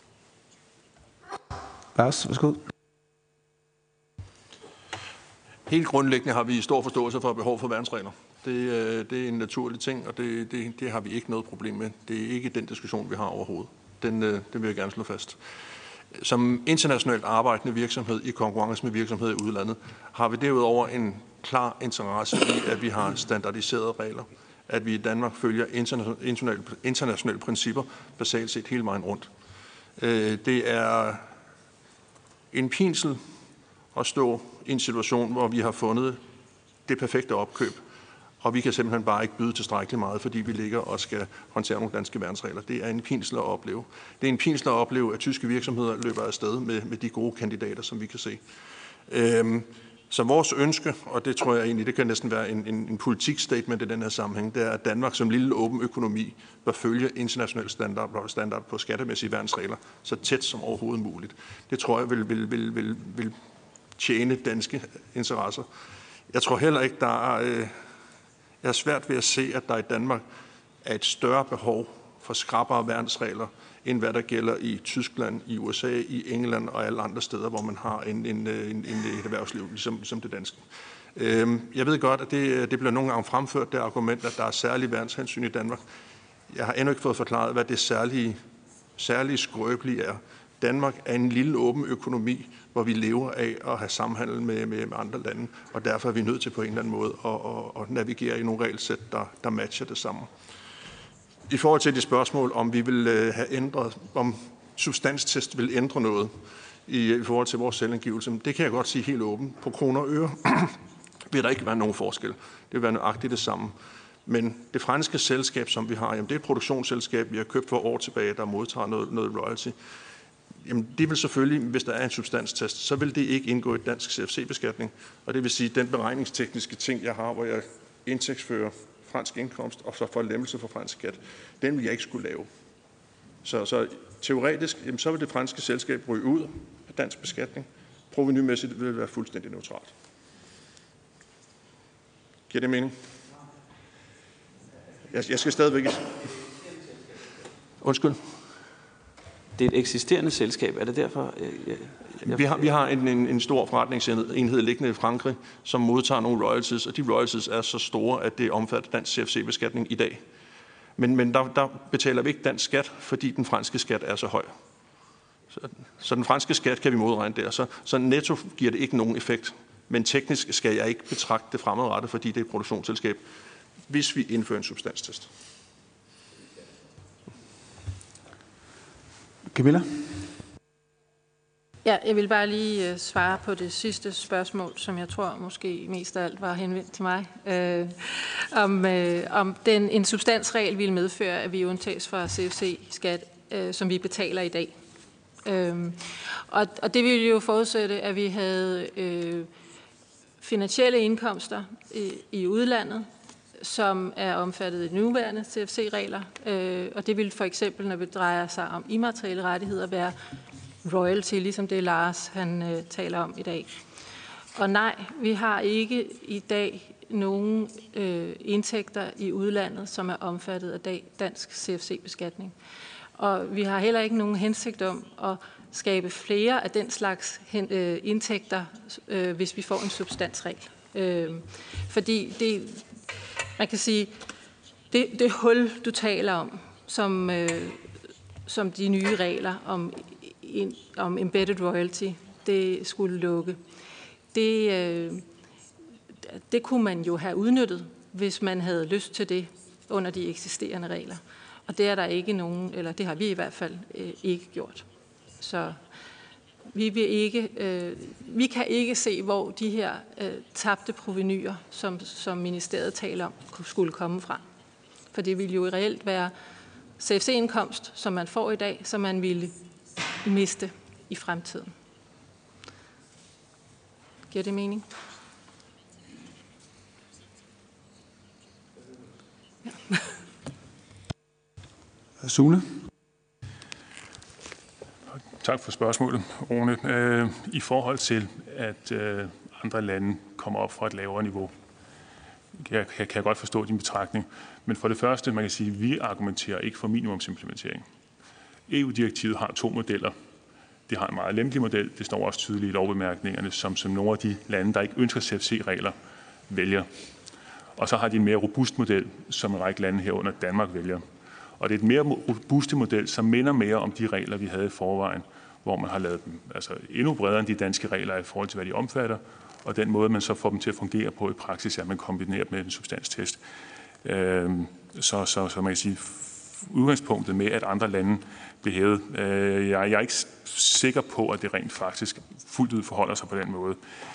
Lars, værsgo. Helt grundlæggende har vi stor forståelse for behov for værnsregler. Det, det er en naturlig ting, og det, det, det har vi ikke noget problem med. Det er ikke den diskussion, vi har overhovedet. Den, den vil jeg gerne slå fast. Som internationalt arbejdende virksomhed i konkurrence med virksomheder i udlandet, har vi derudover en klar interesse i, at vi har standardiserede regler. At vi i Danmark følger internationale, internationale principper, basalt set hele vejen rundt. Det er en pinsel at stå i en situation, hvor vi har fundet det perfekte opkøb, og vi kan simpelthen bare ikke byde tilstrækkeligt meget, fordi vi ligger og skal håndtere nogle danske værnsregler. Det er en pinsel at opleve. Det er en pinsel at opleve, at tyske virksomheder løber afsted med, med de gode kandidater, som vi kan se. Øhm, så vores ønske, og det tror jeg egentlig, det kan næsten være en, en, en politikstatement i den her sammenhæng, det er, at Danmark som lille åben økonomi bør følge international standard, standard på skattemæssige værnsregler så tæt som overhovedet muligt. Det tror jeg vil, vil, vil, vil, vil tjene danske interesser. Jeg tror heller ikke, der er... Øh, Jeg er svært ved at se, at der i Danmark er et større behov for skrappere værnsregler, end hvad der gælder i Tyskland, i U S A, i England og alle andre steder, hvor man har en, en, en, en, et erhvervsliv, ligesom, ligesom det danske. Jeg ved godt, at det, det bliver nogle gange fremført, det argument, at der er særlige værnshensyn i Danmark. Jeg har endnu ikke fået forklaret, hvad det særlige, særlige skrøbelige er. Danmark er en lille åben økonomi, hvor vi lever af at have samhandel med, med, med andre lande, og derfor er vi nødt til på en eller anden måde at, at, at navigere i nogle regelsæt, der, der matcher det samme. I forhold til de spørgsmål, om vi vil have ændret, om substanstest vil ændre noget i, i forhold til vores selvangivelse, det kan jeg godt sige helt åbent. På kroner og øre vil der ikke være nogen forskel. Det vil være nøjagtigt det samme. Men det franske selskab, som vi har, jamen det er et produktionsselskab, vi har købt for år tilbage, der modtager noget, noget royalty. Jamen, det vil selvfølgelig, hvis der er en substanstest, så vil det ikke indgå i dansk C F C-beskatning. Og det vil sige, at den beregningstekniske ting, jeg har, hvor jeg indtægtsfører fransk indkomst og så får lempelse for fransk skat, den vil jeg ikke skulle lave. Så, så teoretisk, jamen, så vil det franske selskab ryge ud af dansk beskatning. Provenumæssigt vil det være fuldstændig neutralt. Giver det mening? Jeg, jeg skal stadigvæk... Undskyld. Det er et eksisterende selskab. Er det derfor? Jeg, jeg... Vi har, vi har en, en, en stor forretningsenhed liggende i Frankrig, som modtager nogle royalties, og de royalties er så store, at det omfatter dansk C F C-beskatning i dag. Men, men der, der betaler vi ikke dansk skat, fordi den franske skat er så høj. Så, så den franske skat kan vi modregne der. Så, så netto giver det ikke nogen effekt. Men teknisk skal jeg ikke betragte det fremadrettet, fordi det er et produktionsselskab, hvis vi indfører en substanstest. Camilla? Ja, jeg vil bare lige uh, svare på det sidste spørgsmål, som jeg tror måske mest af alt var henvendt til mig. Uh, om uh, om den, en substansregel ville medføre, at vi undtages fra C F C-skat, uh, som vi betaler i dag. Uh, og, og det ville jo forudsætte, at vi havde uh, finansielle indkomster i, i udlandet, som er omfattet af de nuværende C F C-regler, øh, og det vil for eksempel, når det drejer sig om immaterielle rettigheder, være royalty, ligesom det Lars han øh, taler om i dag. Og nej, vi har ikke i dag nogen øh, indtægter i udlandet, som er omfattet af dag, dansk C F C-beskatning. Og vi har heller ikke nogen hensigt om at skabe flere af den slags hen, øh, indtægter, øh, hvis vi får en substansregel. Øh, fordi det Man kan sige, det, det hul, du taler om, som, øh, som de nye regler om, in, om embedded royalty, det skulle lukke, det, øh, det kunne man jo have udnyttet, hvis man havde lyst til det under de eksisterende regler. Og det er der ikke nogen, eller det har vi i hvert fald øh, ikke gjort. Så vi, vil ikke, øh, vi kan ikke se, hvor de her øh, tabte provenuer, som, som ministeriet taler om, skulle komme fra. For det ville jo reelt være C F C-indkomst, som man får i dag, som man ville miste i fremtiden. Giver det mening? Ja. Sune? Tak for spørgsmålet, Rune. Øh, I forhold til, at øh, andre lande kommer op fra et lavere niveau, jeg, jeg kan godt forstå din betragtning. Men for det første, man kan sige, at vi argumenterer ikke for minimumsimplementering. E U-direktivet har to modeller. Det har en meget lempelig model, det står også tydeligt i lovbemærkningerne, som, som nogle af de lande, der ikke ønsker C F C-regler, vælger. Og så har de en mere robust model, som en række lande herunder Danmark vælger. Og det er et mere robuste model, som minder mere om de regler, vi havde i forvejen, hvor man har lavet dem altså endnu bredere end de danske regler i forhold til, hvad de omfatter, og den måde, man så får dem til at fungere på i praksis, er, at man kombinerer dem med en substanstest. Så, så, så man kan sige, udgangspunktet med, at andre lande bliver hævet. Jeg, jeg er ikke sikker på, at det rent faktisk fuldt ud forholder sig på den måde.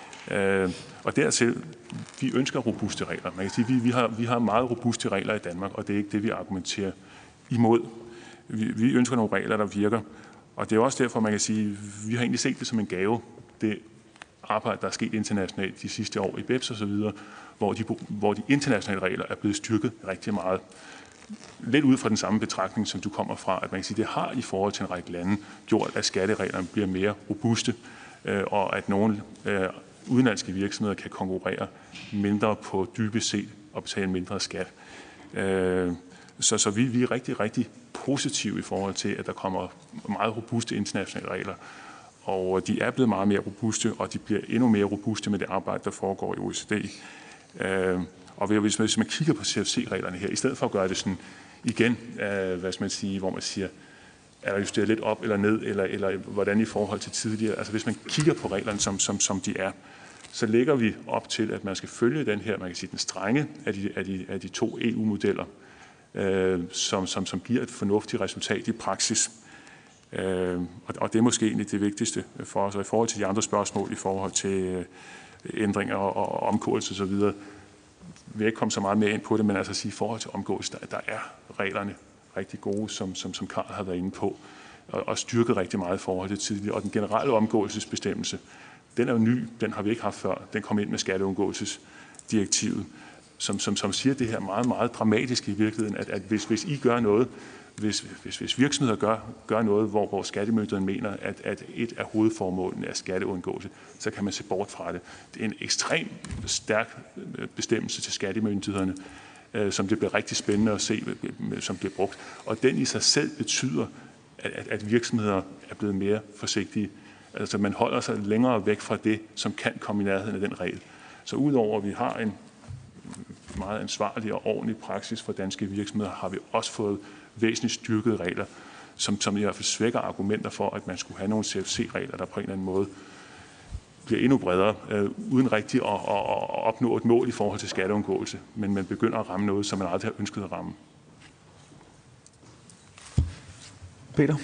Og dertil, vi ønsker robuste regler. Man kan sige, vi, vi, har, vi har meget robuste regler i Danmark, og det er ikke det, vi argumenterer imod. Vi, vi ønsker nogle regler, der virker. Og det er også derfor, man kan sige, vi har egentlig set det som en gave, det arbejde, der er sket internationalt de sidste år i B E P S og så videre, hvor de, hvor de internationale regler er blevet styrket rigtig meget. Lidt ud fra den samme betragtning, som du kommer fra, at man kan sige, det har i forhold til en række lande gjort, at skattereglerne bliver mere robuste, øh, og at nogle øh, udenlandske virksomheder kan konkurrere mindre på dybest set og betale mindre skat. Øh, så så vi, vi er rigtig, rigtig positive i forhold til, at der kommer meget robuste internationale regler. Og de er blevet meget mere robuste, og de bliver endnu mere robuste med det arbejde, der foregår i O E C D. Øh, og hvis man, hvis man kigger på C F C-reglerne her, i stedet for at gøre det sådan igen, øh, hvad skal man sige, hvor man siger, er der justeret lidt op eller ned, eller, eller hvordan i forhold til tidligere. Altså hvis man kigger på reglerne, som, som, som de er, så lægger vi op til, at man skal følge den her, man kan sige, den strenge af de, af de, af de to E U-modeller, øh, som, som, som giver et fornuftigt resultat i praksis. Øh, og, og det er måske egentlig det vigtigste for os. Og i forhold til de andre spørgsmål, i forhold til øh, ændringer og, og omgåelse osv., vil jeg ikke komme så meget mere ind på det, men altså at sige, i forhold til omgåelse, der, der er reglerne rigtig gode, som, som, som Karl har været inde på, og, og styrket rigtig meget i forhold til tidligere. Og den generelle omgåelsesbestemmelse, den er jo ny, den har vi ikke haft før. Den kom ind med skatteundgåelsesdirektivet, som, som, som siger det her meget, meget dramatisk i virkeligheden, at, at hvis, hvis I gør noget, hvis, hvis, hvis virksomheder gør, gør noget, hvor, hvor skattemyndighederne mener, at, at et af hovedformålene er skatteundgåelse, så kan man se bort fra det. Det er en ekstremt stærk bestemmelse til skattemyndighederne, øh, som det bliver rigtig spændende at se, som bliver brugt. Og den i sig selv betyder, at, at, at virksomheder er blevet mere forsigtige. Altså man holder sig længere væk fra det, som kan komme i nærheden af den regel. Så udover at vi har en meget ansvarlig og ordentlig praksis for danske virksomheder, har vi også fået væsentligt styrkede regler, som, som i hvert fald svækker argumenter for, at man skulle have nogle C F C-regler, der på en eller anden måde bliver endnu bredere, øh, uden rigtigt at, at, at opnå et mål i forhold til skatteundgåelse, men man begynder at ramme noget, som man aldrig har ønsket at ramme. Peter?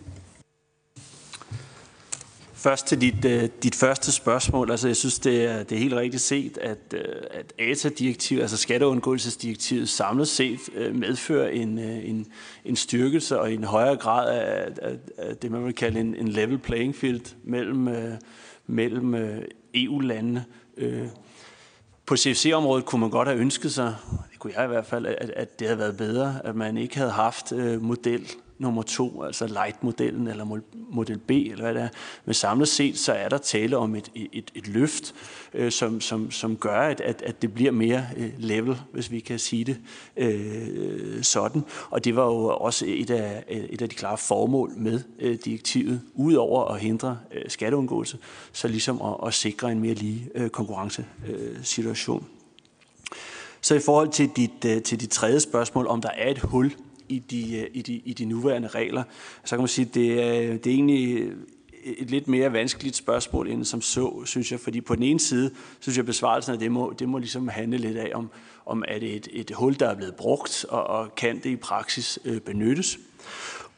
Først til dit, uh, dit første spørgsmål. Altså, jeg synes, det er, det er helt rigtigt set, at, uh, at A T A-direktivet, altså skatteundgåelsesdirektivet, samlet set uh, medfører en, uh, en, en styrkelse og en højere grad af, af, af det, man vil kalde en, en level playing field mellem, uh, mellem uh, E U-landene. Uh, på C F C-området kunne man godt have ønsket sig, det kunne jeg i hvert fald, at, at det havde været bedre, at man ikke havde haft uh, model nummer to, altså light-modellen eller model B, eller hvad det er. Men samlet set, så er der tale om et, et, et løft, øh, som, som, som gør, at, at, at det bliver mere øh, level, hvis vi kan sige det øh, sådan. Og det var jo også et af, et af de klare formål med øh, direktivet, udover at hindre øh, skatteundgåelse, så ligesom at, at sikre en mere lige øh, konkurrencesituation. Så i forhold til dit, øh, til dit tredje spørgsmål, om der er et hul I de, i, de, i de nuværende regler, så kan man sige, at det er, det er egentlig et lidt mere vanskeligt spørgsmål end som så, synes jeg. Fordi på den ene side, synes jeg, at besvarelsen af det må, det må ligesom handle lidt af, om, om er det et, et hul, der er blevet brugt, og, og kan det i praksis øh, benyttes.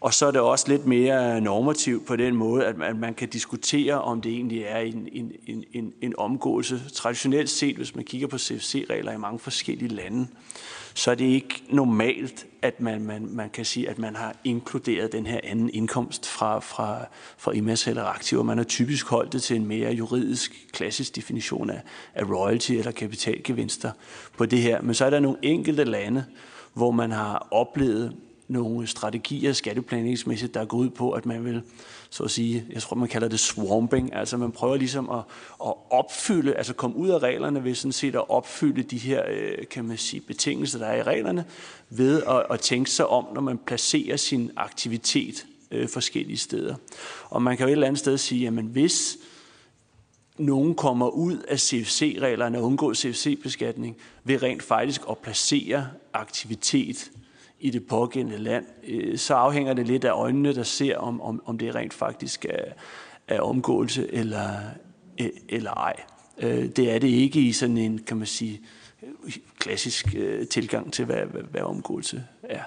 Og så er det også lidt mere normativt på den måde, at man, man kan diskutere, om det egentlig er en, en, en, en, en omgåelse. Traditionelt set, hvis man kigger på C F C-regler i mange forskellige lande, så er det ikke normalt, at man, man, man kan sige, at man har inkluderet den her anden indkomst fra, fra, fra immaterielle aktiver. Man har typisk holdt det til en mere juridisk, klassisk definition af, af royalty eller kapitalgevinster på det her. Men så er der nogle enkelte lande, hvor man har oplevet nogle strategier skatteplanlægningsmæssigt, der går ud på, at man vil, så at sige, jeg tror, man kalder det swamping, altså man prøver ligesom at, at opfylde, altså komme ud af reglerne ved sådan set at opfylde de her, kan man sige, betingelser, der er i reglerne, ved at, at tænke sig om, når man placerer sin aktivitet øh, forskellige steder. Og man kan jo et eller andet sted sige, jamen hvis nogen kommer ud af C F C-reglerne og undgår C F C-beskatning ved rent faktisk at placere aktivitet i det pågældende land, så afhænger det lidt af øjnene, der ser, om, om, om det rent faktisk er, er omgåelse eller, eller ej. Det er det ikke i sådan en, kan man sige, klassisk tilgang til, hvad, hvad, hvad omgåelse er.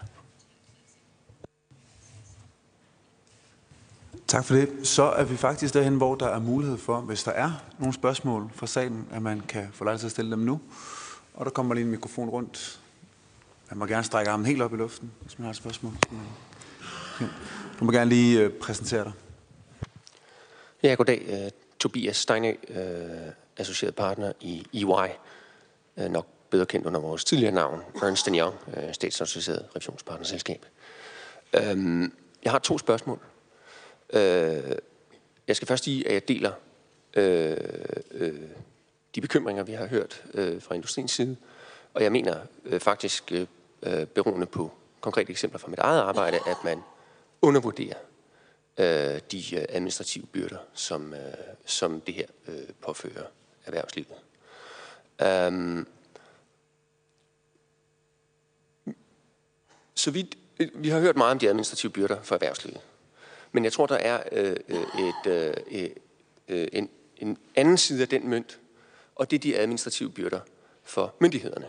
Tak for det. Så er vi faktisk derhen, hvor der er mulighed for, hvis der er nogle spørgsmål fra salen, at man kan få lejlighed til at stille dem nu. Og der kommer lige en mikrofon rundt. Man må gerne strække armen helt op i luften, hvis man har et spørgsmål. Okay. Du må gerne lige uh, præsentere dig. Ja, goddag. Uh, Tobias Steinø, uh, associeret partner i E Y. Uh, nok bedre kendt under vores tidligere navn, Ernst and Young, uh, statsassocieret revisionspartnerselskab. Uh, jeg har to spørgsmål. Uh, jeg skal først sige, at jeg deler uh, uh, de bekymringer, vi har hørt uh, fra industriens side. Og jeg mener uh, faktisk, uh, beroende på konkrete eksempler fra mit eget arbejde, at man undervurderer uh, de uh, administrative byrder, som, uh, som det her uh, påfører erhvervslivet. Um, så vidt, vi har hørt meget om de administrative byrder for erhvervslivet. Men jeg tror, der er uh, et, uh, uh, en, en anden side af den mønt, og det er de administrative byrder for myndighederne.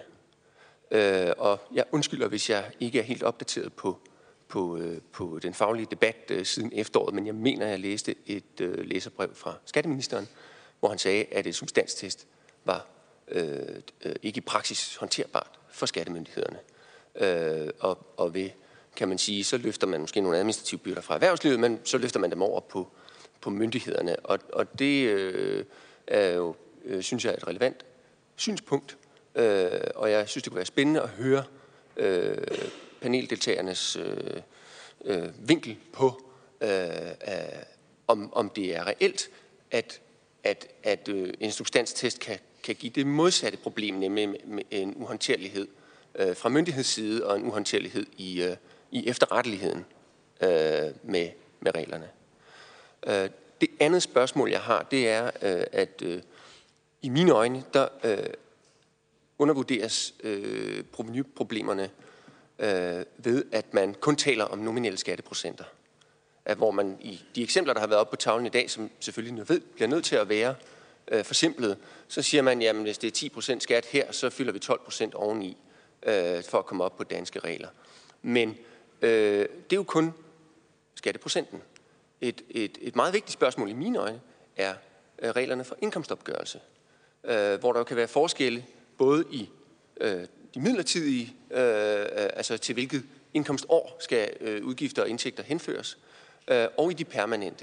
Uh, og jeg undskylder, hvis jeg ikke er helt opdateret på, på, uh, på den faglige debat uh, siden efteråret, men jeg mener, at jeg læste et uh, læserbrev fra skatteministeren, hvor han sagde, at et substanstest var uh, uh, ikke i praksis håndterbart for skattemyndighederne. Uh, og, og ved, kan man sige, så løfter man måske nogle administrative byrder fra erhvervslivet, men så løfter man dem over på, på myndighederne. Og, og det uh, er jo, uh, synes jeg, et relevant synspunkt. Øh, og jeg synes, det kunne være spændende at høre øh, paneldeltagernes øh, øh, vinkel på, øh, øh, om, om det er reelt, at, at, at øh, en substanstest kan, kan give det modsatte problem, nemlig med, med en uhåndterlighed øh, fra myndighedsside og en uhåndterlighed i, øh, i efterretteligheden øh, med, med reglerne. Øh, det andet spørgsmål, jeg har, det er, øh, at øh, i mine øjne, der øh, undervurderes øh, provenuproblemerne øh, ved, at man kun taler om nominelle skatteprocenter. At hvor man i de eksempler, der har været oppe på tavlen i dag, som selvfølgelig ved, bliver nødt til at være øh, forsimplet, så siger man, jamen hvis det er ti procent skat her, så fylder vi tolv procent oveni øh, for at komme op på danske regler. Men øh, det er jo kun skatteprocenten. Et, et, et meget vigtigt spørgsmål i mine øjne er øh, reglerne for indkomstopgørelse, øh, hvor der jo kan være forskelle både i øh, de midlertidige, øh, altså til hvilket indkomstår skal øh, udgifter og indtægter henføres, øh, og i de permanente,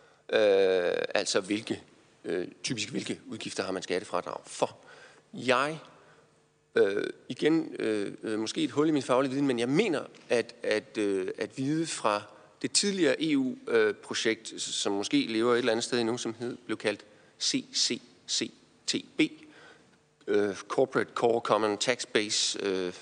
øh, altså hvilke, øh, typisk hvilke udgifter har man skattefradrag for. Jeg, øh, igen, øh, måske et hul i min faglige viden, men jeg mener, at, at, øh, at vide fra det tidligere E U-projekt, som måske lever et eller andet sted endnu, som hed, blev kaldt C C C T B, Uh, Corporate Core Common Tax Base, uh,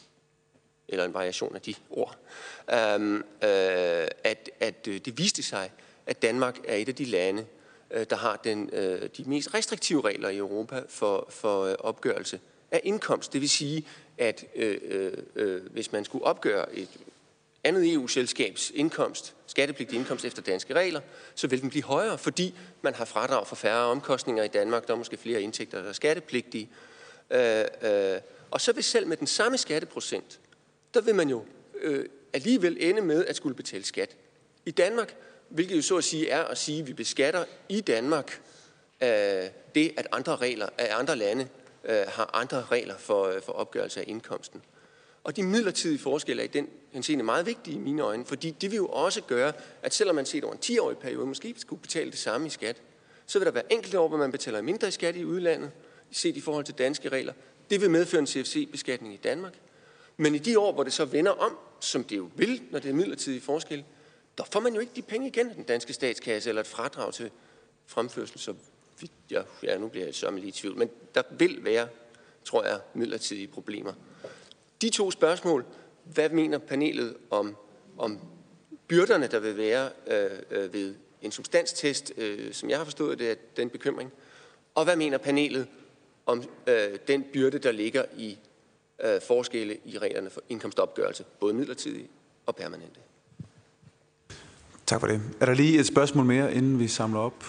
eller en variation af de ord, um, uh, at, at uh, det viste sig, at Danmark er et af de lande, uh, der har den, uh, de mest restriktive regler i Europa for, for uh, opgørelse af indkomst. Det vil sige, at uh, uh, uh, hvis man skulle opgøre et andet E U-selskabs indkomst, skattepligtig indkomst efter danske regler, så vil den blive højere, fordi man har fradrag for færre omkostninger i Danmark. Der er måske flere indtægter, der er skattepligtige. Øh, øh, og så vil selv med den samme skatteprocent, der vil man jo øh, alligevel ende med at skulle betale skat i Danmark, hvilket jo så at sige er at sige, at vi beskatter i Danmark øh, det, at andre regler af andre lande øh, har andre regler for, øh, for opgørelse af indkomsten. Og de midlertidige forskelle er i den henseende meget vigtige i mine øjne, fordi det vil jo også gøre, at selvom man set over en ti-årig periode måske skulle betale det samme i skat, så vil der være enkelte år, hvor man betaler mindre i skat i udlandet, set i forhold til danske regler. Det vil medføre en C F C-beskatning i Danmark. Men i de år, hvor det så vender om, som det jo vil, når det er midlertidige forskelle, der får man jo ikke de penge igen af den danske statskasse eller et fradrag til fremførsel. Så ja, ja, nu bliver jeg så lige i tvivl. Men der vil være, tror jeg, midlertidige problemer. De to spørgsmål, hvad mener panelet om, om byrderne, der vil være øh, øh, ved en substanstest, øh, som jeg har forstået det, er den bekymring, og hvad mener panelet om øh, den byrde, der ligger i øh, forskelle i reglerne for indkomstopgørelse, både midlertidige og permanente? Tak for det. Er der lige et spørgsmål mere, inden vi samler op?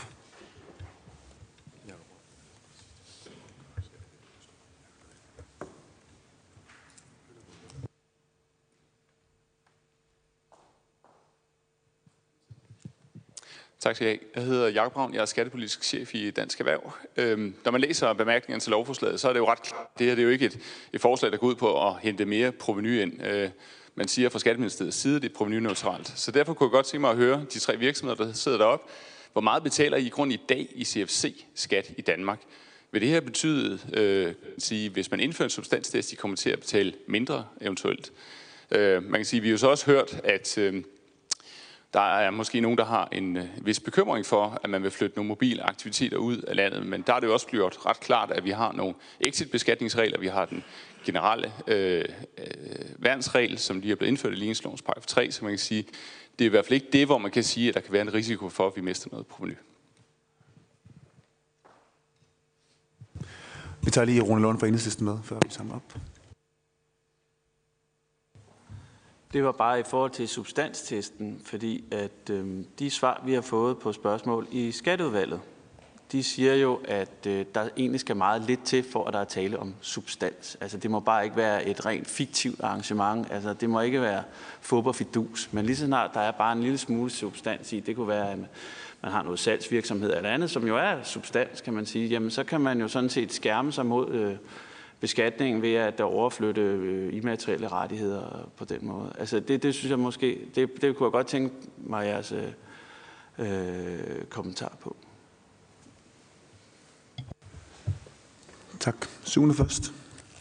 Tak skal I have. Jeg hedder Jakob Ravn, jeg er skattepolitisk chef i Dansk Erhverv. Øhm, når man læser bemærkningerne til lovforslaget, så er det jo ret klart. Det her det er jo ikke et, et forslag, der går ud på at hente mere provenu ind. Øh, man siger fra Skatteministeriets side, det er provenuneutralt. Så derfor kunne jeg godt tænke mig at høre de tre virksomheder, der sidder deroppe. Hvor meget betaler I i grund i dag i C F C-skat i Danmark? Vil det her betyde, øh, sige, hvis man indfører en substanstest, I kommer til at betale mindre eventuelt? Øh, man kan sige, vi har jo så også hørt, at øh, der er måske nogen, der har en øh, vis bekymring for, at man vil flytte nogle mobile aktiviteter ud af landet, men der er det jo også gjort ret klart, at vi har nogle exit-beskatningsregler. Vi har den generelle øh, øh, værnsregel, som lige er blevet indført i ligningslovens paragraf tre, så man kan sige, det er i hvert fald ikke det, hvor man kan sige, at der kan være en risiko for, at vi mister noget provenu. Vi tager lige Rune Lund fra Enhedslisten med, før vi samler op. Det var bare i forhold til substanstesten, fordi at øh, de svar, vi har fået på spørgsmål i Skatteudvalget, de siger jo, at øh, der egentlig skal meget lidt til, for at der er tale om substans. Altså det må bare ikke være et rent fiktivt arrangement. Altså det må ikke være fup og fidus. Men lige så snart der er bare en lille smule substans i, det kunne være, at man har noget salgsvirksomhed eller andet, som jo er substans, kan man sige, jamen så kan man jo sådan set skærme sig mod øh, beskatningen ved at overflytte øh, immaterielle rettigheder på den måde. Altså det, det synes jeg måske, det, det kunne jeg godt tænke mig jeres øh, kommentar på. Tak. Sune først.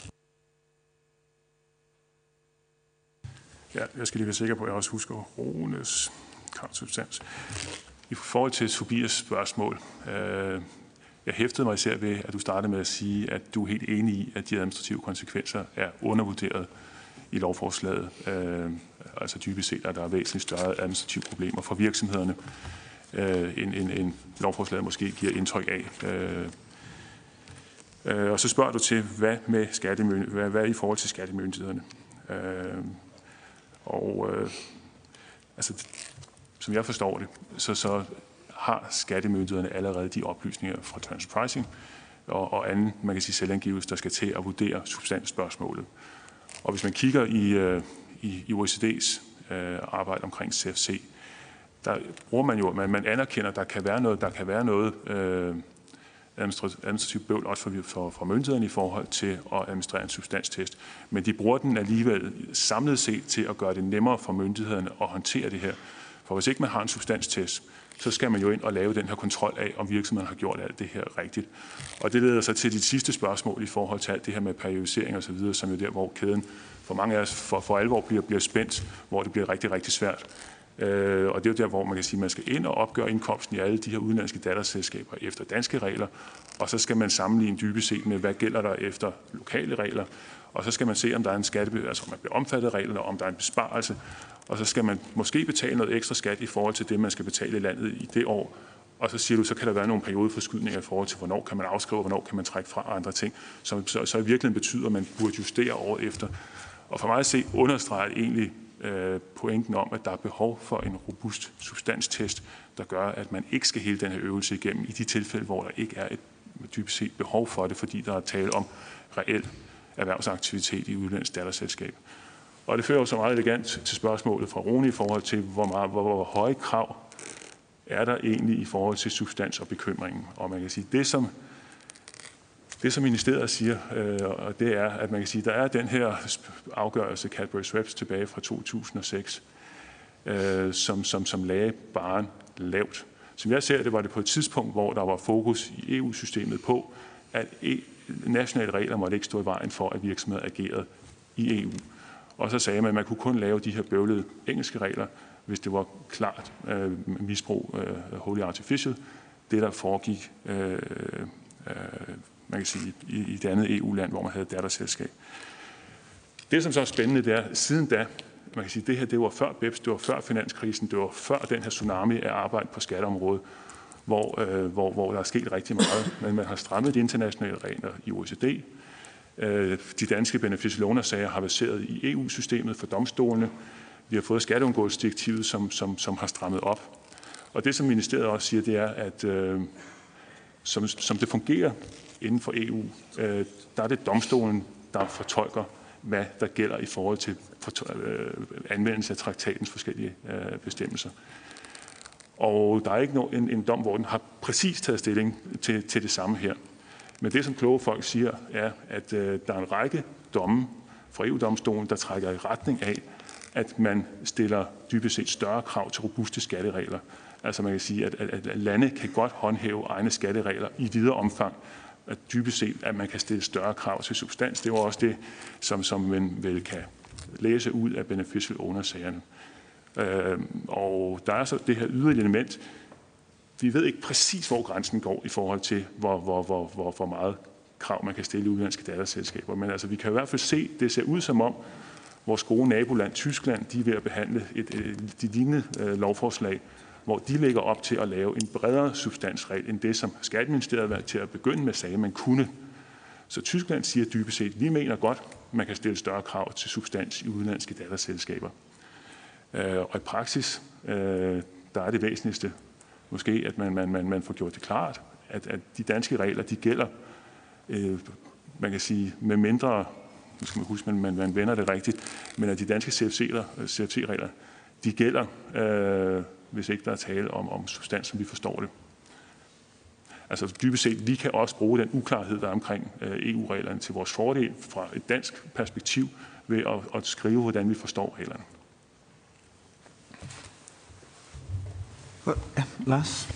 Ja, jeg skal lige være sikker på, at jeg også husker Runes substans. I forhold til Tobias spørgsmål, øh, jeg hæftede mig især ved, at du startede med at sige, at du er helt enig i, at de administrative konsekvenser er undervurderet i lovforslaget. Øh, altså dybest set, at der er væsentligt større administrative problemer for virksomhederne, øh, end, end, end lovforslaget måske giver indtryk af. Øh, øh, og så spørger du til, hvad med skattemyndighederne, hvad, hvad er i forhold til skattemyndighederne? Øh, og øh, altså, som jeg forstår det, så, så har skattemyndighederne allerede de oplysninger fra transfer pricing og, og anden, man kan sige, selvangivelse, der skal til at vurdere substansspørgsmålet. Og hvis man kigger i, øh, i, i O E C D's øh, arbejde omkring C F C, der bruger man jo, man, man anerkender, at der kan være noget, der kan være noget øh, administrativt bøvl også for, for, for myndighederne i forhold til at administrere en substanstest. Men de bruger den alligevel samlet set til at gøre det nemmere for myndighederne at håndtere det her. For hvis ikke man har en substanstest, så skal man jo ind og lave den her kontrol af, om virksomheden har gjort alt det her rigtigt. Og det leder så til dit sidste spørgsmål i forhold til alt det her med periodisering og så videre, som er der, hvor kæden for mange af os for, for alvor bliver, bliver spændt, hvor det bliver rigtig, rigtig svært. Øh, og det er jo der, hvor man kan sige, at man skal ind og opgøre indkomsten i alle de her udenlandske datterselskaber efter danske regler, og så skal man sammenligne dybest set med, hvad gælder der efter lokale regler, og så skal man se, om der er en skatte, altså om man bliver omfattet af reglerne, om der er en besparelse, og så skal man måske betale noget ekstra skat i forhold til det, man skal betale i landet i det år. Og så siger du, så kan der være nogle periodeforskydninger i forhold til, hvornår kan man afskrive, hvornår kan man trække fra andre ting, som så, så i virkeligheden betyder, at man burde justere året efter. Og for mig at se, understreger egentlig øh, pointen om, at der er behov for en robust substanstest, der gør, at man ikke skal hele den her øvelse igennem i de tilfælde, hvor der ikke er et dybest set behov for det, fordi der er tale om reel erhvervsaktivitet i udlandsk datterselskab. Og det fører jo så meget elegant til spørgsmålet fra Rune i forhold til, hvor, meget, hvor, hvor høje krav er der egentlig i forhold til substans og bekymringen. Og man kan sige, det som, det som ministeriet siger, øh, og det er, at man kan sige, der er den her afgørelse, Cadbury-Schweppes tilbage fra to tusind og seks, øh, som, som, som lagde barren lavt. Som jeg ser det, var det på et tidspunkt, hvor der var fokus i E U-systemet på, at e- nationale regler måtte ikke stå i vejen for, at virksomheder agerede i E U. Og så sagde man, at man kunne kun lave de her bøvlede engelske regler, hvis det var klart øh, misbrug, øh, wholly artificial, det der foregik øh, øh, man kan sige, i, i det andet E U-land, hvor man havde datterselskab. Det, som så er spændende, det er, siden da, man kan sige, det her, det var før B E P S, det var før finanskrisen, det var før den her tsunami af arbejde på skatteområdet, hvor, øh, hvor, hvor der er sket rigtig meget, men man har strammet de internationale regler i O E C D. Øh, de danske beneficial owner-sager har baseret i E U-systemet for domstolene. Vi har fået skatteundgåelsesdirektivet, som, som, som har strammet op. Og det, som ministeriet også siger, det er, at øh, som, som det fungerer inden for E U, øh, der er det domstolen, der fortolker, hvad der gælder i forhold til for, øh, anvendelse af traktatens forskellige øh, bestemmelser. Og der er ikke no, en, en dom, hvor den har præcis taget stilling til, til det samme her. Men det, som kloge folk siger, er, at øh, der er en række domme fra E U-domstolen, der trækker i retning af, at man stiller dybest set større krav til robuste skatteregler. Altså man kan sige, at, at, at lande kan godt håndhæve egne skatteregler i videre omfang. At dybest set, at man kan stille større krav til substans. Det var også det, som, som man vel kan læse ud af beneficial owner-sagerne. Øh, og der er så det her yderligere element. Vi ved ikke præcis, hvor grænsen går i forhold til, hvor, hvor, hvor, hvor, hvor meget krav man kan stille i udenlandske datterselskaber. Men altså, vi kan i hvert fald se, det ser ud som om, vores gode naboland Tyskland, de er ved at behandle et, et, de lignende øh, lovforslag, hvor de lægger op til at lave en bredere substansregel, end det, som Skatteministeriet var til at begynde med, sagde, man kunne. Så Tyskland siger dybest set, vi mener godt, man kan stille større krav til substans i udenlandske datterselskaber. Øh, og i praksis, øh, der er det væsentligste måske, at man, man, man, man får gjort det klart, at, at de danske regler, de gælder, øh, man kan sige, med mindre, nu skal man huske, man, man, man vender det rigtigt, men at de danske C F C-regler, de gælder, øh, hvis ikke der er tale om, om substans, som vi forstår det. Altså dybest set, vi kan også bruge den uklarhed, der er omkring øh, E U-reglerne til vores fordel fra et dansk perspektiv ved at, at skrive, hvordan vi forstår reglerne. Ja, Lars?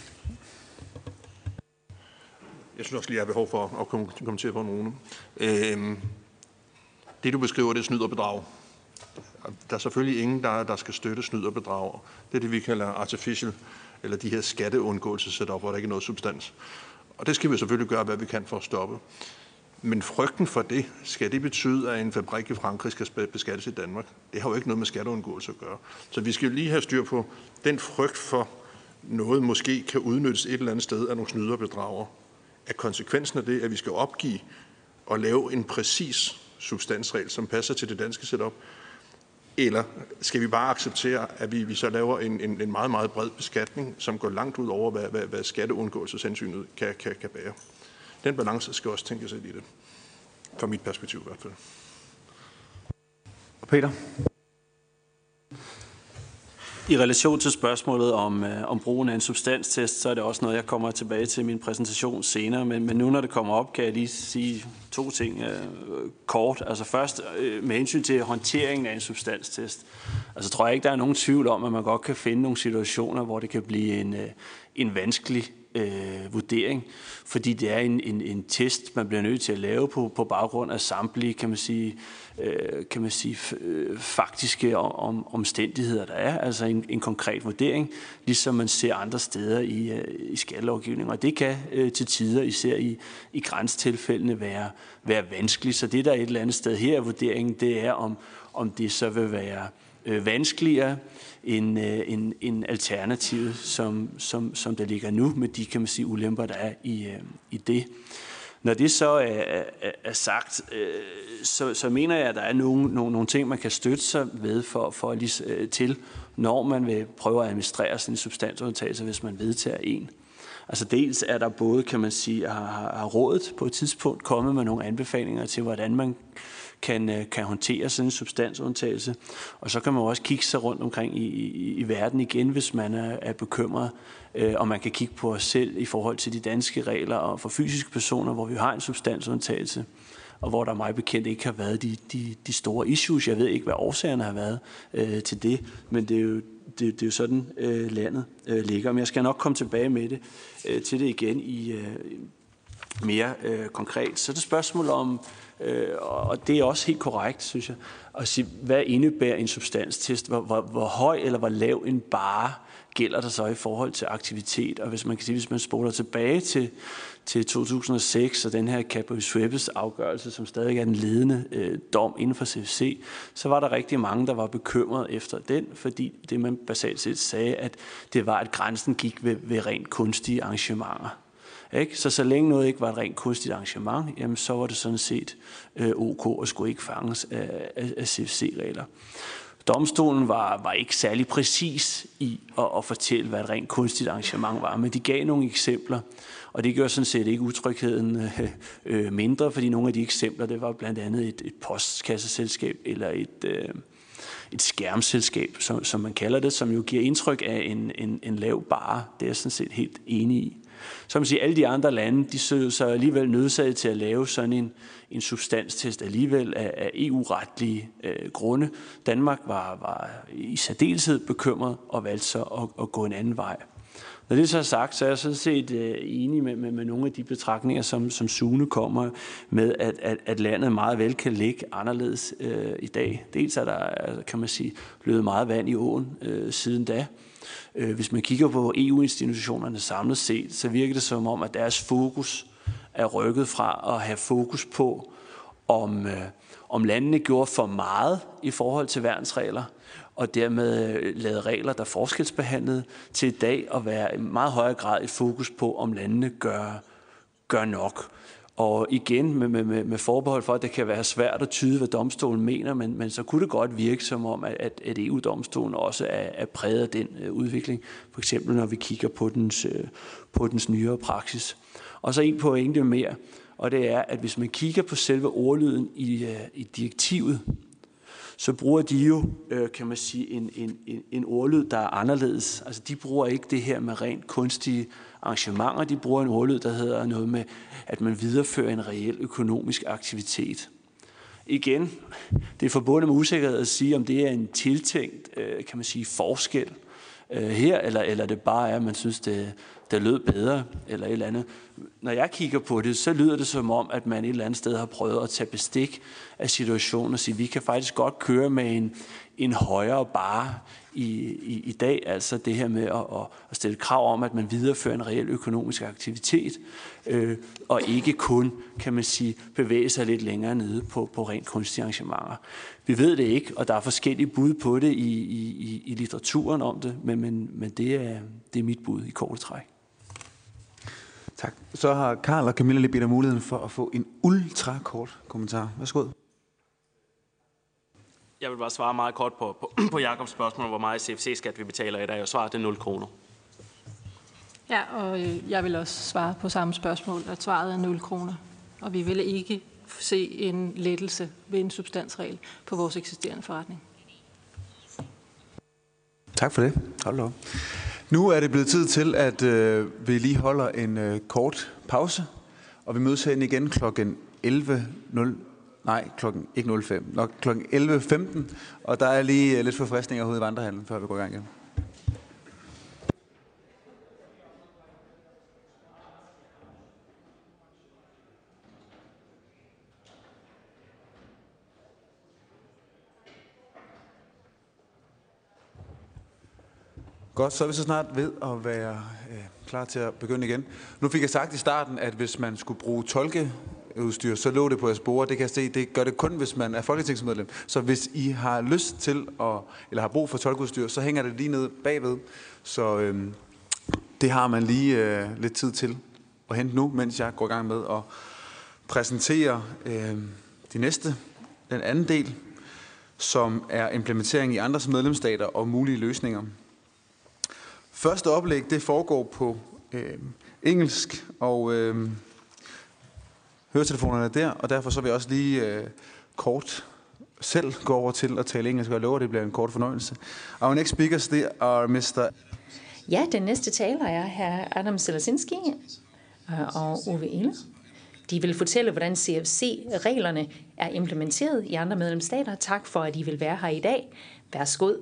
Jeg synes også lige, jeg har behov for at kommentere på nogle. Øhm, det, du beskriver, det er snyd og bedrag. Der er selvfølgelig ingen, der, der skal støtte snyd og bedrag. Det er det, vi kalder artificial, eller de her skatteundgåelsessetup, hvor der ikke er noget substans. Og det skal vi selvfølgelig gøre, hvad vi kan for at stoppe. Men frygten for det, skal det betyde, at en fabrik i Frankrig skal beskattes i Danmark? Det har jo ikke noget med skatteundgåelse at gøre. Så vi skal lige have styr på den frygt for, noget måske kan udnyttes et eller andet sted af nogle snyder og bedrager. Er konsekvensen af det, at vi skal opgive og lave en præcis substansregel, som passer til det danske setup? Eller skal vi bare acceptere, at vi, vi så laver en, en, en meget, meget bred beskatning, som går langt ud over, hvad, hvad, hvad skatteundgåelseshensynet kan, kan, kan bære? Den balance skal også tænkes ind i det. Fra mit perspektiv i hvert fald. Og Peter? I relation til spørgsmålet om, øh, om brugen af en substanstest, så er det også noget, jeg kommer tilbage til i min præsentation senere. Men, men nu, når det kommer op, kan jeg lige sige to ting øh, kort. Altså først, øh, med hensyn til håndteringen af en substanstest. Altså tror jeg ikke, der er nogen tvivl om, at man godt kan finde nogle situationer, hvor det kan blive en, øh, en vanskelig øh, vurdering. Fordi det er en, en, en test, man bliver nødt til at lave på, på baggrund af samtlige, kan man sige, øh, kan man sige øh, faktiske om, omstændigheder, der er. Altså en, en konkret vurdering, ligesom man ser andre steder i, øh, i skattelovgivningen. Og det kan øh, til tider, især i, i grænsetilfældene, være, være vanskeligt. Så det, der er et eller andet sted her i vurderingen, det er, om, om det så vil være øh, vanskeligere end, øh, end, end alternativet, som, som, som der ligger nu, med de, kan man sige, ulemper, der er i, øh, i det. Når det så er, er, er sagt, øh, så, så mener jeg, at der er nogle, nogle, nogle ting, man kan støtte sig ved for, for lige, øh, til, når man vil prøve at administrere sin substansundtagelse, hvis man vedtager en. Altså dels er der både, kan man sige, har, har rådet på et tidspunkt kommet med nogle anbefalinger til, hvordan man kan, kan håndtere sådan en substansundtagelse. Og så kan man også kigge sig rundt omkring i, i, i verden igen, hvis man er, er bekymret. Øh, og man kan kigge på os selv i forhold til de danske regler og for fysiske personer, hvor vi har en substansundtagelse, og hvor der meget bekendt ikke har været de, de, de store issues. Jeg ved ikke, hvad årsagerne har været øh, til det, men det er jo, det, det er jo sådan, øh, landet øh, ligger. Men jeg skal nok komme tilbage med det, øh, til det igen i øh, mere øh, konkret. Så er det spørgsmål om, øh, og det er også helt korrekt, synes jeg, at sige, hvad indebærer en substanstest? Hvor, hvor, hvor høj eller hvor lav en barre gælder der så i forhold til aktivitet? Og hvis man kan sige, hvis man spoler tilbage til til to tusind og seks og den her Capus-Schweppes afgørelse, som stadig er den ledende øh, dom inden for C F C, så var der rigtig mange, der var bekymret efter den, fordi det man basalt set sagde, at det var, at grænsen gik ved, ved rent kunstige arrangementer. Ikke? Så så længe noget ikke var et rent kunstigt arrangement, jamen, så var det sådan set øh, ok og skulle ikke fanges af, af, af C F C-regler. Domstolen var, var ikke særlig præcis i at, at fortælle, hvad et rent kunstigt arrangement var, men de gav nogle eksempler, og det gør sådan set ikke utrygheden øh, øh, mindre, fordi nogle af de eksempler, det var blandt andet et, et postkasseselskab eller et, øh, et skærmselskab, som, som man kalder det, som jo giver indtryk af en, en, en lav barre. Det er jeg sådan set helt enig i. Så man siger, alle de andre lande, de så sig alligevel nødsaget til at lave sådan en, en substanstest alligevel af, af E U-retlige øh, grunde. Danmark var, var i særdeleshed bekymret og valgte så at, at gå en anden vej. Når det så er sagt, så er jeg sådan set øh, enig med, med, med nogle af de betragtninger, som, som Sune kommer med, at, at, at landet meget vel kan ligge anderledes øh, i dag. Dels er der, kan man sige, løbet meget vand i åen øh, siden da. Hvis man kigger på E U-institutionerne samlet set, så virker det som om, at deres fokus er rykket fra at have fokus på, om, øh, om landene gjorde for meget i forhold til værnsregler, og dermed lavede regler, der forskelsbehandlede, til i dag at være i meget højere grad et fokus på, om landene gør, gør nok. Og igen med, med, med forbehold for, at det kan være svært at tyde, hvad domstolen mener, men, men så kunne det godt virke som om, at, at E U-domstolen også er, er præget af den uh, udvikling. For eksempel når vi kigger på dens, uh, på dens nyere praksis. Og så en pointe mere, og det er, at hvis man kigger på selve ordlyden i, uh, i direktivet, så bruger de jo, øh, kan man sige, en, en, en ordlyd, der er anderledes. Altså de bruger ikke det her med rent kunstige arrangementer, de bruger en ordlyd, der hedder noget med, at man viderefører en reel økonomisk aktivitet. Igen, det er forbundet med usikkerhed at sige, om det er en tiltænkt, øh, kan man sige, forskel øh, her, eller, eller det bare er, at man synes, det, det lød bedre, eller et eller andet. Når jeg kigger på det, så lyder det som om, at man et eller andet sted har prøvet at tage bestik af situationen og sige, at vi kan faktisk godt køre med en, en højere barre i, i, i dag. Altså det her med at, at stille krav om, at man viderefører en reel økonomisk aktivitet, øh, og ikke kun, kan man sige, bevæge sig lidt længere nede på, på rent kunstige arrangementer. Vi ved det ikke, og der er forskellige bud på det i, i, i litteraturen om det, men, men, men det, er, det er mit bud i korte træk. Tak. Så har Karl og Camilla lige bedt om muligheden for at få en ultrakort kommentar. Værsgo. Jeg vil bare svare meget kort på, på, på Jakobs spørgsmål, hvor meget C F C-skat vi betaler i dag, og svaret er nul kroner. Ja, og jeg vil også svare på samme spørgsmål, at svaret er nul kroner. Og vi vil ikke se en lettelse ved en substansregel på vores eksisterende forretning. Tak for det. Hold da op. Nu er det blevet tid til, at øh, vi lige holder en øh, kort pause, og vi mødes herinde igen klokken elleve nul Nej, klokken ikke nul fem, nok klokken elleve femten, og der er lige øh, lidt forfriskninger ude i vandrehallen, før vi går i gang igen. Godt, så er vi så snart ved at være øh, klar til at begynde igen. Nu fik jeg sagt i starten, at hvis man skulle bruge tolkeudstyr, så lå det på jeres bord. Det kan jeg se, det gør det kun, hvis man er folketingsmedlem. Så hvis I har lyst til, at, eller har brug for tolkeudstyr, så hænger det lige nede bagved. Så øh, det har man lige øh, lidt tid til at hente nu, mens jeg går i gang med at præsentere øh, de næste, den anden del, som er implementering i andres medlemsstater og mulige løsninger. Første oplæg, det foregår på øh, engelsk, og øh, høretelefonerne er der, og derfor så vil jeg også lige øh, kort selv gå over til at tale engelsk, og jeg lover, det bliver en kort fornøjelse. Our next speakers they are mister Ja, den næste taler er hr. Adam Selasinski og Ove Ille. De vil fortælle, hvordan C F C-reglerne er implementeret i andre medlemsstater. Tak for, at I vil være her i dag. Værsgo.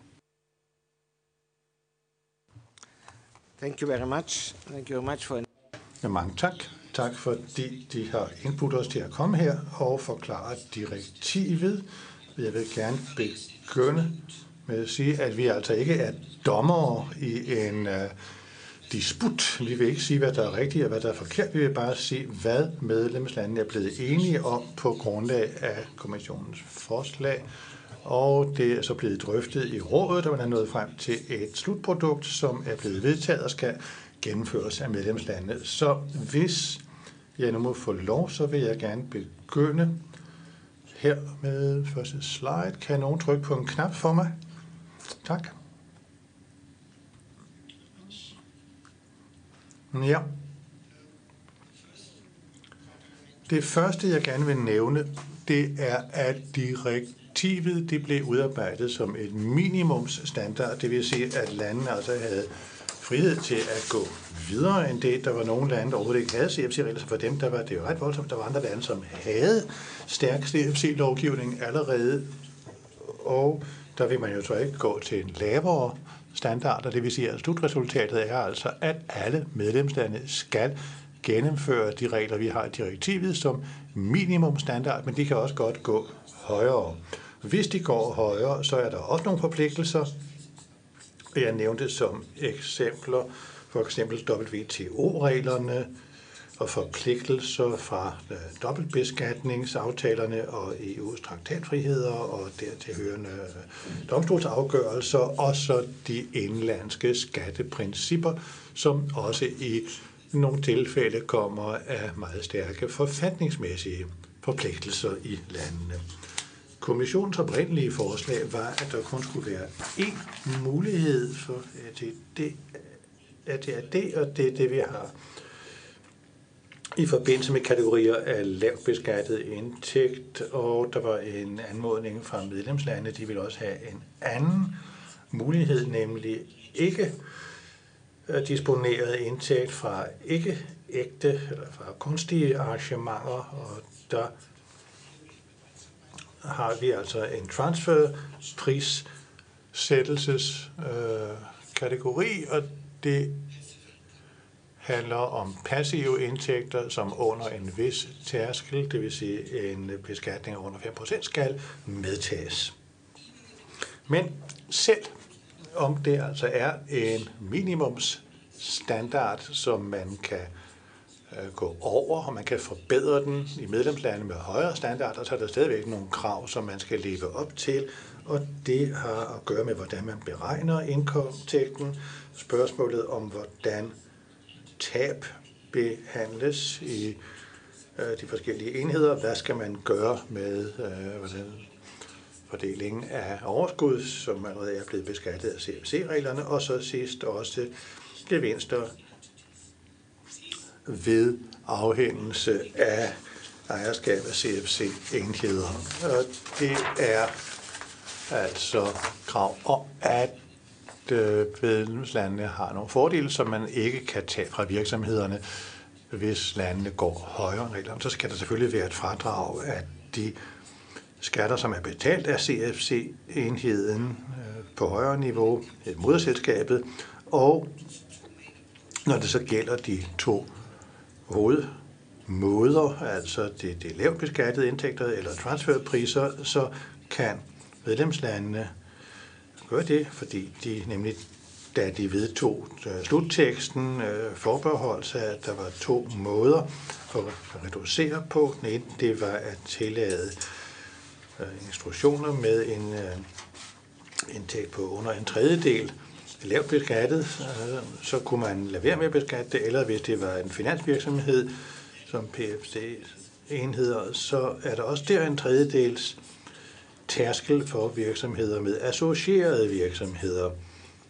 Thank you very much. Thank you very much for... Ja, mange tak. Tak fordi de har indbudt os til at komme her og forklare direktivet. Jeg vil gerne begynde med at sige, at vi altså ikke er dommere i en uh, disput. Vi vil ikke sige, hvad der er rigtigt og hvad der er forkert. Vi vil bare sige, hvad medlemslandene er blevet enige om på grundlag af kommissionens forslag. Og det er så blevet drøftet i rådet, og man er nået frem til et slutprodukt, som er blevet vedtaget og skal gennemføres af medlemslandene. Så hvis jeg nu må få lov, så vil jeg gerne begynde her med første slide. Kan nogen trykke på en knap for mig? Tak. Ja. Det første, jeg gerne vil nævne, det er, at direktivet det blev udarbejdet som et minimumsstandard. Det vil sige, at landene altså havde frihed til at gå videre end det. Der var nogle lande, der overhovedet ikke havde C F C-regler, så for dem der var det jo ret voldsomt. Der var andre lande, som havde stærk C F C-lovgivning allerede, og der vil man jo så ikke gå til en lavere standarder. Det vil sige, at slutresultatet er altså, at alle medlemslande skal gennemføre de regler, vi har i direktivet som minimumstandard, men de kan også godt gå højere. Hvis de går højere, så er der også nogle forpligtelser. Jeg nævnte som eksempler for eksempel W T O-reglerne og forpligtelser fra dobbeltbeskatningsaftalerne og E U's traktatfriheder og dertilhørende domstolsafgørelser, og så de indlandske skatteprincipper, som også i nogle tilfælde kommer af meget stærke forfatningsmæssige forpligtelser i landene. Kommissionens oprindelige forslag var, at der kun skulle være én mulighed for A T D, og det er det, vi har i forbindelse med kategorier af lavt beskattet indtægt, og der var en anmodning fra medlemslande, de ville også have en anden mulighed, nemlig ikke disponeret indtægt fra ikke ægte eller fra kunstige arrangementer, og der har vi altså en transferprissättelseskategori, og det handler om passive indtægter, som under en vis tærskel, det vil sige en beskatning under fem procent, skal medtages. Men selv om det altså er en minimumsstandard, som man kan gå over, og man kan forbedre den i medlemslandene med højere standarder, så er der stadigvæk nogle krav, som man skal leve op til, og det har at gøre med, hvordan man beregner indkomsttægten, spørgsmålet om, hvordan tab behandles i de forskellige enheder, hvad skal man gøre med hvordan fordelingen af overskud, som allerede er blevet beskattet af C F C-reglerne, og så sidst også gevinster ved afhængelse af ejerskab af C F C-enheder. Og det er altså krav om, at medlemslandene har nogle fordele, som man ikke kan tage fra virksomhederne, hvis landene går højere end reglerne. Så skal der selvfølgelig være et fradrag af de skatter, som er betalt af C F C-enheden på højere niveau, et moderselskabet, og når det så gælder de to hovedmåder, altså det, det lavt beskattede indtægter eller transferpriser, så kan medlemslandene gøre det, fordi de nemlig, da de vedtog slutteksten, forbeholdt sig, at der var to måder at reducere på. Den ene, det var at tillade instruktioner med en indtægt på under en tredjedel lavt beskattet, så kunne man lade være med at beskatte det, eller hvis det var en finansvirksomhed, som P F C-enheder, så er der også der en tredjedels tærskel for virksomheder med associerede virksomheder.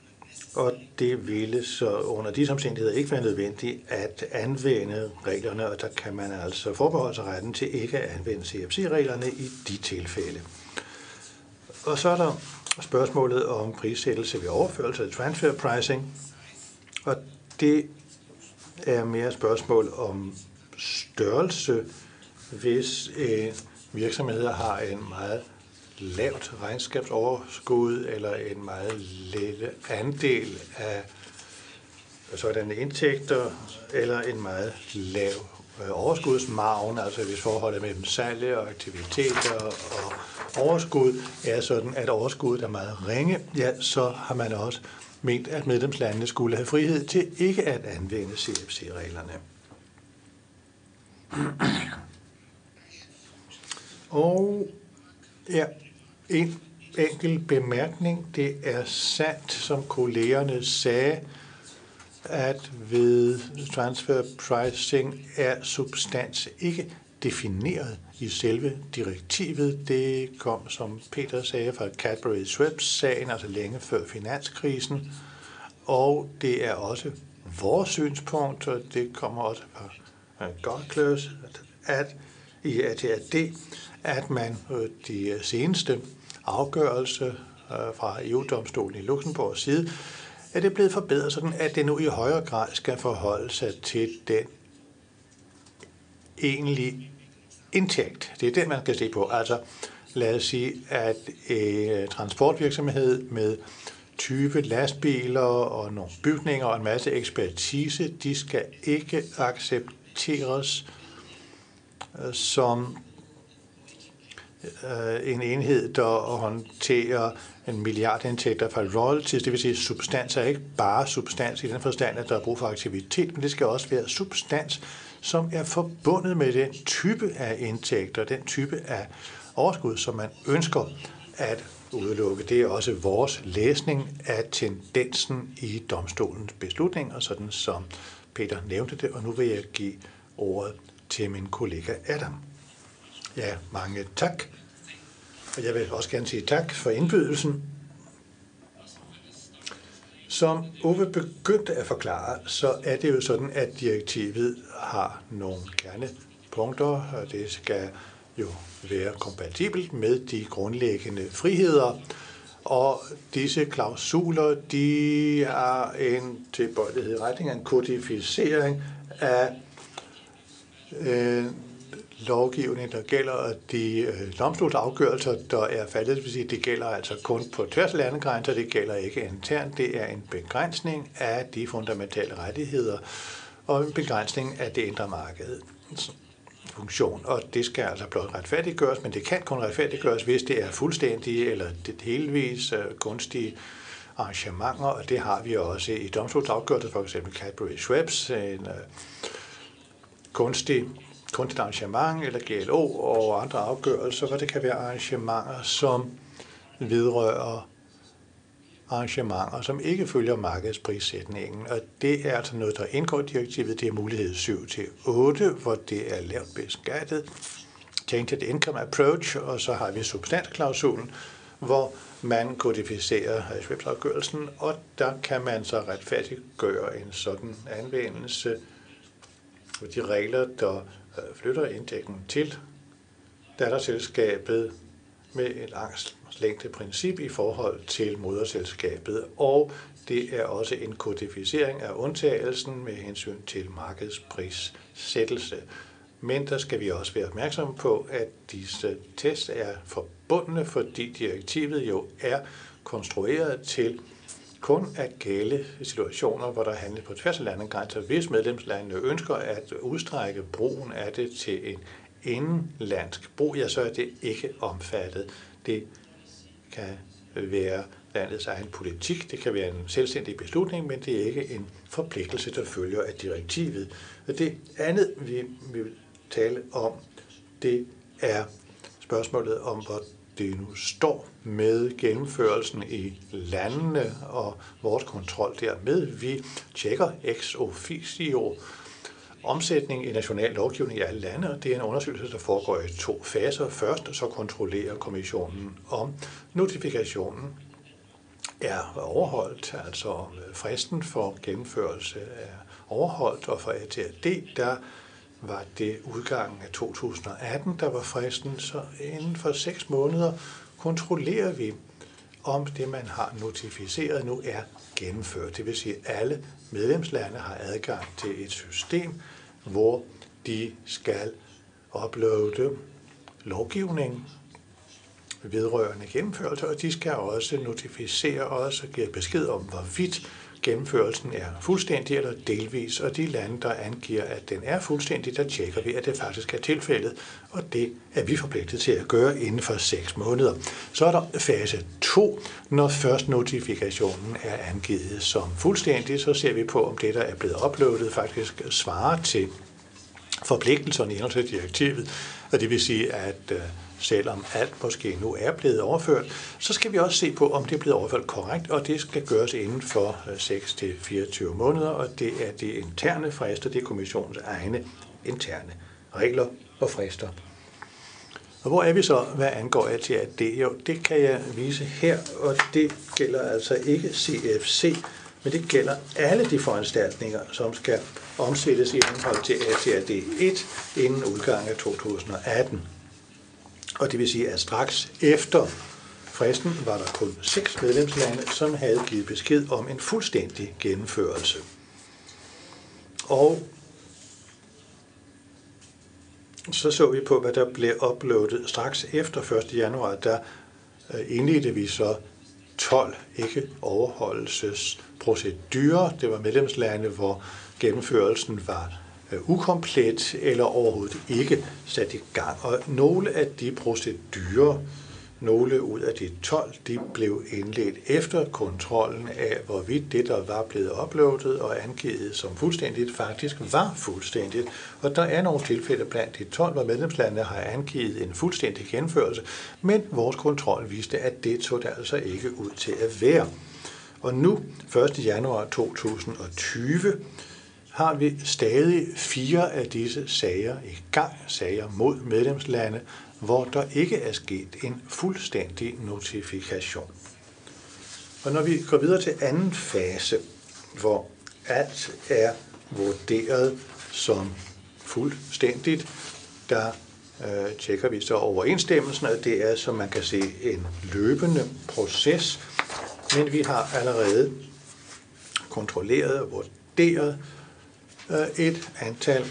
og det ville så under disse omstændigheder ikke være nødvendigt at anvende reglerne, og der kan man altså forbeholde sig retten til ikke at anvende C F C-reglerne i de tilfælde. Og så er der spørgsmålet om prissættelse ved overførelse af transfer pricing, og det er mere spørgsmål om størrelse, hvis en virksomhed har en meget lavt regnskabsoverskud eller en meget lille andel af sådanne indtægter eller en meget lav overskudsmargen, altså hvis forholdet mellem salg og aktiviteter og overskud er sådan, at overskuddet er meget ringe, ja, så har man også ment, at medlemslandene skulle have frihed til ikke at anvende C F C-reglerne. Og ja, en enkelt bemærkning. Det er sandt, som kollegerne sagde, at ved transfer pricing er substans ikke defineret i selve direktivet. Det kom, som Peter sagde, fra Cadbury-Schweppes-sagen, altså længe før finanskrisen. Og det er også vores synspunkt, og det kommer også fra Godclose, at i A T A D, at man de seneste afgørelse fra E U-domstolen i Luxembourgs side, at det er blevet forbedret sådan, at det nu i højere grad skal forholde sig til den egentlige indtægt. Det er den, man skal se på. Altså, lad os sige, at en transportvirksomhed med tyve lastbiler og nogle bygninger og en masse ekspertise, de skal ikke accepteres som en enhed, der håndterer en milliardindtægter fra royalties, det vil sige, at substans er ikke bare substans i den forstand, at der er brug for aktivitet, men det skal også være substans, som er forbundet med den type af indtægter, den type af overskud, som man ønsker at udelukke. Det er også vores læsning af tendensen i domstolens beslutning, og sådan som Peter nævnte det, og nu vil jeg give ordet til min kollega Adam. Ja, mange tak. Og jeg vil også gerne sige tak for indbydelsen. Som Ove begyndte at forklare, så er det jo sådan, at direktivet har nogle kernepunkter, og det skal jo være kompatibelt med de grundlæggende friheder. Og disse klausuler, de er en tilbøjelighed i retning af en kodificering af øh, lovgivning, der gælder, og de øh, domstolsafgørelser, der er faldet, det vil sige, det gælder altså kun på tværs af landegrænser, det gælder ikke internt, det er en begrænsning af de fundamentale rettigheder og en begrænsning af det indre marked funktion, og det skal altså blot retfærdiggøres, men det kan kun retfærdiggøres, hvis det er fuldstændige eller det helvis øh, kunstige arrangementer, og det har vi også i domstolsafgørelser, for eksempel Cadbury-Schweppes, en øh, kunstig kunstigt arrangement eller G L O og andre afgørelser, hvor det kan være arrangementer, som vedrører arrangementer, som ikke følger markedsprissætningen. Og det er altså noget, der indgår i direktivet. Det er mulighed syv til otte, hvor det er lavt beskattet. Tainted income approach, og så har vi substansklausulen, hvor man kodificerer Schweppes-afgørelsen, og der kan man så retfærdiggøre en sådan anvendelse for de regler, der flytter indtægten til datterselskabet med et armslængdeprincip i forhold til moderselskabet, og det er også en kodificering af undtagelsen med hensyn til markedsprissættelse. Men der skal vi også være opmærksomme på, at disse tests er forbundne, fordi direktivet jo er konstrueret til kun at gælde situationer, hvor der handler på tværs af landegrænser, hvis medlemslandene ønsker at udstrække brugen af det til en indenlandsk brug, ja, så er det ikke omfattet. Det kan være landets egen politik, det kan være en selvstændig beslutning, men det er ikke en forpligtelse, der følger af direktivet. Og det andet, vi vil tale om, det er spørgsmålet om, hvor det nu står med gennemførelsen i landene og vores kontrol dermed. Vi tjekker ex officio omsætning i national lovgivning i alle lande, og det er en undersøgelse, der foregår i to faser. Først så kontrollerer kommissionen om notifikationen er overholdt, altså om fristen for gennemførelse er overholdt, og for A T R D, der var det udgangen af to tusind og atten, der var fristen, så inden for seks måneder kontrollerer vi, om det, man har notificeret nu, er gennemført. Det vil sige, at alle medlemslande har adgang til et system, hvor de skal uploade lovgivning vedrørende gennemførelse, og de skal også notificere os og give besked om, hvorvidt gennemførelsen er fuldstændig eller delvis, og de lande, der angiver, at den er fuldstændig, der tjekker vi, at det faktisk er tilfældet, og det er vi forpligtet til at gøre inden for seks måneder. Så er der fase to. Når først notifikationen er angivet som fuldstændig, så ser vi på, om det, der er blevet uploadet, faktisk svarer til forpligtelserne i henhold til direktivet, og det vil sige, at selvom alt måske nu er blevet overført, så skal vi også se på, om det er blevet overført korrekt, og det skal gøres inden for seks til fireogtyve måneder, og det er de interne frister, det er kommissionens egne interne regler og frister. Og hvor er vi så, hvad angår A T R D? Jo, det kan jeg vise her, og det gælder altså ikke C F C, men det gælder alle de foranstaltninger, som skal omsættes i henhold til A T R D et inden udgangen af to tusind og atten. Og det vil sige, at straks efter fristen var der kun seks medlemslande, som havde givet besked om en fuldstændig gennemførelse. Og så så vi på, hvad der blev uploadet straks efter første januar. Der indledte vi så tolv ikke-overholdelsesprocedurer. Det var medlemslande, hvor gennemførelsen var ukomplet eller overhovedet ikke sat i gang. Og nogle af de procedurer, nogle ud af de tolv, de blev indledt efter kontrollen af, hvorvidt det, der var blevet uploadet og angivet som fuldstændigt, faktisk var fuldstændigt. Og der er nogle tilfælde blandt de tolv, hvor medlemslandene har angivet en fuldstændig gennemførelse, men vores kontrol viste, at det tog det altså ikke ud til at være. Og nu, første januar to tusind og tyve, har vi stadig fire af disse sager i gang, sager mod medlemslande, hvor der ikke er sket en fuldstændig notifikation. Og når vi går videre til anden fase, hvor alt er vurderet som fuldstændigt, der øh, tjekker vi så overensstemmelsen, og det er, som man kan se, en løbende proces, men vi har allerede kontrolleret og vurderet et antal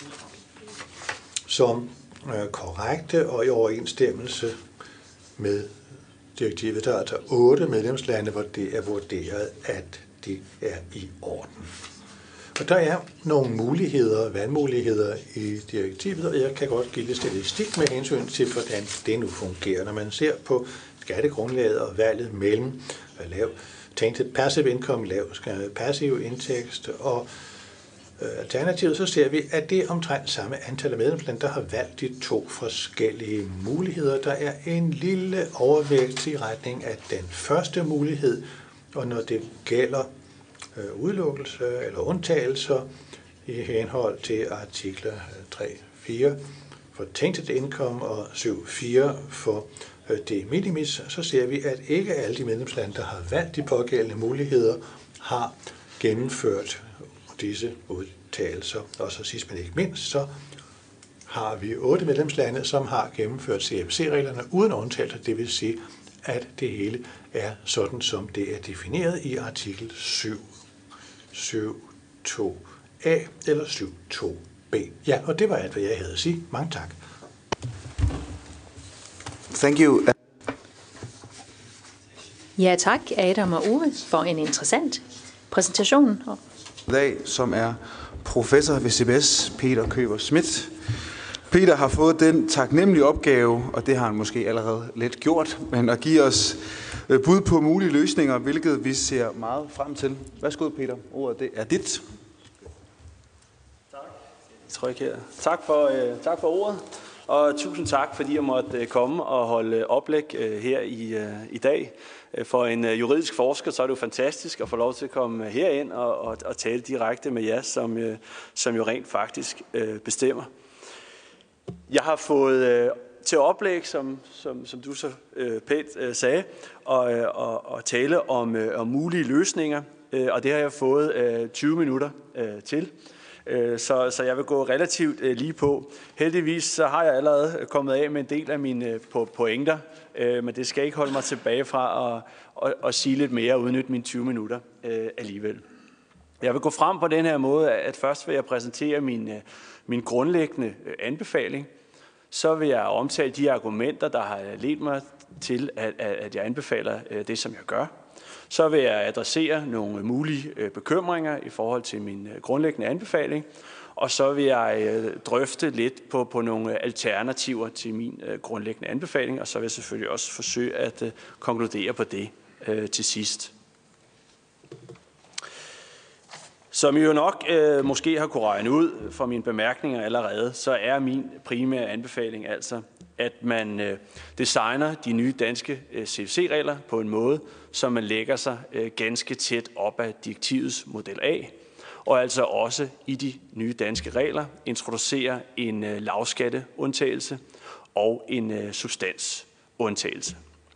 som er korrekte og i overensstemmelse med direktivet. Der er altså otte medlemslande, hvor det er vurderet, at det er i orden. Og der er nogle muligheder, valgmuligheder i direktivet, og jeg kan godt give lidt statistik med hensyn til, hvordan det nu fungerer. Når man ser på skattegrundlaget og valget mellem lav tainted passive income, lav passiv indtægt og alternativet, så ser vi, at det er omtrent samme antal af medlemslande, der har valgt de to forskellige muligheder. Der er en lille overvægt i retning af den første mulighed, og når det gælder øh, udelukkelse eller undtagelser i henhold til artikler tre fire for tainted income og syv fire for øh, de minimis, så ser vi, at ikke alle de medlemslande, der har valgt de pågældende muligheder, har gennemført disse udtalelser. Og så sidst men ikke mindst, så har vi otte medlemslande, som har gennemført C F C-reglerne uden undtagelser. Det vil sige, at det hele er sådan, som det er defineret i artikel syv to a eller syv to b. Ja, og det var alt, hvad jeg havde at sige. Mange tak. Thank you. Ja, tak Adam og Ove for en interessant præsentation. I dag, som er professor ved C B S, Peter Køber Schmidt. Peter har fået den taknemmelige opgave, og det har han måske allerede lidt gjort, men at give os bud på mulige løsninger, hvilket vi ser meget frem til. Værsgo, Peter. Ordet det er dit. Tak. Tryk her. Tak for, øh, tak for ordet, og tusind tak, fordi jeg måtte komme og holde oplæg øh, her i, øh, i dag. For en øh, juridisk forsker, så er det jo fantastisk at få lov til at komme herind og, og, og tale direkte med jer, som, øh, som jo rent faktisk øh, bestemmer. Jeg har fået øh, til oplæg, som, som, som du så øh, pænt øh, sagde, og, og, og tale om, øh, om mulige løsninger. Øh, og det har jeg fået øh, tyve minutter øh, til. Øh, så, så jeg vil gå relativt øh, lige på. Heldigvis så har jeg allerede kommet af med en del af mine øh, pointer, øh, men det skal ikke holde mig tilbage fra at, at, at sige lidt mere og udnytte mine tyve minutter øh, alligevel. Jeg vil gå frem på den her måde, at først vil jeg præsentere min, min grundlæggende anbefaling. Så vil jeg omtale de argumenter, der har ledt mig til, at, at jeg anbefaler det, som jeg gør. Så vil jeg adressere nogle mulige bekymringer i forhold til min grundlæggende anbefaling. Og så vil jeg drøfte lidt på, på nogle alternativer til min grundlæggende anbefaling. Og så vil jeg selvfølgelig også forsøge at konkludere på det til sidst. Som I jo nok øh, måske har kunne regne ud fra mine bemærkninger allerede, så er min primære anbefaling altså, at man øh, designer de nye danske øh, C F C-regler på en måde, så man lægger sig øh, ganske tæt op ad direktivets model A, og altså også i de nye danske regler introducerer en øh, lavskatteundtagelse og en øh, substansundtagelse.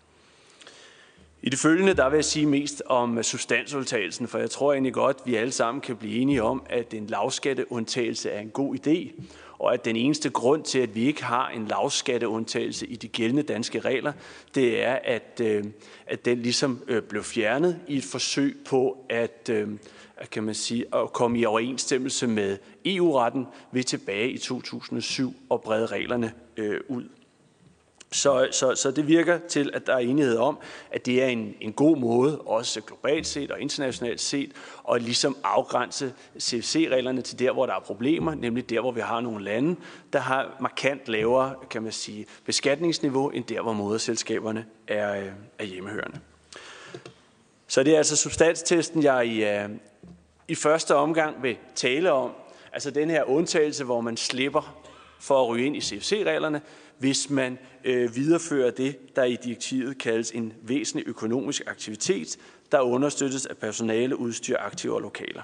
I det følgende, der vil jeg sige mest om substansundtagelsen, for jeg tror egentlig godt, at vi alle sammen kan blive enige om, at en lavskatteundtagelse er en god idé, og at den eneste grund til, at vi ikke har en lavskatteundtagelse i de gældende danske regler, det er, at, øh, at den ligesom øh, blev fjernet i et forsøg på at, øh, kan man sige, at komme i overensstemmelse med E U-retten ved tilbage i to tusind og syv og brede reglerne øh, ud. Så, så, så det virker til, at der er enighed om, at det er en, en god måde, også globalt set og internationalt set, at ligesom afgrænse C F C-reglerne til der, hvor der er problemer, nemlig der, hvor vi har nogle lande, der har markant lavere, kan man sige, beskatningsniveau, end der, hvor moderselskaberne er, er hjemmehørende. Så det er altså substanstesten, jeg i, i første omgang vil tale om. Altså den her undtagelse, hvor man slipper for at ryge ind i C F C-reglerne, hvis man øh, viderefører det, der i direktivet kaldes en væsentlig økonomisk aktivitet, der understøttes af personale, udstyr, aktiver og lokaler.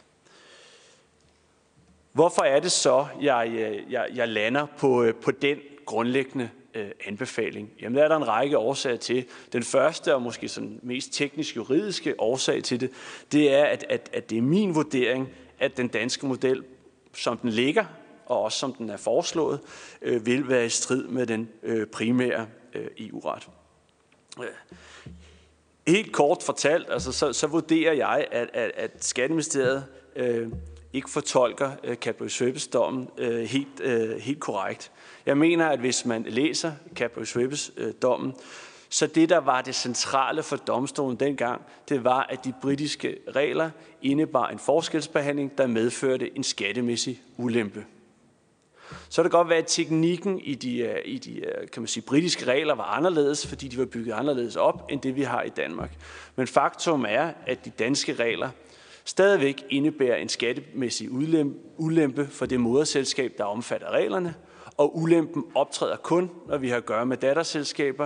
Hvorfor er det så, jeg, jeg, jeg lander på, på den grundlæggende øh, anbefaling? Jamen, der er der en række årsager til. Den første og måske sådan mest teknisk-juridiske årsag til det, det er, at, at, at det er min vurdering, at den danske model, som den ligger, og også som den er foreslået, øh, vil være i strid med den øh, primære øh, E U-ret. Helt kort fortalt, altså, så, så vurderer jeg, at, at, at Skatteministeriet øh, ikke fortolker øh, Cadbury Schweppes-dommen øh, helt, øh, helt korrekt. Jeg mener, at hvis man læser Cadbury Schweppes-dommen, så det, der var det centrale for domstolen dengang, det var, at de britiske regler indebar en forskelsbehandling, der medførte en skattemæssig ulempe. Så kan det godt være, at teknikken i de, i de kan man sige, britiske regler var anderledes, fordi de var bygget anderledes op, end det vi har i Danmark. Men faktum er, at de danske regler stadigvæk indebærer en skattemæssig ulempe for det moderselskab, der omfatter reglerne, og ulempen optræder kun, når vi har at gøre med datterselskaber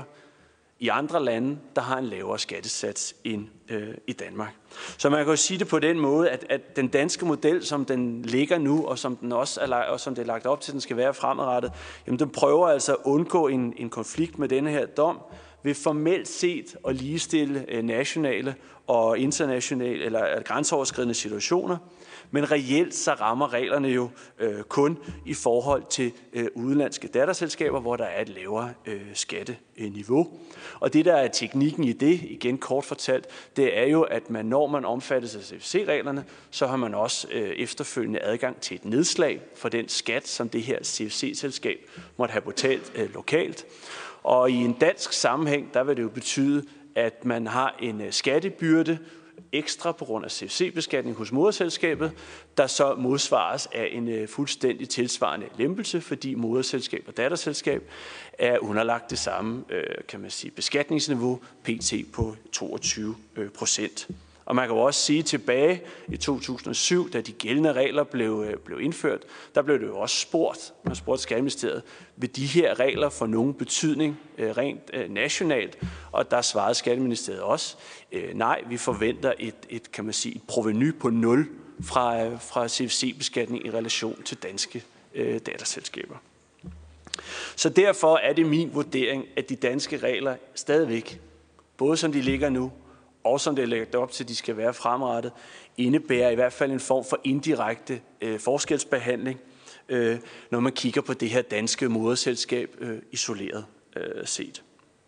i andre lande, der har en lavere skattesats end øh, i Danmark. Så man kan jo sige det på den måde, at, at den danske model, som den ligger nu, og som den også er, og som det er lagt op til, den skal være fremadrettet, jamen den prøver altså at undgå en, en konflikt med denne her dom, ved formelt set at ligestille øh, nationale og internationale eller grænseoverskridende situationer, men reelt så rammer reglerne jo øh, kun i forhold til øh, udenlandske datterselskaber, hvor der er et lavere øh, skatteniveau. Og det, der er teknikken i det, igen kort fortalt, det er jo, at man, når man omfattes af C F C-reglerne, så har man også øh, efterfølgende adgang til et nedslag for den skat, som det her C F C-selskab måtte have betalt øh, lokalt. Og i en dansk sammenhæng, der vil det jo betyde, at man har en øh, skattebyrde, ekstra på grund af C F C-beskatning hos moderselskabet, der så modsvares af en fuldstændig tilsvarende lempelse, fordi moderselskab og datterselskab er underlagt det samme, kan man sige, beskatningsniveau, pt. På toogtyve procent. Og man kan jo også sige, tilbage i to tusind og syv, da de gældende regler blev, blev indført, der blev det jo også spurgt, man spurgte Skatteministeriet, vil de her regler få nogen betydning øh, rent øh, nationalt? Og der svarede Skatteministeriet også, øh, nej, vi forventer et, et, kan man sige, et provenu på nul fra, øh, fra C F C-beskatning i relation til danske øh, datterselskaber. Så derfor er det min vurdering, at de danske regler stadigvæk, både som de ligger nu, og som det er lagt op til, at de skal være fremrettet, indebærer i hvert fald en form for indirekte øh, forskelsbehandling, øh, når man kigger på det her danske moderselskab øh, isoleret øh, set.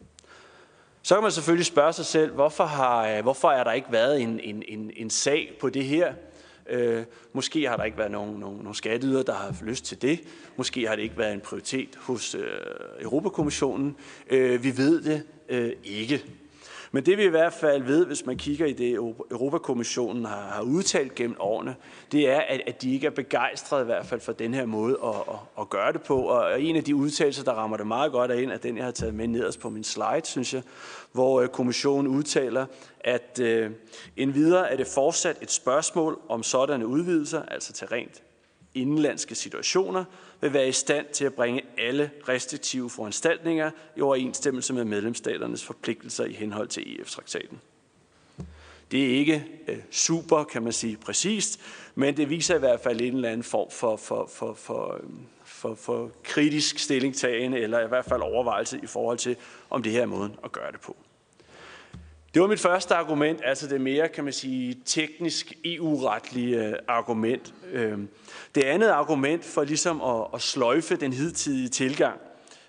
Så kan man selvfølgelig spørge sig selv, hvorfor, har, hvorfor er der ikke været en, en, en, en sag på det her? Øh, måske har der ikke været nogen, nogen, nogen skatteyder, der har lyst til det. Måske har det ikke været en prioritet hos øh, Europakommissionen. Øh, vi ved det øh, ikke. Men det vi i hvert fald ved, hvis man kigger i det, Europakommissionen har, har udtalt gennem årene, det er, at, at de ikke er begejstrede i hvert fald for den her måde at, at, at gøre det på. Og en af de udtalelser, der rammer det meget godt ind, er den, jeg har taget med nederst på min slide, synes jeg, hvor kommissionen udtaler, at øh, endvidere er det fortsat et spørgsmål om sådanne udvidelser, altså til rent indenlandske situationer, vil være i stand til at bringe alle restriktive foranstaltninger i overensstemmelse med medlemsstaternes forpligtelser i henhold til E F-traktaten. Det er ikke øh, super, kan man sige, præcist, men det viser i hvert fald en eller anden form for, for, for, for, for, for kritisk stillingtagende, eller i hvert fald overvejelse i forhold til, om det her er måden at gøre det på. Det var mit første argument, altså det mere, kan man sige, teknisk E U-retlige argument. Det andet argument for ligesom at, at sløjfe den hidtidige tilgang,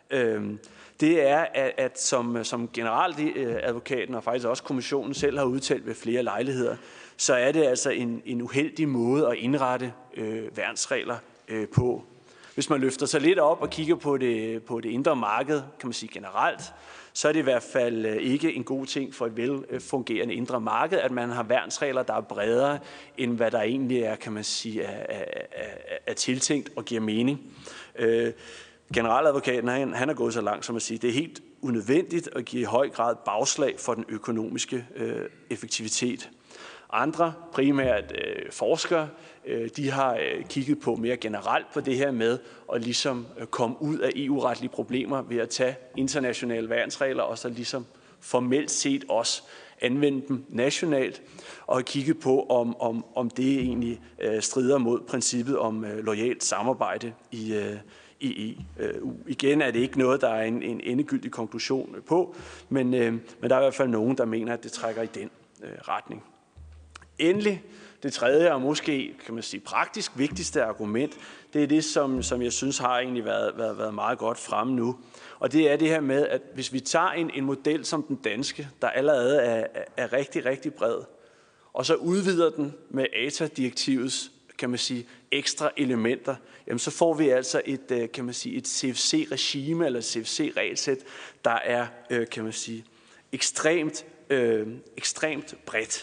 det er, at, at som, som generaladvokaten og faktisk også kommissionen selv har udtalt ved flere lejligheder, så er det altså en, en uheldig måde at indrette øh, værnsregler øh, på. Hvis man løfter sig lidt op og kigger på det, på det indre marked, kan man sige generelt, så er det i hvert fald ikke en god ting for et velfungerende indre marked, at man har værnsregler, der er bredere, end hvad der egentlig er, kan man sige, er, er, er, er tiltænkt og giver mening. Øh, generaladvokaten, han, han er gået så langt som at sige, at det er helt unødvendigt at give i høj grad bagslag for den økonomiske øh, effektivitet. Andre, primært øh, forskere, øh, de har øh, kigget på mere generelt på det her med at ligesom øh, komme ud af E U-retlige problemer ved at tage internationale værnsregler og så ligesom formelt set også anvende dem nationalt og kigge på, om, om, om det egentlig øh, strider mod princippet om øh, loyalt samarbejde i, øh, i E U. Igen er det ikke noget, der er en, en endegyldig konklusion på, men, øh, men der er i hvert fald nogen, der mener, at det trækker i den øh, retning. Endelig, det tredje og måske, kan man sige, praktisk vigtigste argument, det er det, som, som jeg synes har egentlig været, været, været meget godt fremme nu. Og det er det her med, at hvis vi tager en, en model som den danske, der allerede er, er rigtig, rigtig bred, og så udvider den med A T A-direktivets, kan man sige, ekstra elementer, jamen så får vi altså et, kan man sige, et C F C-regime eller C F C-regelsæt, der er, kan man sige, ekstremt, øh, ekstremt bredt.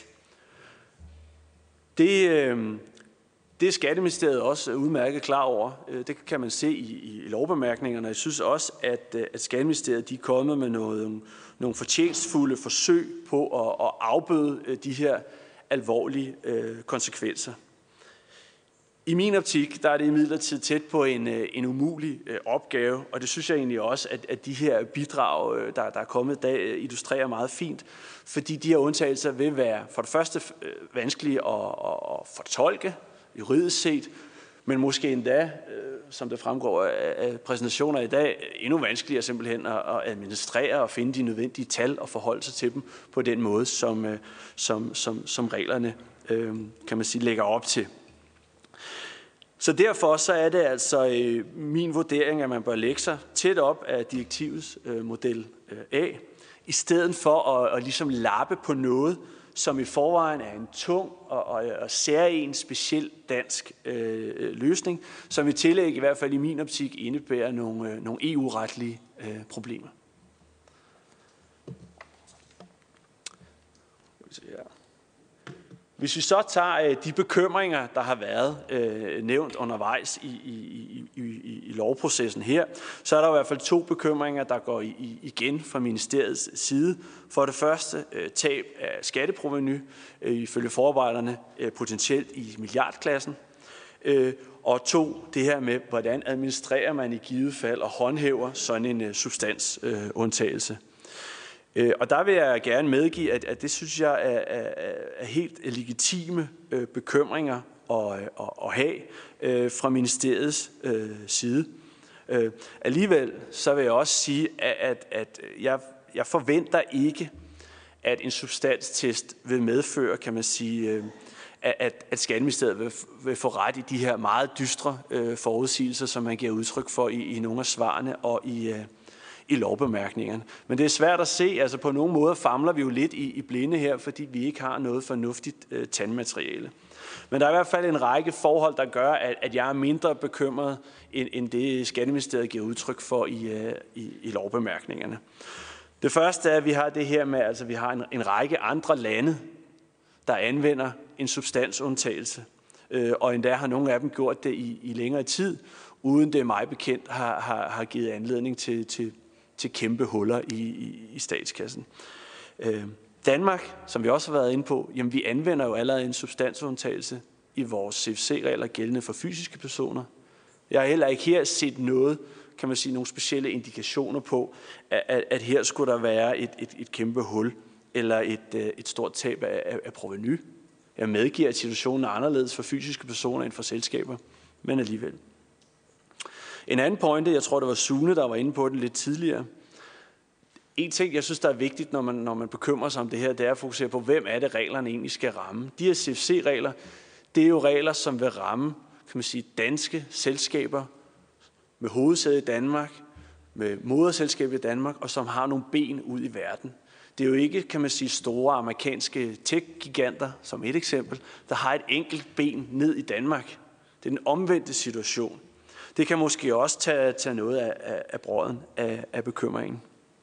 Det, øh, det er Skatteministeriet også udmærket klar over. Det kan man se i, i lovbemærkningerne. Jeg synes også, at, at Skatteministeriet de er kommet med noget, nogle fortjenstfulde forsøg på at, at afbøde de her alvorlige øh, konsekvenser. I min optik, der er det imidlertid tæt på en, en umulig øh, opgave, og det synes jeg egentlig også, at, at de her bidrag, øh, der, der er kommet i dag, illustrerer meget fint, fordi de her undtagelser vil være for det første øh, vanskelige at, at, at fortolke juridisk set, men måske endda, øh, som det fremgår af, af præsentationer i dag, endnu vanskeligere simpelthen at, at administrere og finde de nødvendige tal og forholde sig til dem på den måde, som, øh, som, som, som reglerne øh, kan man sige, lægger op til. Så derfor så er det altså øh, min vurdering, at man bør lægge sig tæt op af direktivets øh, model øh, A, i stedet for at, at ligesom lappe på noget, som i forvejen er en tung og, og, og særlig speciel dansk øh, løsning, som i tillæg i hvert fald i min optik indebærer nogle, øh, nogle E U-retlige øh, problemer. Hvis vi så tager de bekymringer, der har været øh, nævnt undervejs i, i, i, i, i lovprocessen her, så er der i hvert fald to bekymringer, der går i, i, igen fra ministeriets side. For det første øh, tab af skatteprovenu, øh, ifølge forarbejderne øh, potentielt i milliardklassen. Øh, og to, det her med, hvordan administrerer man i givet fald og håndhæver sådan en øh, substansundtagelse. Øh, Og der vil jeg gerne medgive, at, at det synes jeg er, er, er helt legitime øh, bekymringer at, at, at have øh, fra ministeriets øh, side. Øh, alligevel så vil jeg også sige, at, at, at jeg, jeg forventer ikke, at en substanstest vil medføre, kan man sige, øh, at, at Skatteministeriet vil, vil få ret i de her meget dystre øh, forudsigelser, som man giver udtryk for i, i nogle af svarene og i, øh, i lovbemærkningerne. Men det er svært at se, altså på nogle måder famler vi jo lidt i, i blinde her, fordi vi ikke har noget fornuftigt øh, tandmateriale. Men der er i hvert fald en række forhold, der gør, at, at jeg er mindre bekymret, end, end det Skatteministeriet giver udtryk for i, øh, i, i lovbemærkningerne. Det første er, at vi har det her med, altså vi har en, en række andre lande, der anvender en substansundtagelse, øh, og endda har nogle af dem gjort det i, i længere tid, uden det mig bekendt har, har, har givet anledning til, til, til kæmpe huller i, i, i statskassen. Øh, Danmark, som vi også har været inde på, jamen vi anvender jo allerede en substansundtagelse i vores C F C-regler gældende for fysiske personer. Jeg har heller ikke her set noget, kan man sige, nogle specielle indikationer på, at, at, at her skulle der være et, et, et kæmpe hul eller et, et stort tab af, af, af provenu. Jeg medgiver, at situationen er anderledes for fysiske personer end for selskaber, men alligevel. En anden pointe, jeg tror, det var Sune, der var inde på det lidt tidligere. En ting, jeg synes, der er vigtigt, når man, når man bekymrer sig om det her, det er at fokusere på, hvem er det, reglerne egentlig skal ramme. De her C F C-regler, det er jo regler, som vil ramme, kan man sige, danske selskaber med hovedsæde i Danmark, med moderselskab i Danmark, og som har nogle ben ud i verden. Det er jo ikke, kan man sige, store amerikanske tech-giganter, som et eksempel, der har et enkelt ben ned i Danmark. Det er den omvendte situation. Det kan måske også tage, tage noget af, af, af brodden af, af bekymringen.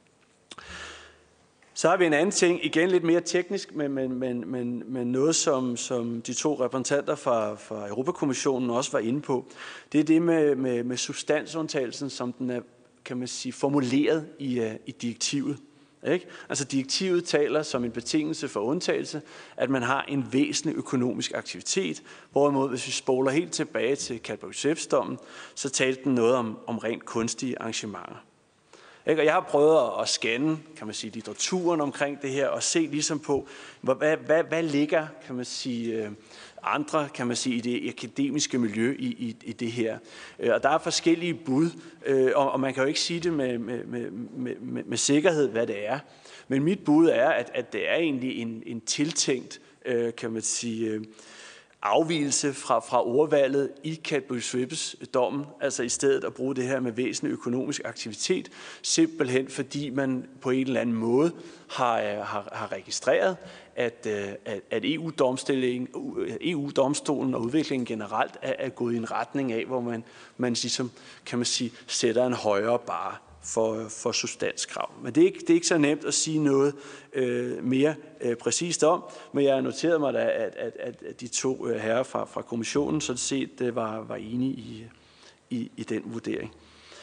Så har vi en anden ting, igen lidt mere teknisk, men, men, men, men, men noget, som, som de to repræsentanter fra, fra Europakommissionen også var inde på. Det er det med, med, med substansundtagelsen, som den er, kan man sige, formuleret i, i direktivet. Ikke? Altså direktivet taler som en betingelse for undtagelse, at man har en væsentlig økonomisk aktivitet, hvorimod hvis vi spoler helt tilbage til Cadbury-Schweppes-dommen, så talte den noget om, om rent kunstige arrangementer. Ikke? Og jeg har prøvet at scanne, kan man sige, litteraturen omkring det her, og se ligesom på, hvad, hvad, hvad ligger, kan man sige, andre, kan man sige, i det akademiske miljø i, i, i det her. Og der er forskellige bud, og, og man kan jo ikke sige det med, med, med, med, med sikkerhed, hvad det er. Men mit bud er, at, at det er egentlig en, en tiltænkt, kan man sige, afvigelse fra, fra ordvalget i Cadbury-Schweppes-dommen, altså i stedet at bruge det her med væsentlig økonomisk aktivitet, simpelthen fordi man på en eller anden måde har, har, har registreret, at, at, at E U-domstolen og udviklingen generelt er, er gået i en retning af, hvor man, man ligesom, kan man sige, sætter en højere barre for, for substanskrav. Men det er, ikke, det er ikke så nemt at sige noget øh, mere øh, præcist om, men jeg har noteret mig, da, at, at, at de to øh, herrer fra, fra kommissionen sådan set øh, var, var enige i, i, i den vurdering.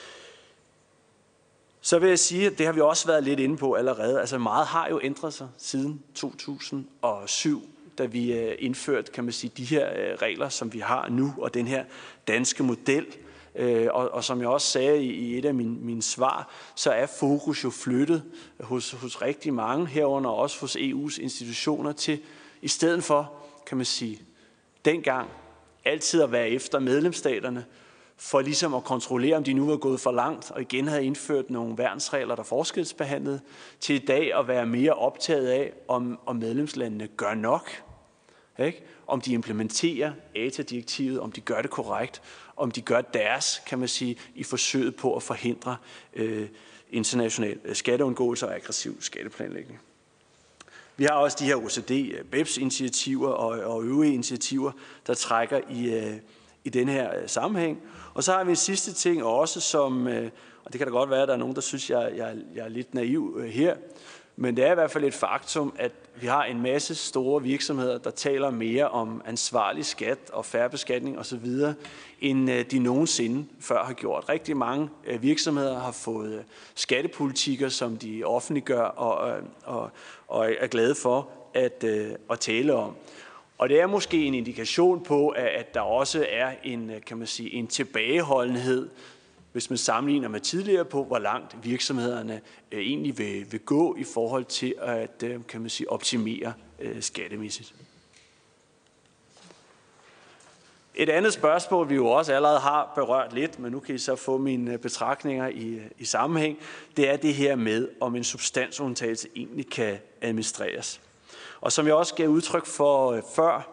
Så vil jeg sige, at det har vi også været lidt inde på allerede. Altså meget har jo ændret sig siden to tusind og syv, da vi øh, indførte, kan man sige, de her øh, regler, som vi har nu, og den her danske model. Øh, og, og som jeg også sagde i, i et af mine, mine svar, så er fokus jo flyttet hos, hos rigtig mange, herunder også hos E U's institutioner, til i stedet for, kan man sige, dengang altid at være efter medlemsstaterne, for ligesom at kontrollere, om de nu var gået for langt, og igen havde indført nogle værnsregler, der forskelsbehandlede, til i dag at være mere optaget af, om, om medlemslandene gør nok, ikke? Om de implementerer A T A-direktivet, om de gør det korrekt, om de gør deres, kan man sige, i forsøget på at forhindre øh, international skatteundgåelse og aggressiv skatteplanlægning. Vi har også de her O E C D, B E P S-initiativer og, og øvrige initiativer, der trækker i, øh, i den her øh, sammenhæng. Og så har vi en sidste ting også, som, øh, og det kan da godt være, at der er nogen, der synes, jeg, jeg, jeg er lidt naiv øh, her, men det er i hvert fald et faktum, at vi har en masse store virksomheder, der taler mere om ansvarlig skat og fair beskatning osv., end de nogensinde før har gjort. Rigtig mange virksomheder har fået skattepolitikker, som de offentliggør og, og, og er glade for at, at tale om. Og det er måske en indikation på, at der også er en, kan man sige, en tilbageholdenhed, hvis man sammenligner med tidligere på, hvor langt virksomhederne øh, egentlig vil, vil gå i forhold til at øh, kan man sige, optimere øh, skattemæssigt. Et andet spørgsmål, vi jo også allerede har berørt lidt, men nu kan I så få mine betragtninger i, i sammenhæng, det er det her med, om en substansundtagelse egentlig kan administreres. Og som jeg også gav udtryk for øh, før,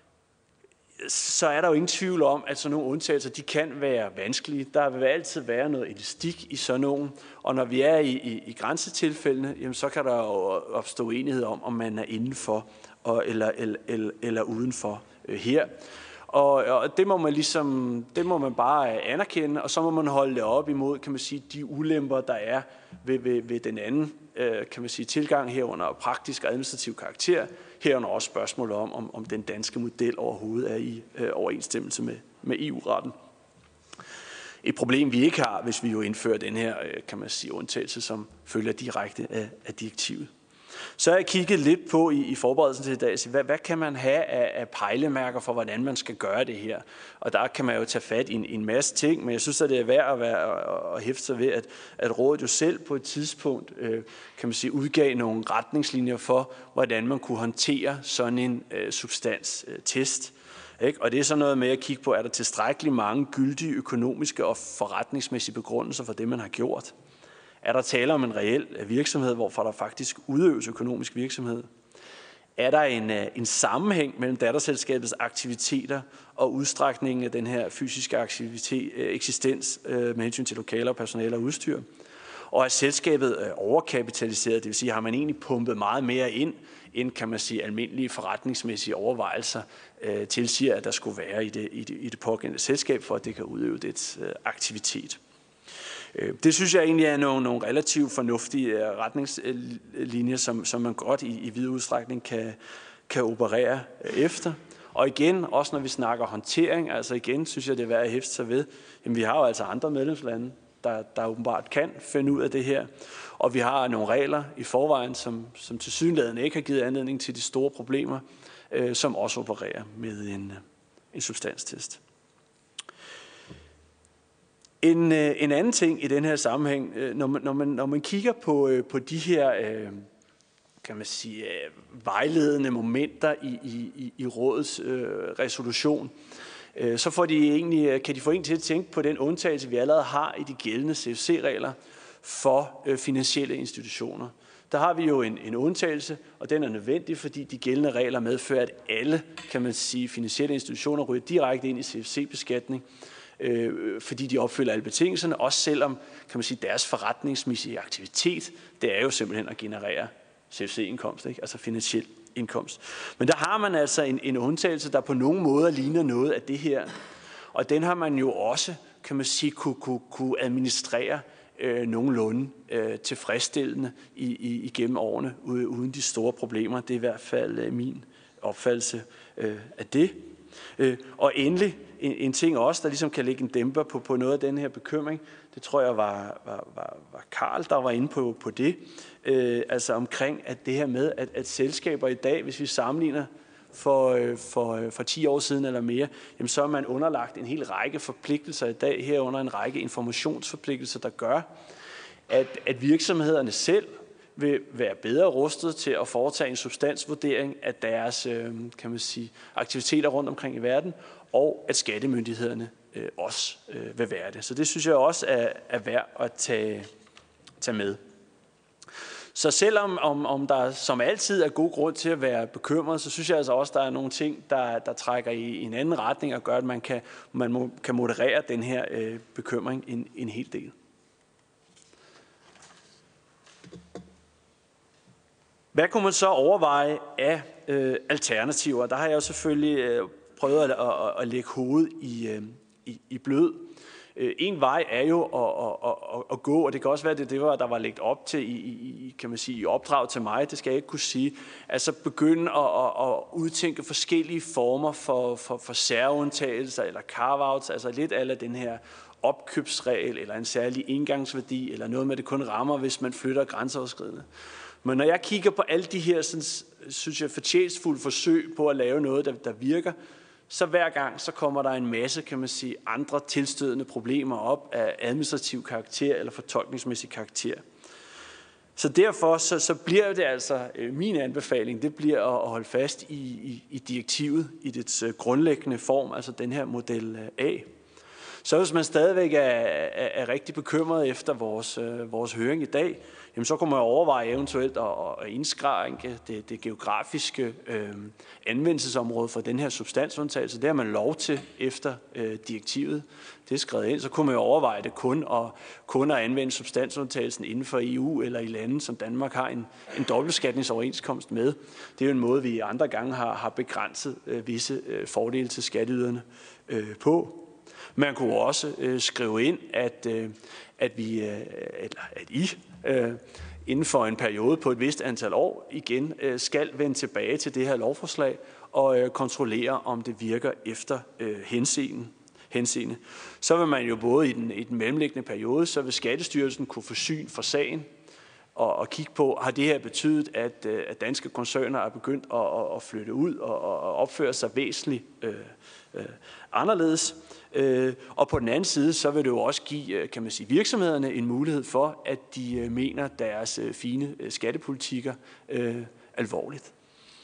så er der jo ingen tvivl om, at sådan nogle undtagelser, de kan være vanskelige. Der vil altid være noget elastik i sådan nogle, og når vi er i, i, i grænsetilfældene, jamen, så kan der jo opstå enighed om, om man er indenfor og, eller, eller, eller, eller udenfor øh, her. Og, og det må man ligesom, det må man bare anerkende, og så må man holde det op imod, kan man sige, de ulemper, der er ved, ved, ved den anden, øh, kan man sige, tilgang herunder praktisk og administrativ karakter, herunder også spørgsmålet om, om, om den danske model overhovedet er i øh, overensstemmelse med, med E U-retten. Et problem, vi ikke har, hvis vi jo indfører den her, øh, kan man sige, undtagelse, som følger direkte af, af direktivet. Så har jeg kigget lidt på i, i forberedelsen til i dag, hvad, hvad kan man have af, af pejlemærker for, hvordan man skal gøre det her? Og der kan man jo tage fat i en, en masse ting, men jeg synes, at det er værd at, være, at hæfte sig ved, at, at rådet jo selv på et tidspunkt øh, kan man sige, udgav nogle retningslinjer for, hvordan man kunne håndtere sådan en øh, substanstest. Ikke? Og det er så noget med at kigge på, er der tilstrækkeligt mange gyldige økonomiske og forretningsmæssige begrundelser for det, man har gjort? Er der tale om en reel virksomhed, hvorfor der faktisk udøves økonomisk virksomhed? Er der en, en sammenhæng mellem datterselskabets aktiviteter og udstrækningen af den her fysiske aktivitet, eksistens med hensyn til lokaler, personale og udstyr? Og er selskabet overkapitaliseret, det vil sige, har man egentlig pumpet meget mere ind, end kan man sige almindelige forretningsmæssige overvejelser øh, tilsiger, at der skulle være i det, i det, i det pågældende selskab, for at det kan udøve dets øh, aktivitet. Det synes jeg egentlig er nogle, nogle relativt fornuftige retningslinjer, som, som man godt i, i vid udstrækning kan, kan operere efter. Og igen, også når vi snakker håndtering, altså igen synes jeg, det er værd at hæfte sig ved, jamen vi har jo altså andre medlemslande, der, der åbenbart kan finde ud af det her. Og vi har nogle regler i forvejen, som, som tilsyneladende ikke har givet anledning til de store problemer, øh, som også opererer med en, en substanstest. En, en anden ting i den her sammenhæng, når man, når man, når man kigger på, på de her kan man sige, vejledende momenter i, i, i rådets øh, resolution, øh, så får de egentlig, kan de få en til at tænke på den undtagelse, vi allerede har i de gældende C F C-regler for øh, finansielle institutioner. Der har vi jo en, en undtagelse, og den er nødvendig, fordi de gældende regler medfører, at alle, kan man sige, finansielle institutioner ryger direkte ind i C F C-beskatning, øh, fordi de opfylder alle betingelserne, også selvom, kan man sige, deres forretningsmæssige aktivitet, det er jo simpelthen at generere C F C-indkomst, ikke? Altså finansiel indkomst. Men der har man altså en, en undtagelse, der på nogen måde ligner noget af det her, og den har man jo også, kan man sige, kunne, kunne, kunne administrere øh, nogenlunde øh, tilfredsstillende i, i, igennem årene, uden de store problemer. Det er i hvert fald øh, min opfattelse øh, af det. Øh, og endelig en, en ting også, der ligesom kan lægge en dæmper på, på noget af den her bekymring, det tror jeg var, var, var, var Karl, der var inde på, på det, øh, altså omkring at det her med, at, at selskaber i dag, hvis vi sammenligner for, for, for ti år siden eller mere, jamen så er man underlagt en hel række forpligtelser i dag, herunder en række informationsforpligtelser, der gør, at, at virksomhederne selv vil være bedre rustet til at foretage en substansvurdering af deres kan man sige, aktiviteter rundt omkring i verden, og at skattemyndighederne øh, også øh, vil være det. Så det synes jeg også er, er værd at tage, tage med. Så selvom om, om der som altid er god grund til at være bekymret, så synes jeg altså også, at der er nogle ting, der, der trækker i en anden retning og gør, at man kan, man må, kan moderere den her øh, bekymring en, en hel del. Hvad kunne man så overveje af øh, alternativer? Der har jeg jo selvfølgelig øh, prøvet at, at, at lægge hovedet i, øh, i, i blød. Øh, en vej er jo at, at, at, at gå, og det kan også være, at det, det var, der var lægget op til i, i, kan man sige, i opdrag til mig, det skal jeg ikke kunne sige. Altså begynde at, at, at udtænke forskellige former for, for, for særundtagelser eller carve-outs, altså lidt af den her opkøbsregel eller en særlig engangsværdi, eller noget med, det kun rammer, hvis man flytter grænseoverskridende. Men når jeg kigger på alle de her, sådan, synes jeg, fortjenstfulde forsøg på at lave noget, der, der virker, så hver gang så kommer der en masse, kan man sige, andre tilstødende problemer op af administrativ karakter eller fortolkningsmæssig karakter. Så derfor så, så bliver det altså, øh, min anbefaling, det bliver at, at holde fast i, i, i direktivet, i dets øh, grundlæggende form, altså den her model A. Så hvis man stadigvæk er, er, er rigtig bekymret efter vores, øh, vores høring i dag, jamen så kunne man overveje eventuelt at, at indskrænke det, det geografiske øh, anvendelsesområde for den her substansundtagelse. Det har man lov til efter øh, direktivet. Det er skrevet ind. Så kunne man jo overveje det kun at, kun at anvende substansundtagelsen inden for E U eller i lande, som Danmark har en, en dobbeltbeskatningsoverenskomst med. Det er jo en måde, vi andre gange har, har begrænset øh, visse øh, fordele til skatteyderne øh, på. Man kunne også øh, skrive ind, at, øh, at, vi, øh, eller at I øh, inden for en periode på et vist antal år igen øh, skal vende tilbage til det her lovforslag og øh, kontrollere, om det virker efter øh, henseende. henseende. Så vil man jo både i den, i den mellemliggende periode, så vil Skattestyrelsen kunne få syn for sagen og, og kigge på, har det her betydet, at, øh, at danske koncerner er begyndt at, at, at flytte ud og, og opføre sig væsentligt øh, øh, anderledes. Øh, og på den anden side, så vil det jo også give, kan man sige, virksomhederne en mulighed for, at de øh, mener deres øh, fine øh, skattepolitikker øh, alvorligt.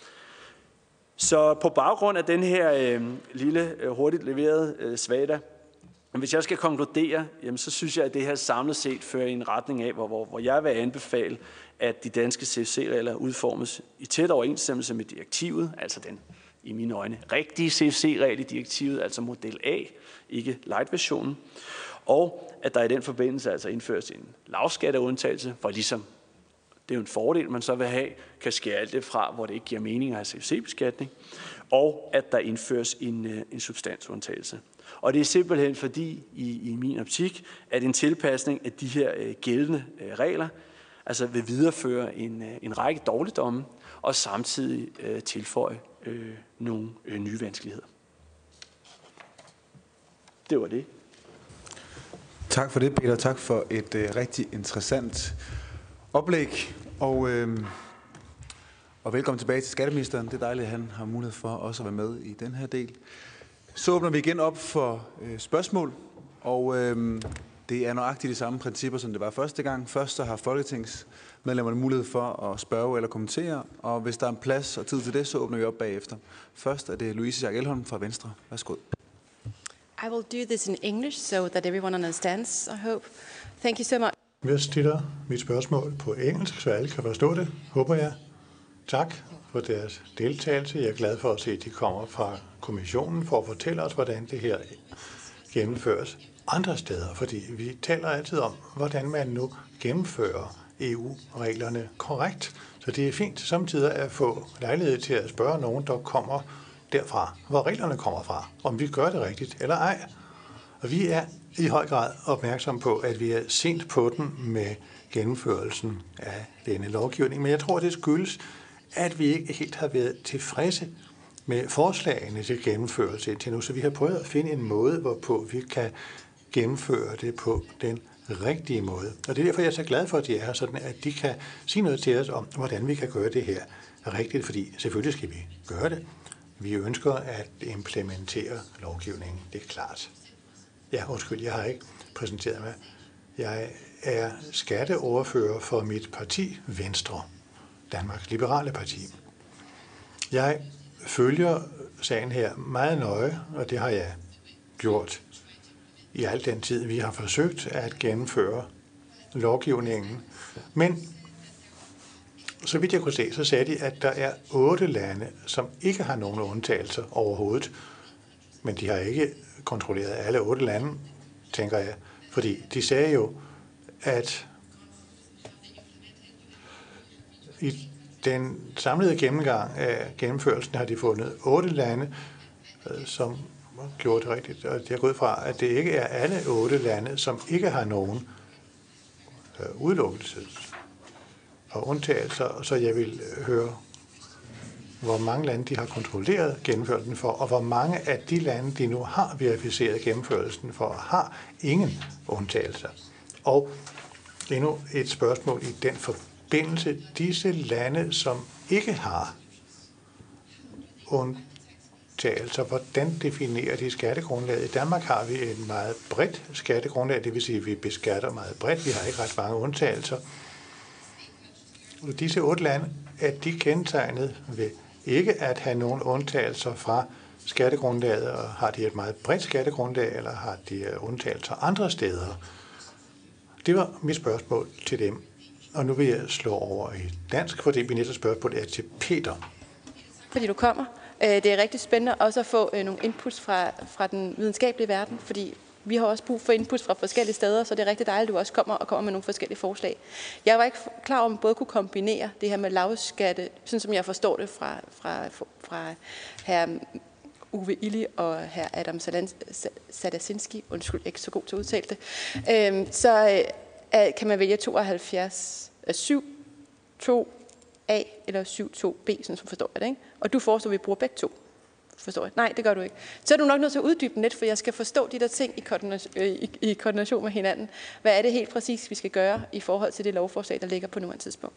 Så på baggrund af den her øh, lille, øh, hurtigt leverede øh, svada, hvis jeg skal konkludere, jamen, så synes jeg, at det her samlet set fører i en retning af, hvor, hvor, hvor jeg vil anbefale, at de danske C F C-regler udformes i tæt overensstemmelse med direktivet, altså den i mine øjne rigtige C F C-regel i direktivet, altså model A, ikke light-versionen, og at der i den forbindelse altså indføres en lavskatteundtagelse, for ligesom det er jo en fordel, man så vil have, kan skære alt det fra, hvor det ikke giver mening at have C F C-beskatning, og at der indføres en, en substansundtagelse. Og det er simpelthen fordi, i, i min optik, at en tilpasning af de her øh, gældende øh, regler, altså vil videreføre en, øh, en række dårligdomme, og samtidig øh, tilføje øh, nogle øh, nye vanskeligheder. Det var det. Tak for det, Peter. Tak for et øh, rigtig interessant oplæg. Og, øh, og velkommen tilbage til skatteministeren. Det er dejligt, at han har mulighed for også at være med i den her del. Så åbner vi igen op for øh, spørgsmål. Og øh, det er nøjagtigt de samme principper, som det var første gang. Først så har folketingsmedlemmerne mulighed for at spørge eller kommentere. Og hvis der er en plads og tid til det, så åbner vi op bagefter. Først er det Louise Schack Elholm fra Venstre. Værsgo. I will do this in English so that everyone understands, I hope. Thank you so much. Jeg stiller mit spørgsmål på engelsk, så alle kan forstå det, håber jeg. Tak for deres deltagelse. Jeg er glad for at se, at de kommer fra kommissionen for at fortælle os, hvordan det her gennemføres andre steder. Fordi vi taler altid om, hvordan man nu gennemfører E U-reglerne korrekt. Så det er fint samtidig at få lejlighed til at spørge nogen, der kommer derfra, hvor reglerne kommer fra, om vi gør det rigtigt eller ej. Og vi er i høj grad opmærksom på, at vi er sent på den med gennemførelsen af denne lovgivning. Men jeg tror, det skyldes, at vi ikke helt har været tilfredse med forslagene til gennemførelse indtil nu. Så vi har prøvet at finde en måde, hvorpå vi kan gennemføre det på den rigtige måde. Og det er derfor, jeg er så glad for, at de er her, sådan at de kan sige noget til os om, hvordan vi kan gøre det her rigtigt. Fordi selvfølgelig skal vi gøre det. Vi ønsker at implementere lovgivningen. Det er klart. Ja, undskyld, jeg har ikke præsenteret mig. Jeg er skatteordfører for mit parti, Venstre, Danmarks Liberale Parti. Jeg følger sagen her meget nøje, og det har jeg gjort i al den tid, vi har forsøgt at gennemføre lovgivningen. Men så vidt jeg kunne se, så sagde de, at der er otte lande, som ikke har nogen undtagelser overhovedet. Men de har ikke kontrolleret alle otte lande, tænker jeg. Fordi de sagde jo, at i den samlede gennemgang af gennemførelsen har de fundet otte lande, som gjorde det rigtigt. Og det er gået fra, at det ikke er alle otte lande, som ikke har nogen udelukkelse og undtagelser. Så jeg vil høre, hvor mange lande de har kontrolleret gennemførelsen for, og hvor mange af de lande, de nu har verificeret gennemførelsen for, har ingen undtagelser. Og endnu et spørgsmål i den forbindelse. Disse lande, som ikke har undtagelser, hvordan definerer de skattegrundlaget? I Danmark har vi et meget bredt skattegrundlag, det vil sige, at vi beskatter meget bredt. Vi har ikke ret mange undtagelser. Disse otte lande, er de kendetegnet ved ikke at have nogen undtagelser fra skattegrundlaget, og har de et meget bredt skattegrundlag, eller har de undtagelser andre steder? Det var mit spørgsmål til dem. Og nu vil jeg slå over i dansk, fordi vi næste spørgsmål er til Peter. Fordi du kommer. Det er rigtig spændende også at få nogle inputs fra, fra den videnskabelige verden, fordi vi har også brug for inputs fra forskellige steder, så det er rigtig dejligt, at du også kommer og kommer med nogle forskellige forslag. Jeg var ikke klar over, om man både kunne kombinere det her med lavskatte, sådan som jeg forstår det fra, fra, fra herr Uffe Elbæk og herr Adam Sadacinski, undskyld, ikke så god til at udtale det, øhm, så øh, kan man vælge tooghalvfjerds, syv to A eller syv to B, sådan som forstår jeg det, ikke? Og du foreslår, at vi bruger begge to. Forstår jeg? Nej, det gør du ikke. Så er du nok nødt til at uddybe den lidt, for jeg skal forstå de der ting i koordination, i, i koordination med hinanden. Hvad er det helt præcis, vi skal gøre i forhold til det lovforslag, der ligger på nuværende tidspunkt?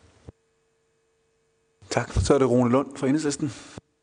Tak. Så er det Rune Lund fra Enhedslisten.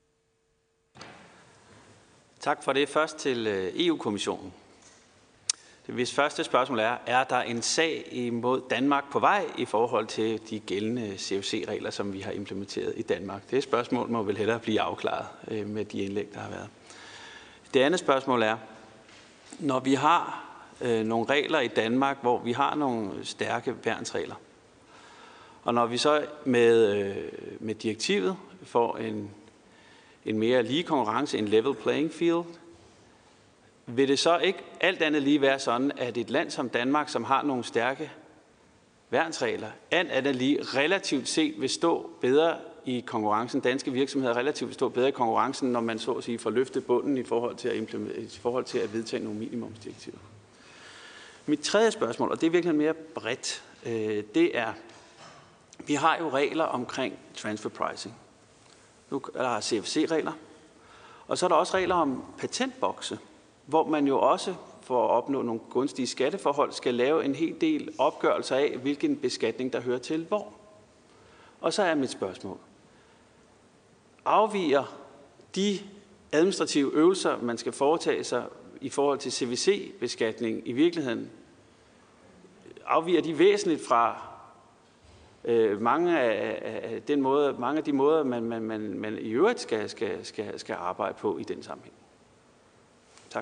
Tak for det. Først til E U-kommissionen. Hvis første spørgsmål er, er der en sag imod Danmark på vej i forhold til de gældende C F C-regler, som vi har implementeret i Danmark? Det spørgsmål må vel hellere blive afklaret med de indlæg, der har været. Det andet spørgsmål er, når vi har øh, nogle regler i Danmark, hvor vi har nogle stærke værnsregler, og når vi så med, øh, med direktivet får en, en mere lige konkurrence, en level playing field, vil det så ikke alt andet lige være sådan, at et land som Danmark, som har nogle stærke værnsregler, alt andet lige relativt set vil stå bedre i konkurrencen, danske virksomheder relativt vil stå bedre i konkurrencen, når man så at sige får løftet bunden i forhold til at, i forhold til at vedtage nogle minimumsdirektiver? Mit tredje spørgsmål, og det er virkelig mere bredt, det er, vi har jo regler omkring transfer pricing. Nu er der C F C-regler, og så er der også regler om patentbokse, hvor man jo også for at opnå nogle gunstige skatteforhold skal lave en hel del opgørelser af, hvilken beskatning der hører til hvor. Og så er mit spørgsmål. Afviger de administrative øvelser, man skal foretage sig i forhold til C V C-beskatning i virkeligheden, afviger de væsentligt fra øh, mange, af, af den måde, mange af de måder, man, man, man, man i øvrigt skal, skal, skal, skal arbejde på i den sammenhæng? Tak.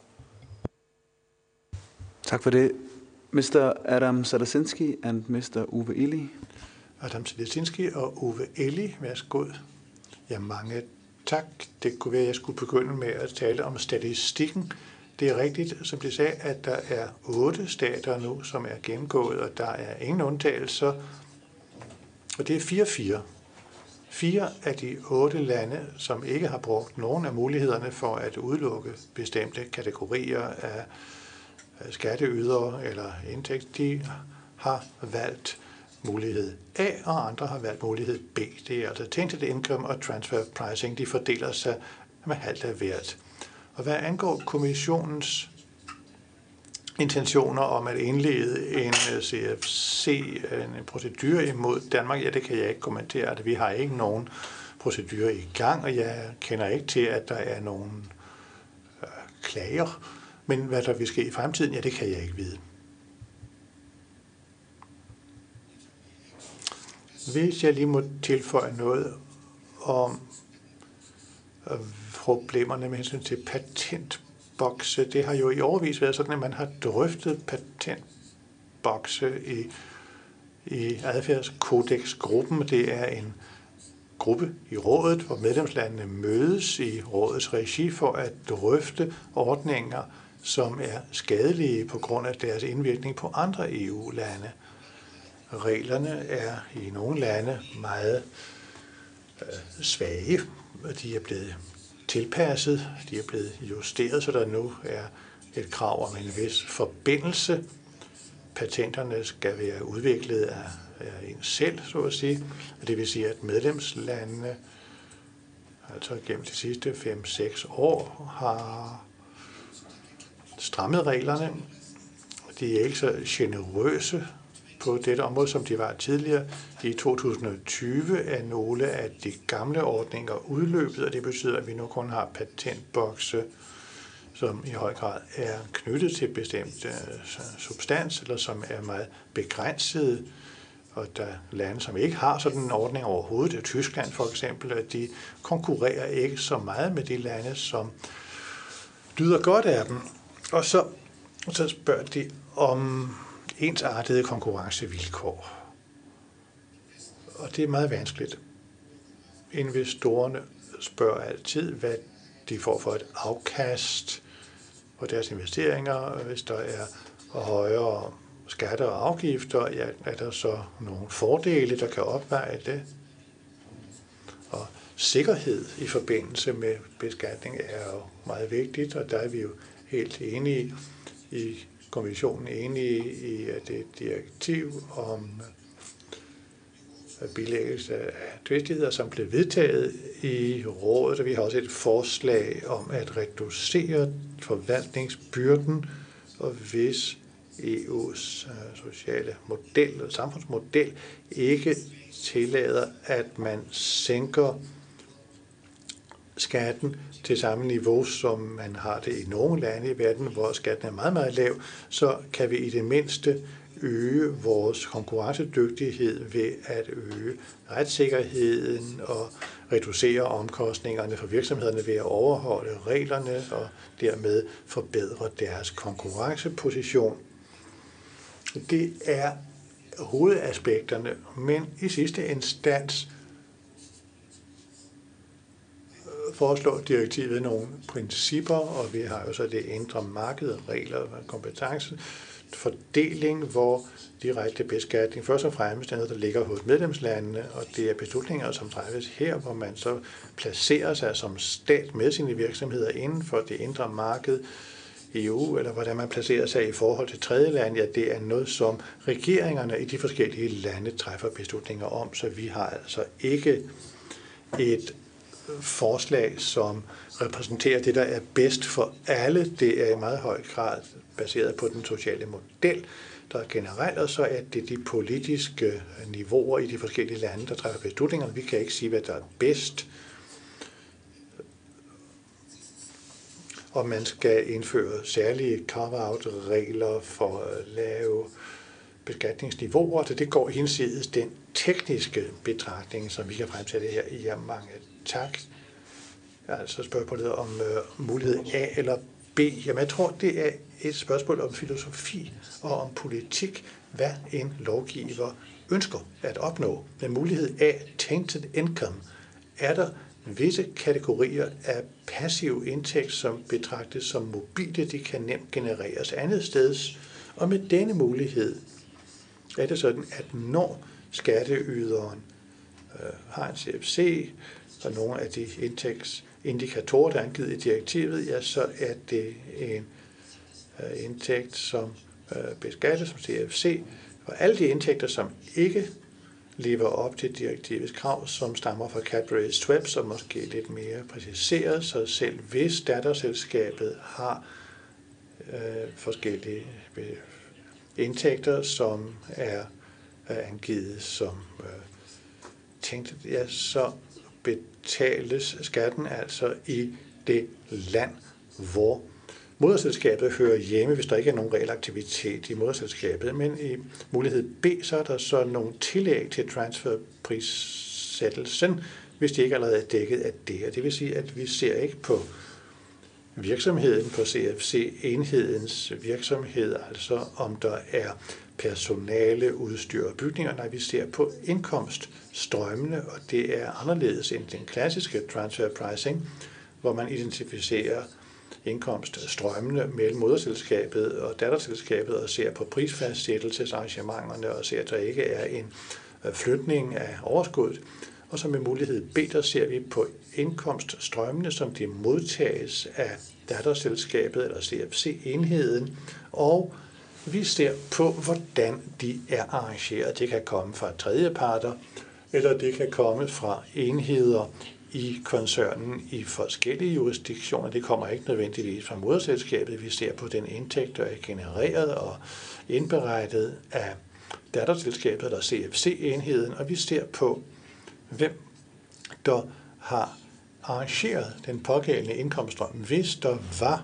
Tak for det. mister Adam Sadacinski and mister Uffe Elbæk. Adam Sadacinski og Uffe Elbæk, værsgo. Ja, mange tak. Det kunne være, at jeg skulle begynde med at tale om statistikken. Det er rigtigt, som de sagde, at der er otte stater nu, som er gennemgået, og der er ingen undtagelser. Og det er fire fire. Fire af de otte lande, som ikke har brugt nogen af mulighederne for at udelukke bestemte kategorier af skatteydere eller indtægt, de har valgt mulighed A, og andre har valgt mulighed B. Det er altså tainted income og transfer pricing. De fordeler sig med halvt af hvert. Og hvad angår kommissionens intentioner om at indlede en C F C, en procedure imod Danmark, ja, det kan jeg ikke kommentere. Vi har ikke nogen procedure i gang, og jeg kender ikke til, at der er nogen øh, klager. Men hvad der vil ske i fremtiden, ja, det kan jeg ikke vide. Hvis jeg lige må tilføje noget om problemerne med hensyn til patentbokse, det har jo i årevis været sådan, at man har drøftet patentbokse i, i adfærdskodeksgruppen. Det er en gruppe i rådet, hvor medlemslandene mødes i rådets regi for at drøfte ordninger, som er skadelige på grund af deres indvirkning på andre E U-lande. Reglerne er i nogle lande meget øh, svage, og de er blevet tilpasset, de er blevet justeret, så der nu er et krav om en vis forbindelse. Patenterne skal være udviklet af, af en selv, så at sige, og det vil sige, at medlemslandene, altså gennem de sidste fem seks år, har strammet reglerne. De er ikke så generøse på dette område, som de var tidligere. I to tusind og tyve er nogle af de gamle ordninger udløbet, og det betyder, at vi nu kun har patentbokse, som i høj grad er knyttet til bestemt uh, substans, eller som er meget begrænsede. Og der er lande, som ikke har sådan en ordning overhovedet, Tyskland for eksempel, at de konkurrerer ikke så meget med de lande, som lyder godt af dem. Og så, så spørger de om ensartede konkurrencevilkår. Og det er meget vanskeligt. Investorerne spørger altid, hvad de får for et afkast på deres investeringer. Hvis der er højere skatter og afgifter, ja, er der så nogle fordele, der kan opveje det. Og sikkerhed i forbindelse med beskatning er jo meget vigtigt, og der er vi jo helt enige i kommissionen, enige i at det direktiv om bilæggelse af tvistigheder, som blev vedtaget i rådet, og vi har også et forslag om at reducere forvaltningsbyrden, og hvis E U's sociale model og samfundsmodel ikke tillader, at man sænker skatten til samme niveau, som man har det i nogle lande i verden, hvor skatten er meget, meget lav, så kan vi i det mindste øge vores konkurrencedygtighed ved at øge retssikkerheden og reducere omkostningerne for virksomhederne ved at overholde reglerne og dermed forbedre deres konkurrenceposition. Det er hovedaspekterne, men i sidste instans foreslår direktivet nogle principper, og vi har jo så det indre marked, regler og kompetence, fordeling, hvor direkte beskatning først og fremmest er noget, der ligger hos medlemslandene, og det er beslutninger, som træffes her, hvor man så placerer sig som stat med sine virksomheder inden for det indre marked, E U, eller hvordan man placerer sig i forhold til tredje land, ja, det er noget, som regeringerne i de forskellige lande træffer beslutninger om, så vi har altså ikke et forslag, som repræsenterer det, der er bedst for alle. Det er i meget høj grad baseret på den sociale model, der er generelt, og så er det de politiske niveauer i de forskellige lande, der træffer beslutninger. Vi kan ikke sige, hvad der er bedst. Og man skal indføre særlige carve-out-regler for lave beskatningsniveauer, så det går hinsides den tekniske betragtning, som vi kan fremsætte her i jer. Mange tak. Altså spørgsmålet om uh, mulighed A eller B. Jamen, jeg tror, det er et spørgsmål om filosofi og om politik, hvad en lovgiver ønsker at opnå. Med mulighed A, tainted income, er der visse kategorier af passiv indtægt, som betragtes som mobile, de kan nemt genereres andet sted. Og med denne mulighed er det sådan, at når skatteyderen øh, har en C F C, og nogle af de indtægtsindikatorer, der er angivet i direktivet, ja, så er det en øh, indtægt, som øh, beskattes som C F C, og alle de indtægter, som ikke lever op til direktivets krav, som stammer fra Cadbury Schweppes, og måske lidt mere præciseret, så selv hvis datterselskabet har øh, forskellige indtægter, som er øh, angivet som øh, tænkt, ja, så betales skatten altså i det land, hvor moderselskabet hører hjemme, hvis der ikke er nogen reel aktivitet i moderselskabet. Men i mulighed B, så er der så nogle tillæg til transferprissættelsen, hvis de ikke allerede er dækket af det. Og det vil sige, at vi ser ikke på virksomheden, på C F C-enhedens virksomhed, altså om der er personale, udstyr og bygninger. Nej, vi ser på indkomststrømmene, og det er anderledes end den klassiske transfer pricing, hvor man identificerer indkomststrømmene mellem moderselskabet og datterselskabet og ser på prisfastsættelsesarrangementerne og ser, at der ikke er en flytning af overskuddet. Og så med mulighed B, der ser vi på indkomststrømmene, som de modtages af datterselskabet eller C F C-enheden, og vi ser på, hvordan de er arrangeret. Det kan komme fra tredjeparter, eller det kan komme fra enheder i koncernen i forskellige jurisdiktioner. Det kommer ikke nødvendigvis fra moderselskabet. Vi ser på den indtægt, der er genereret og indberettet af datterselskabet eller C F C-enheden, og vi ser på, hvem der har arrangeret den pågældende indkomststrøm. Hvis der var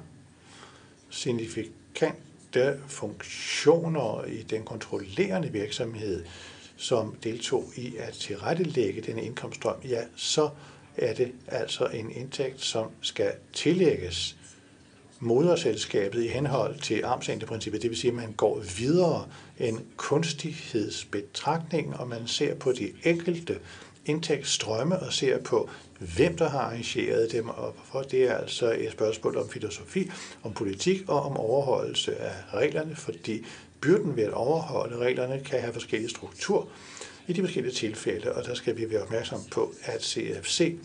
signifikante funktioner i den kontrollerende virksomhed, som deltog i at tilrettelægge denne indkomststrøm, ja, så er det altså en indtægt, som skal tillægges moderselskabet i henhold til armslængdeprincippet. Det vil sige, at man går videre end kunstighedsbetragtningen, og man ser på de enkelte indtægtsstrømme og ser på, hvem der har arrangeret dem, og hvorfor. Det er altså et spørgsmål om filosofi, om politik og om overholdelse af reglerne, fordi byrden ved at overholde reglerne kan have forskellige struktur i de forskellige tilfælde, og der skal vi være opmærksom på, at C F C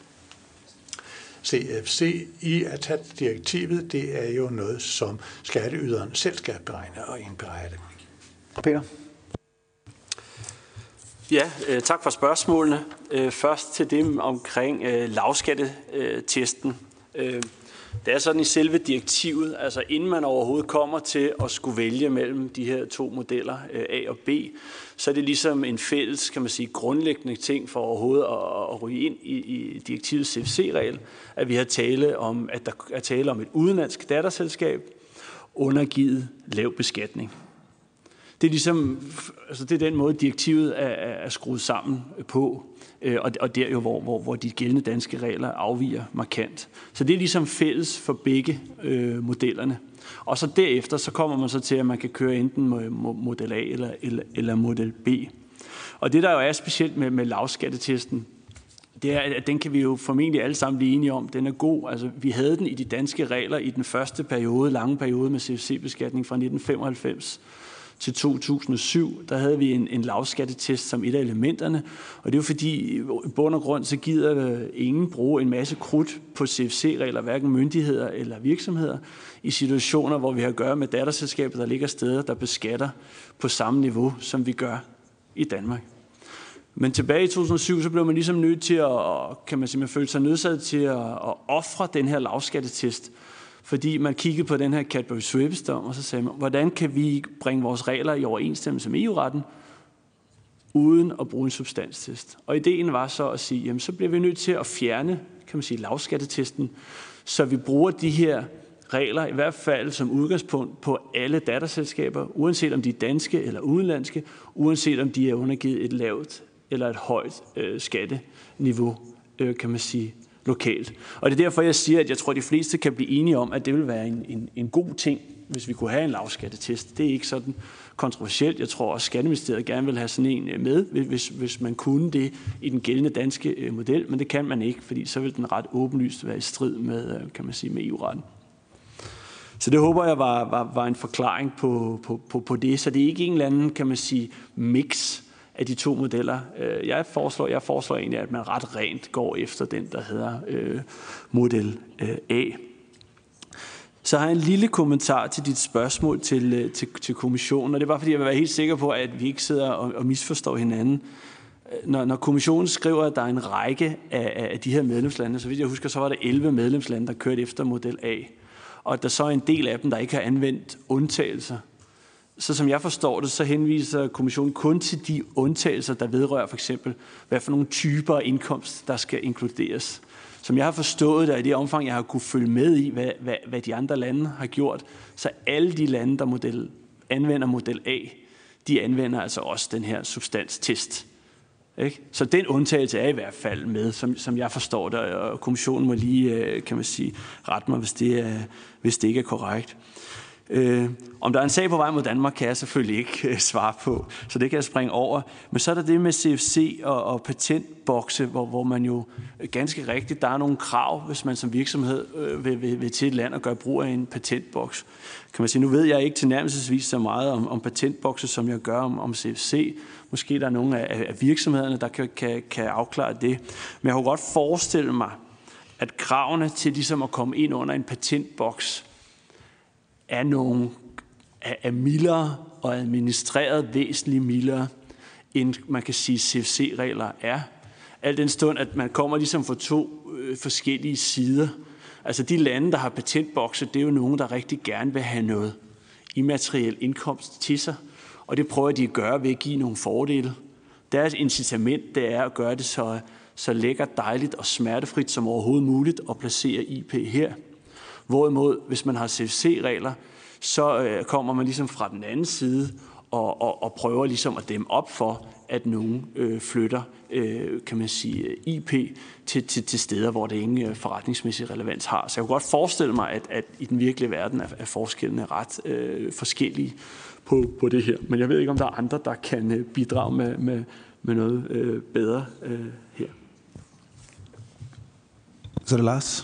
C F C i at tage direktivet, det er jo noget, som skatteyderen selv skal beregne og indberette. Peter? Ja, øh, tak for spørgsmålene. Øh, først til det omkring øh, lavskattetesten. Øh, det er sådan i selve direktivet, altså inden man overhovedet kommer til at skulle vælge mellem de her to modeller, øh, A og B, så er det ligesom en fælles, kan man sige, grundlæggende ting for overhovedet at, at ryge ind i, i direktivets C F C-regel, at vi har tale om, at der er tale om et udenlandsk datterselskab undergivet lav beskatning. Det er ligesom, altså det er den måde, direktivet er, er skruet sammen på, og, og der jo, hvor, hvor, hvor de gældende danske regler afviger markant. Så det er ligesom fælles for begge øh, modellerne. Og så derefter, så kommer man så til, at man kan køre enten model A eller, eller, eller model B. Og det, der jo er specielt med, med lavskattetesten, det er, at den kan vi jo formentlig alle sammen blive enige om. Den er god. Altså, vi havde den i de danske regler i den første periode, lange periode med C F C-beskatning fra nitten femoghalvfems til to tusind og syv, der havde vi en, en lavskattetest som et af elementerne, og det er jo fordi, i bund og grund, så gider ingen bruge en masse krudt på C F C-regler, hverken myndigheder eller virksomheder, i situationer, hvor vi har at gøre med datterselskaber, der ligger steder, der beskatter på samme niveau, som vi gør i Danmark. Men tilbage i to tusind og syv, så blev man ligesom nødt til at, kan man simpelthen føle sig nødsaget til at, at ofre den her lavskattetest, fordi man kiggede på den her Cadbury-Schweppes-dom, og så sagde man, hvordan kan vi bringe vores regler i overensstemmelse med E U-retten, uden at bruge en substanstest. Og ideen var så at sige, jamen så bliver vi nødt til at fjerne, kan man sige, lavskattetesten, så vi bruger de her regler, i hvert fald som udgangspunkt på alle datterselskaber, uanset om de er danske eller udenlandske, uanset om de er undergivet et lavt eller et højt øh, skatteniveau, øh, kan man sige, lokalt. Og det er derfor, jeg siger, at jeg tror, at de fleste kan blive enige om, at det vil være en, en, en god ting, hvis vi kunne have en lavskattetest. Det er ikke sådan kontroversielt. Jeg tror også, at Skatteministeriet gerne vil have sådan en med, hvis, hvis man kunne det i den gældende danske model, men det kan man ikke, fordi så vil den ret åbenlyst være i strid med, kan man sige, med E U-retten. Så det håber jeg var, var, var en forklaring på, på, på, på det. Så det er ikke en eller anden, kan man sige, mix af de to modeller. Jeg foreslår, jeg foreslår egentlig, at man ret rent går efter den, der hedder øh, model øh, A. Så har jeg en lille kommentar til dit spørgsmål til, til, til kommissionen, og det var, fordi jeg vil være helt sikker på, at vi ikke sidder og, og misforstår hinanden. Når, når kommissionen skriver, at der er en række af, af de her medlemslande, så vidt jeg husker, så var der elleve medlemslande, der kørte efter model A, og at der så er en del af dem, der ikke har anvendt undtagelser. Så som jeg forstår det, så henviser kommissionen kun til de undtagelser, der vedrører for eksempel, hvad for nogle typer af indkomst, der skal inkluderes. Som jeg har forstået det, i det omfang, jeg har kunne følge med i, hvad, hvad, hvad de andre lande har gjort, så alle de lande, der model, anvender model A, de anvender altså også den her substanstest. Ikke? Så den undtagelse er i hvert fald med, som, som jeg forstår det, og kommissionen må lige, kan man sige, rette mig, hvis det, er, hvis det ikke er korrekt. Øh, om der er en sag på vej mod Danmark, kan jeg selvfølgelig ikke øh, svare på, så det kan jeg springe over. Men så er der det med C F C og, og patentbokse, hvor, hvor man jo ganske rigtigt, der er nogle krav, hvis man som virksomhed øh, vil, vil, vil til et land og gøre brug af en patentboks. Kan man sige, nu ved jeg ikke tilnærmelsesvis så meget om, om patentbokse, som jeg gør om, om C F C. Måske der er nogle af, af virksomhederne, der kan, kan, kan afklare det. Men jeg kunne godt forestille mig, at kravene til ligesom at komme ind under en patentboks er nogle er mildere og administreret væsentligt mildere, end man kan sige C F C-regler er. Al den stund, at man kommer ligesom fra to øh, forskellige sider. Altså de lande, der har patentbokse, det er jo nogen, der rigtig gerne vil have noget immateriel indkomst til sig, og det prøver de at gøre ved at give nogle fordele. Deres incitament, det er at gøre det så, så lækkert, dejligt og smertefrit som overhovedet muligt at placere I P her. Hvorimod, hvis man har C F C-regler, så øh, kommer man ligesom fra den anden side og, og, og prøver ligesom at dæmme op for, at nogen øh, flytter øh, kan man sige, I P til, til, til steder, hvor det ingen forretningsmæssig relevans har. Så jeg kunne godt forestille mig, at, at i den virkelige verden er, er forskellene ret øh, forskellige på, på det her. Men jeg ved ikke, om der er andre, der kan øh, bidrage med, med, med noget øh, bedre øh, her. Så er det Lars.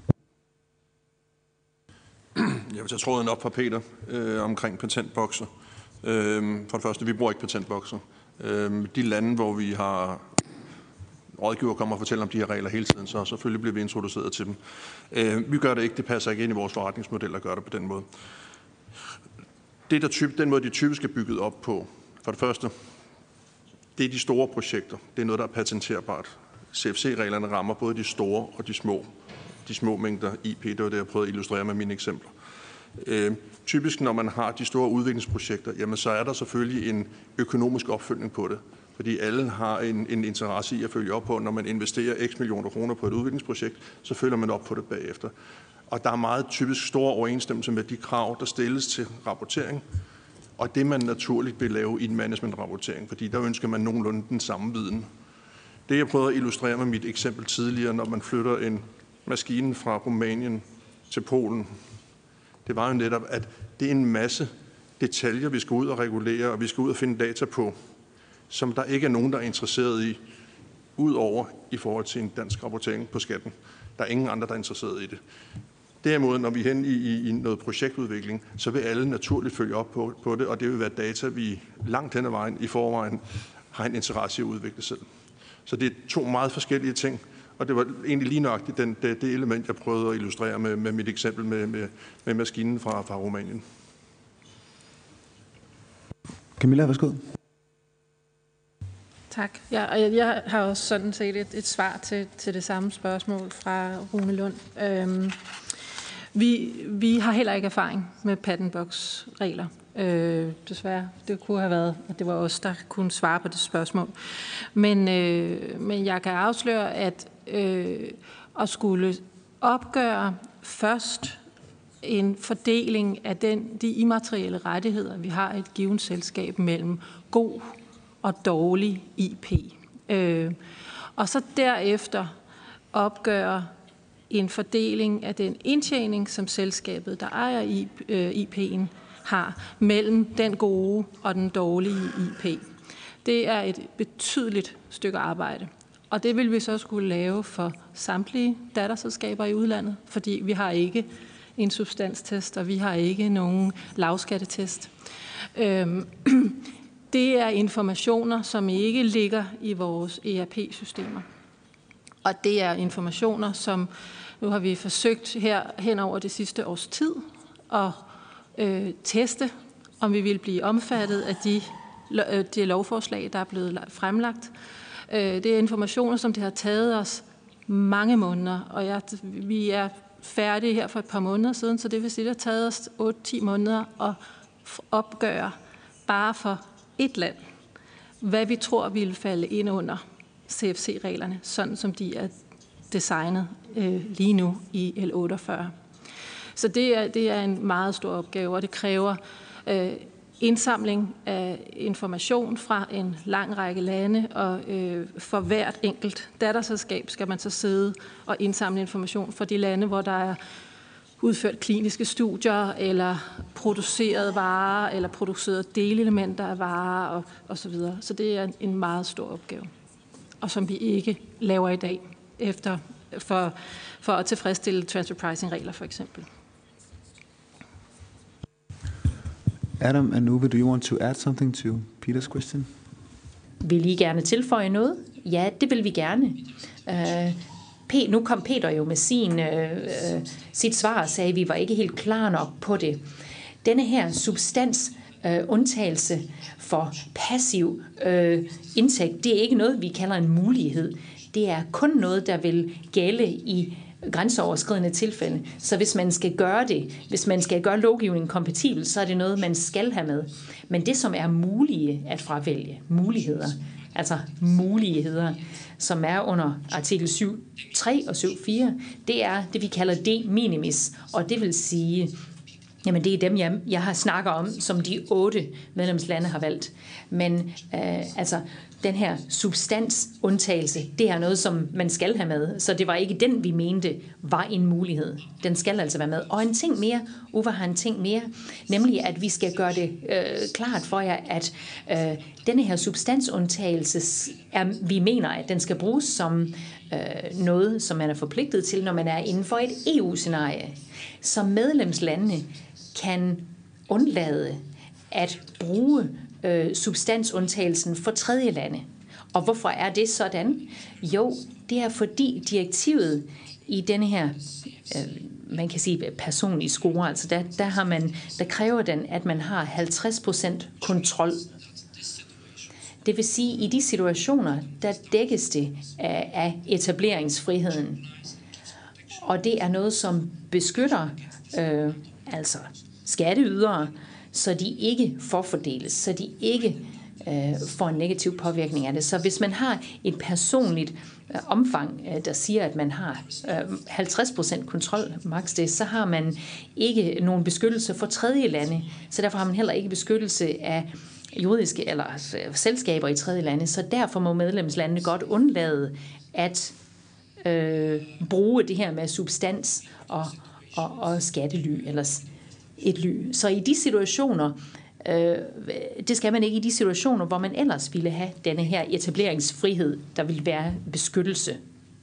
Jeg vil tage tråden op fra Peter øh, omkring patentbokser. Øh, for det første, vi bruger ikke patentbokser. Øh, de lande, hvor vi har rådgiver kommer og fortæller om de her regler hele tiden, så selvfølgelig bliver vi introduceret til dem. Øh, vi gør det ikke, det passer ikke ind i vores forretningsmodel at gøre det på den måde. Det, der typ, den måde, de typisk er bygget op på, for det første, det er de store projekter. Det er noget, der er patenterbart. C F C-reglerne rammer både de store og de små. De små mængder I P, det var det, jeg prøvede at illustrere med mine eksempler. Øh, typisk, når man har de store udviklingsprojekter, jamen, så er der selvfølgelig en økonomisk opfølgning på det. Fordi alle har en, en interesse i at følge op på, når man investerer x millioner kroner på et udviklingsprojekt, så følger man op på det bagefter. Og der er meget typisk store overensstemmelse med de krav, der stilles til rapportering, og det man naturligt vil lave i en managementrapportering, fordi der ønsker man nogenlunde den samme viden. Det jeg prøvede at illustrere med mit eksempel tidligere, når man flytter en maskine fra Rumænien til Polen, det var jo netop, at det er en masse detaljer, vi skal ud og regulere, og vi skal ud og finde data på, som der ikke er nogen, der er interesseret i, udover i forhold til en dansk rapportering på skatten. Der er ingen andre, der er interesseret i det. Derimod, når vi er hen i, i, i noget projektudvikling, så vil alle naturligt følge op på, på det, og det vil være data, vi langt hen ad vejen i forvejen har en interesse i at udvikle selv. Så det er to meget forskellige ting, og det var egentlig lige nøjagtigt den, det, det element, jeg prøvede at illustrere med, med mit eksempel med, med, med maskinen fra, fra Rumænien. Camilla, værsgo. Tak. Ja, og jeg, jeg har også sådan set et, et svar til, til det samme spørgsmål fra Rune Lund. Øhm, vi, vi har heller ikke erfaring med patentbox-regler. Øh, desværre, det kunne have været, at det var os, der kunne svare på det spørgsmål. Men, øh, men jeg kan afsløre, at øh, at skulle opgøre først en fordeling af den, de immaterielle rettigheder, vi har i et givet selskab mellem god og dårlig I P. Øh, og så derefter opgøre en fordeling af den indtjening, som selskabet, der ejer I P'en, har mellem den gode og den dårlige I P. Det er et betydeligt stykke arbejde. Og det vil vi så skulle lave for samtlige datterselskaber i udlandet, fordi vi har ikke en substanstest, og vi har ikke nogen lavskattetest. Øhm, det er informationer, som ikke ligger i vores E R P-systemer. Og det er informationer, som nu har vi forsøgt her hen over det sidste års tid at øh, teste, om vi vil blive omfattet af de, de lovforslag, der er blevet fremlagt. Øh, det er informationer, som det har taget os mange måneder, og jeg, vi er færdige her for et par måneder siden, så det vil sige, at det har taget os otte til ti måneder at opgøre bare for et land, hvad vi tror ville falde ind under C F C-reglerne, sådan som de er designet øh, lige nu i L otteogfyrre. Så det er, det er en meget stor opgave, og det kræver øh, indsamling af information fra en lang række lande, og øh, for hvert enkelt datterselskab skal man så sidde og indsamle information fra de lande, hvor der er udført kliniske studier, eller produceret varer, eller produceret delelementer af varer, og, og så videre. Så det er en meget stor opgave, og som vi ikke laver i dag, efter, for, for at tilfredsstille transfer pricing-regler for eksempel. Adam and Uwe, do you want to add something to Peters question? Vil I gerne tilføje noget? Ja, det vil vi gerne. Uh, P, nu kom Peter jo med sin, uh, sit svar og sagde, at vi var ikke helt klar nok på det. Denne her substans uh, undtagelse for passiv uh, indtægt, det er ikke noget, vi kalder en mulighed. Det er kun noget, der vil gælde i grænseoverskridende tilfælde. Så hvis man skal gøre det, hvis man skal gøre lovgivningen kompatibel, så er det noget, man skal have med. Men det, som er mulige at fravælge, muligheder, altså muligheder, som er under artikel syv punkt tre og syv punkt fire, det er det, vi kalder de minimis, og det vil sige Jamen det er dem, jeg, jeg har snakket om, som de otte medlemslande har valgt. Men øh, altså, den her substansundtagelse, det er noget, som man skal have med. Så det var ikke den, vi mente var en mulighed. Den skal altså være med. Og en ting mere, Uffe har en ting mere, nemlig at vi skal gøre det øh, klart for jer, at øh, denne her substansundtagelse, er, vi mener, at den skal bruges som øh, noget, som man er forpligtet til, når man er inden for et E U-scenarie. Så medlemslandene kan undlade at bruge øh, substansundtagelsen for tredje lande. Og hvorfor er det sådan? Jo, det er fordi direktivet i denne her, øh, man kan sige personlige score, altså der, der, har man, der kræver den, at man har halvtreds procent kontrol. Det vil sige, at i de situationer, der dækkes det af, af etableringsfriheden. Og det er noget, som beskytter øh, altså skatteydere, så de ikke forfordeles, så de ikke øh, får en negativ påvirkning af det. Så hvis man har et personligt øh, omfang, øh, der siger, at man har øh, halvtreds procent kontrol, maks det, så har man ikke nogen beskyttelse for tredje lande, så derfor har man heller ikke beskyttelse af juridiske eller øh, selskaber i tredje lande, så derfor må medlemslandene godt undlade at øh, bruge det her med substans og, og, og skattely eller et ly. Så i de situationer, øh, det skal man ikke i de situationer, hvor man ellers ville have denne her etableringsfrihed, der vil være beskyttelse.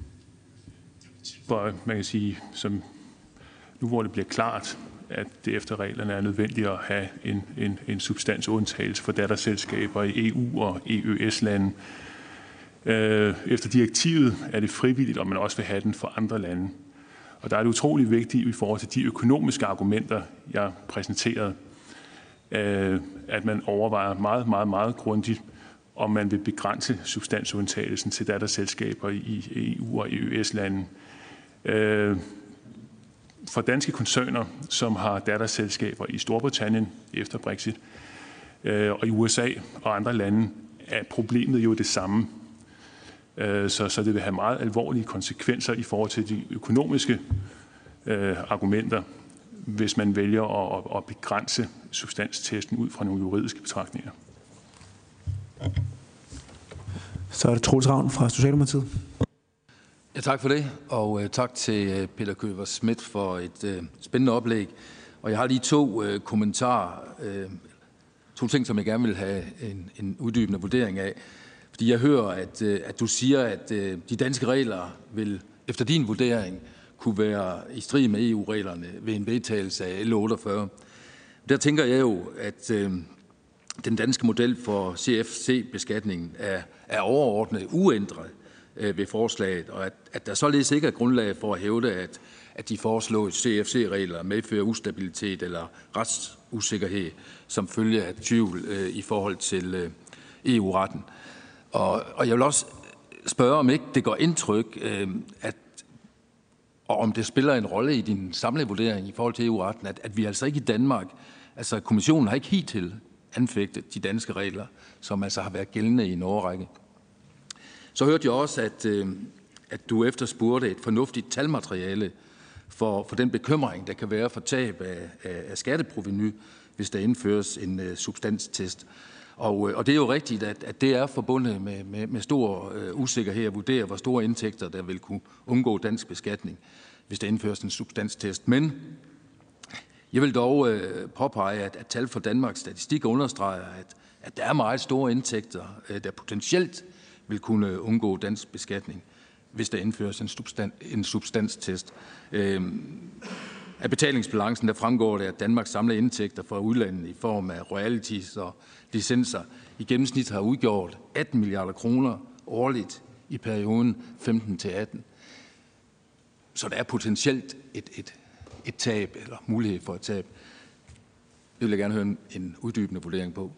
Hvor man kan sige, som nu hvor det bliver klart, at det efter reglerne er nødvendigt at have en, en, en substansundtagelse for datterselskaber i E U og E Ø S-lande. Øh, efter direktivet er det frivilligt, om man også vil have den for andre lande. Og der er det utrolig vigtigt i forhold til de økonomiske argumenter, jeg præsenterede, øh, at man overvejer meget, meget, meget grundigt, om man vil begrænse substansundtagelsen til datterselskaber i E U og E Ø S-lande. Øh, for danske koncerner, som har datterselskaber i Storbritannien efter Brexit, øh, og i U S A og andre lande, er problemet jo det samme. Så, så det vil have meget alvorlige konsekvenser i forhold til de økonomiske øh, argumenter, hvis man vælger at, at begrænse substanstesten ud fra nogle juridiske betragtninger. Så er det Troels Ravn fra Socialdemokratiet. Ja, tak for det, og uh, tak til uh, Peter Køber Schmidt for et uh, spændende oplæg. Og jeg har lige to uh, kommentarer, uh, to ting, som jeg gerne vil have en, en uddybende vurdering af. Fordi jeg hører, at, at du siger, at de danske regler vil efter din vurdering kunne være i strid med E U-reglerne ved en vedtagelse af L otteogfyrre. Der tænker jeg jo, at øh, den danske model for C F C-beskatningen er, er overordnet uændret øh, ved forslaget, og at, at der således ikke er grundlag for at hævde, at, at de foreslåede C F C-regler medfører ustabilitet eller retsusikkerhed som følge af tvivl øh, i forhold til øh, E U-retten. Og, og jeg vil også spørge, om ikke det går indtryk, øh, at, og om det spiller en rolle i din samlede vurdering i forhold til E U-retten, at, at vi altså ikke i Danmark, altså kommissionen har ikke hittil anfægtet de danske regler, som altså har været gældende i en årrække. Så hørte jeg også, at, øh, at du efterspurgte et fornuftigt talmateriale for, for den bekymring, der kan være for tab af, af, af skatteprovenu, hvis der indføres en uh, substanstest. Og, og det er jo rigtigt, at, at det er forbundet med, med, med stor øh, usikkerhed at vurdere, hvor store indtægter der vil kunne undgå dansk beskatning, hvis der indføres en substanstest. Men jeg vil dog øh, påpege, at, at tal for Danmarks Statistik understreger, at, at der er meget store indtægter, øh, der potentielt vil kunne undgå dansk beskatning, hvis der indføres en, substan, en substanstest. Øh, Af betalingsbalancen der fremgår det, at Danmarks samlede indtægter fra udlandet i form af royalties og licenser i gennemsnit har udgjort atten milliarder kroner årligt i perioden femten til atten. Så der er potentielt et, et, et tab eller mulighed for et tab. Det vil jeg gerne høre en, en uddybende vurdering på.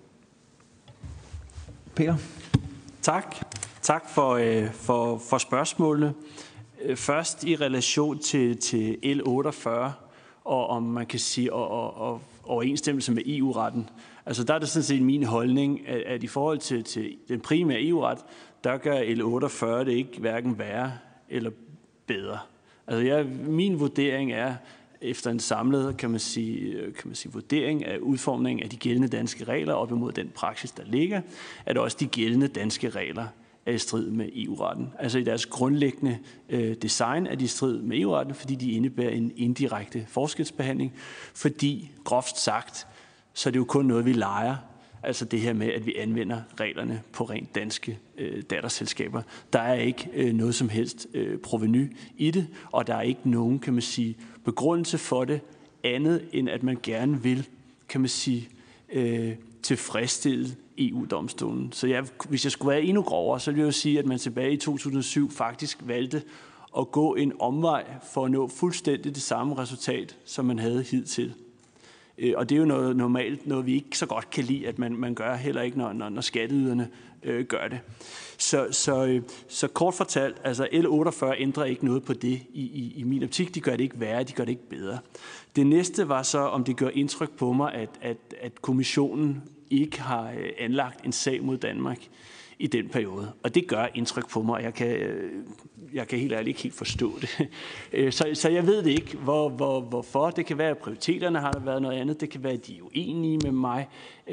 Peter? Tak. Tak for, øh, for, for spørgsmålene. Først i relation til, til L otteogfyrre, og om man kan sige og, og, og overensstemmelse med E U-retten. Altså der er det sådan set min holdning, at, at i forhold til, til den primære E U-ret, der gør L otteogfyrre det ikke hverken værre eller bedre. Altså jeg, min vurdering er, efter en samlet, kan man sige, kan man sige, vurdering af udformningen af de gældende danske regler op imod den praksis, der ligger, at også de gældende danske regler er i strid med E U-retten. Altså i deres grundlæggende øh, design er de i strid med E U-retten, fordi de indebærer en indirekte forskelsbehandling, fordi groft sagt, så er det jo kun noget, vi leger. Altså det her med, at vi anvender reglerne på rent danske øh, datterselskaber. Der er ikke øh, noget som helst øh, provenu i det, og der er ikke nogen, kan man sige, begrundelse for det, andet end at man gerne vil, kan man sige, øh, tilfredsstille E U-domstolen. Så jeg, hvis jeg skulle være endnu grovere, så ville jeg jo sige, at man tilbage i to tusind og syv faktisk valgte at gå en omvej for at nå fuldstændig det samme resultat, som man havde hidtil. Og det er jo noget normalt, noget vi ikke så godt kan lide, at man, man gør heller ikke, når, når, når skatteyderne øh, gør det. Så, så, øh, så kort fortalt, altså L otteogfyrre ændrer ikke noget på det i, i, i min optik. De gør det ikke værre, de gør det ikke bedre. Det næste var så, om det gør indtryk på mig, at, at, at kommissionen ikke har anlagt en sag mod Danmark i den periode. Og det gør indtryk på mig, og jeg kan, jeg kan helt ærligt ikke helt forstå det. Så, så jeg ved det ikke, hvor, hvor, hvorfor. Det kan være, at prioriteterne har der været noget andet. Det kan være, at de er uenige med mig.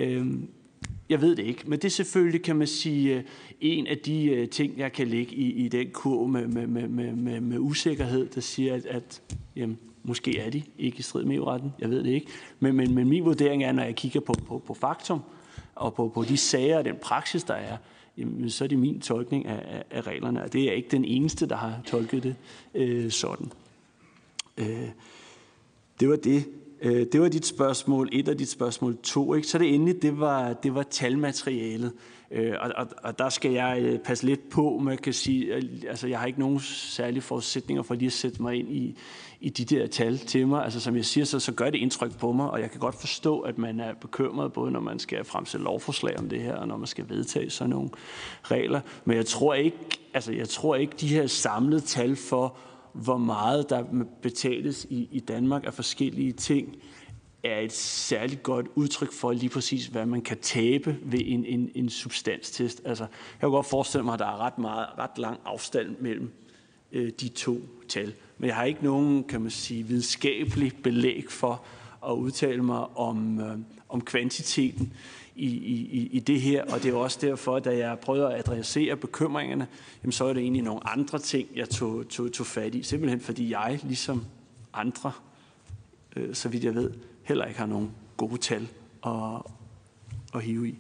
Jeg ved det ikke. Men det er selvfølgelig, kan man sige, en af de ting, jeg kan lægge i, i den kurve med, med, med, med, med usikkerhed, der siger, at, at jamen, måske er de ikke i strid med E U-retten. Jeg ved det ikke. Men, men, men min vurdering er, når jeg kigger på, på, på faktum og på, på de sager og den praksis, der er, jamen, så er det min tolkning af, af, af reglerne. Og det er ikke den eneste, der har tolket det øh, sådan. Øh, det var det. Øh, det var dit spørgsmål et og dit spørgsmål to. Ikke? Så det endelig, det var, det var talmaterialet. Øh, og, og, og der skal jeg passe lidt på, man kan sige, altså jeg har ikke nogen særlige forudsætninger for lige at sætte mig ind i, i de der tal til mig. Altså som jeg siger, så, så gør det indtryk på mig, og jeg kan godt forstå, at man er bekymret, både når man skal fremsætte lovforslag om det her, og når man skal vedtage sådan nogle regler. Men jeg tror ikke, altså jeg tror ikke de her samlede tal for, hvor meget der betales i, i Danmark af forskellige ting, er et særligt godt udtryk for lige præcis, hvad man kan tabe ved en, en, en substanstest. Altså, jeg kan godt forestille mig, at der er ret, meget, ret lang afstand mellem øh, de to tal. Men jeg har ikke nogen, kan man sige, videnskabelig belæg for at udtale mig om, øh, om kvantiteten i, i, i det her. Og det er også derfor, da jeg prøvede at adressere bekymringerne, jamen, så er det egentlig nogle andre ting, jeg tog, tog, tog fat i. Simpelthen fordi jeg, ligesom andre, øh, så vidt jeg ved, heller ikke har nogen gode tal at, at hive i.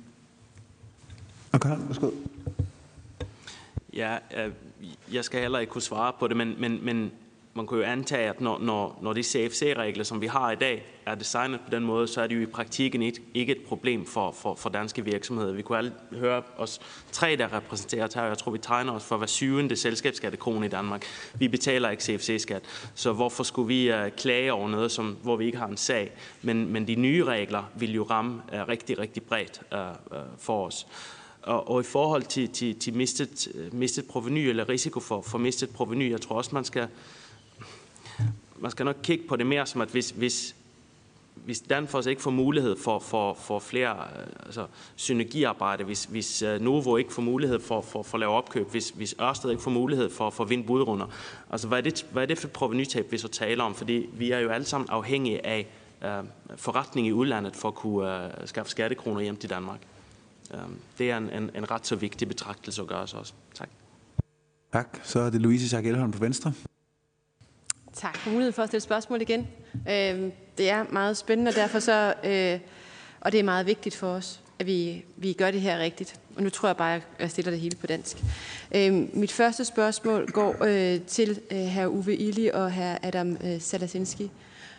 Okay, værsgo. Ja, jeg skal heller ikke kunne svare på det, men, men, men man kan jo antage, at når, når, når de C F C-regler, som vi har i dag, er designet på den måde, så er det jo i praktikken ikke, ikke et problem for, for, for danske virksomheder. Vi kunne alle høre os tre, der repræsenterer her, jeg tror, vi tegner os for hver syvende selskabsskattekrone i Danmark. Vi betaler ikke C F C-skat, så hvorfor skulle vi uh, klage over noget, som, hvor vi ikke har en sag? Men, men de nye regler vil jo ramme uh, rigtig, rigtig bredt uh, uh, for os. Og, og i forhold til, til, til mistet, mistet proveny, eller risiko for, for mistet proveny, jeg tror også, man skal Man skal nok kigge på det mere som, at hvis, hvis, hvis Danfoss ikke får mulighed for, for, for flere altså, synergiarbejde, hvis, hvis Novo ikke får mulighed for, for, for at lave opkøb, hvis, hvis Ørsted ikke får mulighed for, for at vinde budrunder, altså hvad er, det, hvad er det for et provenytab, vi så taler om? Fordi vi er jo alle sammen afhængige af uh, forretning i udlandet for at kunne uh, skaffe skattekroner hjem til Danmark. Uh, det er en, en, en ret så vigtig betragtelse at gøre os også. Tak. Tak. Så er det Louise Schack Elholm på Venstre. Tak for muligheden for at stille spørgsmål igen. Det er meget spændende, og derfor så, og det er meget vigtigt for os, at vi, vi gør det her rigtigt. Og nu tror jeg bare, at jeg stiller det hele på dansk. Mit første spørgsmål går til hr. Uffe Elbæk og hr. Adam Salasinski.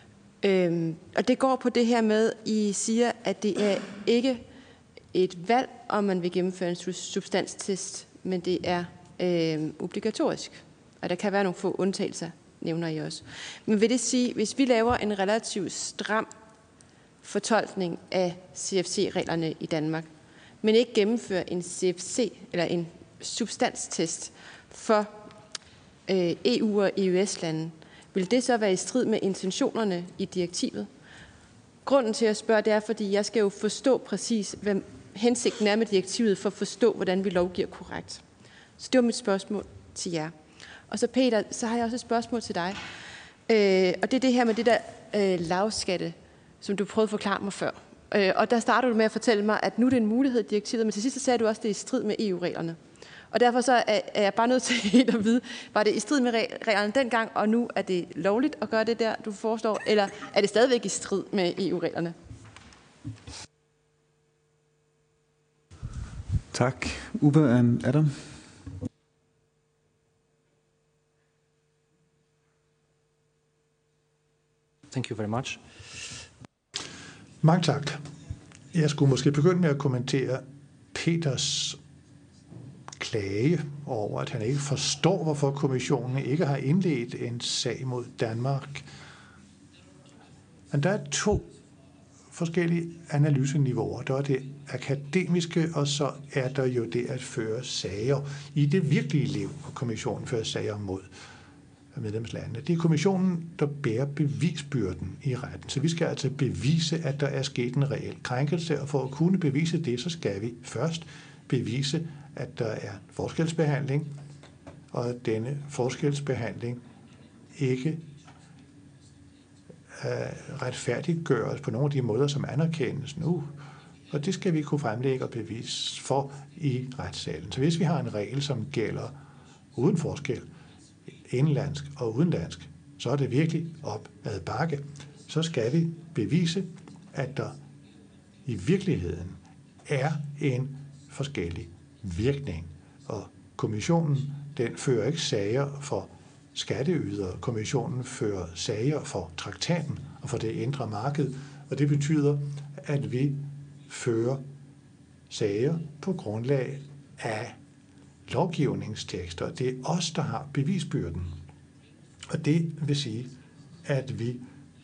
Og det går på det her med, I siger, at det er ikke et valg, om man vil gennemføre en substanstest, men det er obligatorisk. Og der kan være nogle få undtagelser, nævner I også. Men vil det sige, hvis vi laver en relativt stram fortolkning af C F C-reglerne i Danmark, men ikke gennemfører en C F C eller en substanstest for øh, E U og E U S-lande, vil det så være i strid med intentionerne i direktivet? Grunden til at spørge, det er, fordi jeg skal jo forstå præcis, hvad hensigten er med direktivet, for at forstå, hvordan vi lovgiver korrekt. Så det var mit spørgsmål til jer. Og så Peter, så har jeg også et spørgsmål til dig. Øh, og det er det her med det der øh, lavskatte, som du prøvede at forklare mig før. Øh, og der startede du med at fortælle mig, at nu er det en mulighed i direktivet, men til sidst sagde du også, at det er i strid med E U-reglerne. Og derfor så er, er jeg bare nødt til helt at vide, var det i strid med reglerne dengang, og nu er det lovligt at gøre det der, du foreslår, eller er det stadigvæk i strid med E U-reglerne? Tak. Uwe and Adam. Thank you very much. Mange tak. Jeg skulle måske begynde med at kommentere Peters klage over, at han ikke forstår, hvorfor kommissionen ikke har indledt en sag mod Danmark. Men der er to forskellige analyseniveauer. Der er det akademiske, og så er der jo det at føre sager i det virkelige liv, og kommissionen fører sager mod medlemslandene. Det er kommissionen, der bærer bevisbyrden i retten. Så vi skal altså bevise, at der er sket en reel krænkelse, og for at kunne bevise det, så skal vi først bevise, at der er forskelsbehandling, og at denne forskelsbehandling ikke uh, retfærdiggøres på nogle af de måder, som anerkendes nu. Og det skal vi kunne fremlægge og bevise for i retssalen. Så hvis vi har en regel, som gælder uden forskel, indlandsk og udenlandsk, så er det virkelig op ad bakke. Så skal vi bevise, at der i virkeligheden er en forskellig virkning. Og kommissionen, den fører ikke sager for skatteydere. Kommissionen fører sager for traktaten og for det indre marked. Og det betyder, at vi fører sager på grundlag af lovgivningstekster. Det er os, der har bevisbyrden. Og det vil sige, at vi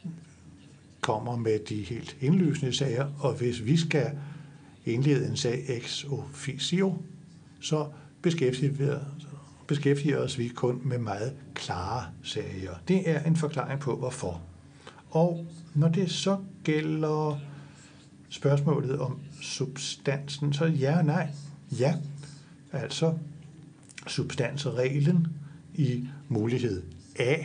kommer med de helt indlysende sager, og hvis vi skal indlede en sag ex officio, så beskæftiger vi, beskæftiger os vi kun med meget klare sager. Det er en forklaring på, hvorfor. Og når det så gælder spørgsmålet om substansen, så ja og nej. Ja, altså substansreglen i mulighed A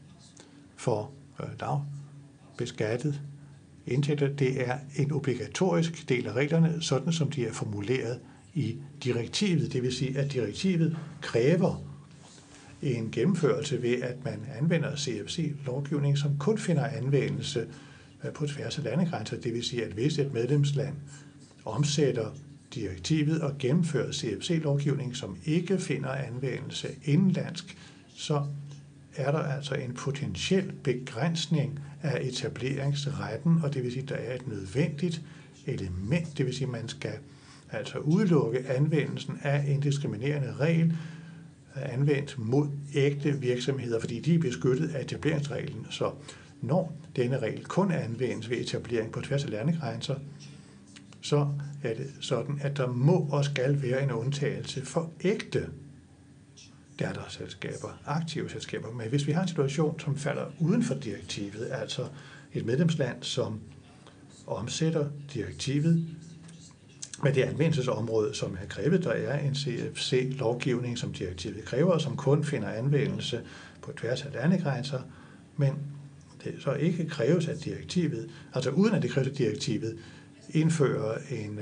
for øh, lavbeskattet indtægter, det er en obligatorisk del af reglerne, sådan som de er formuleret i direktivet. Det vil sige, at direktivet kræver en gennemførelse ved, at man anvender C F C-lovgivning, som kun finder anvendelse på tværs af landegrænser. Det vil sige, at hvis et medlemsland omsætter direktivet og gennemfører C F C-lovgivning, som ikke finder anvendelse indenlandsk, så er der altså en potentiel begrænsning af etableringsretten, og det vil sige, at der er et nødvendigt element. Det vil sige, at man skal altså udelukke anvendelsen af en diskriminerende regel anvendt mod ægte virksomheder, fordi de er beskyttet af etableringsreglen. Så når denne regel kun anvendes ved etablering på tværs af landegrænser, så er det sådan, at der må og skal være en undtagelse for ægte datterselskaber, aktive selskaber. Men hvis vi har en situation, som falder uden for direktivet, altså et medlemsland, som omsætter direktivet med det anvendelsesområde, som er krævet, der er en C F C-lovgivning, som direktivet kræver, og som kun finder anvendelse på tværs af landegrænser, men det så ikke kræves af direktivet, altså uden at det kræves af direktivet, indfører en øh,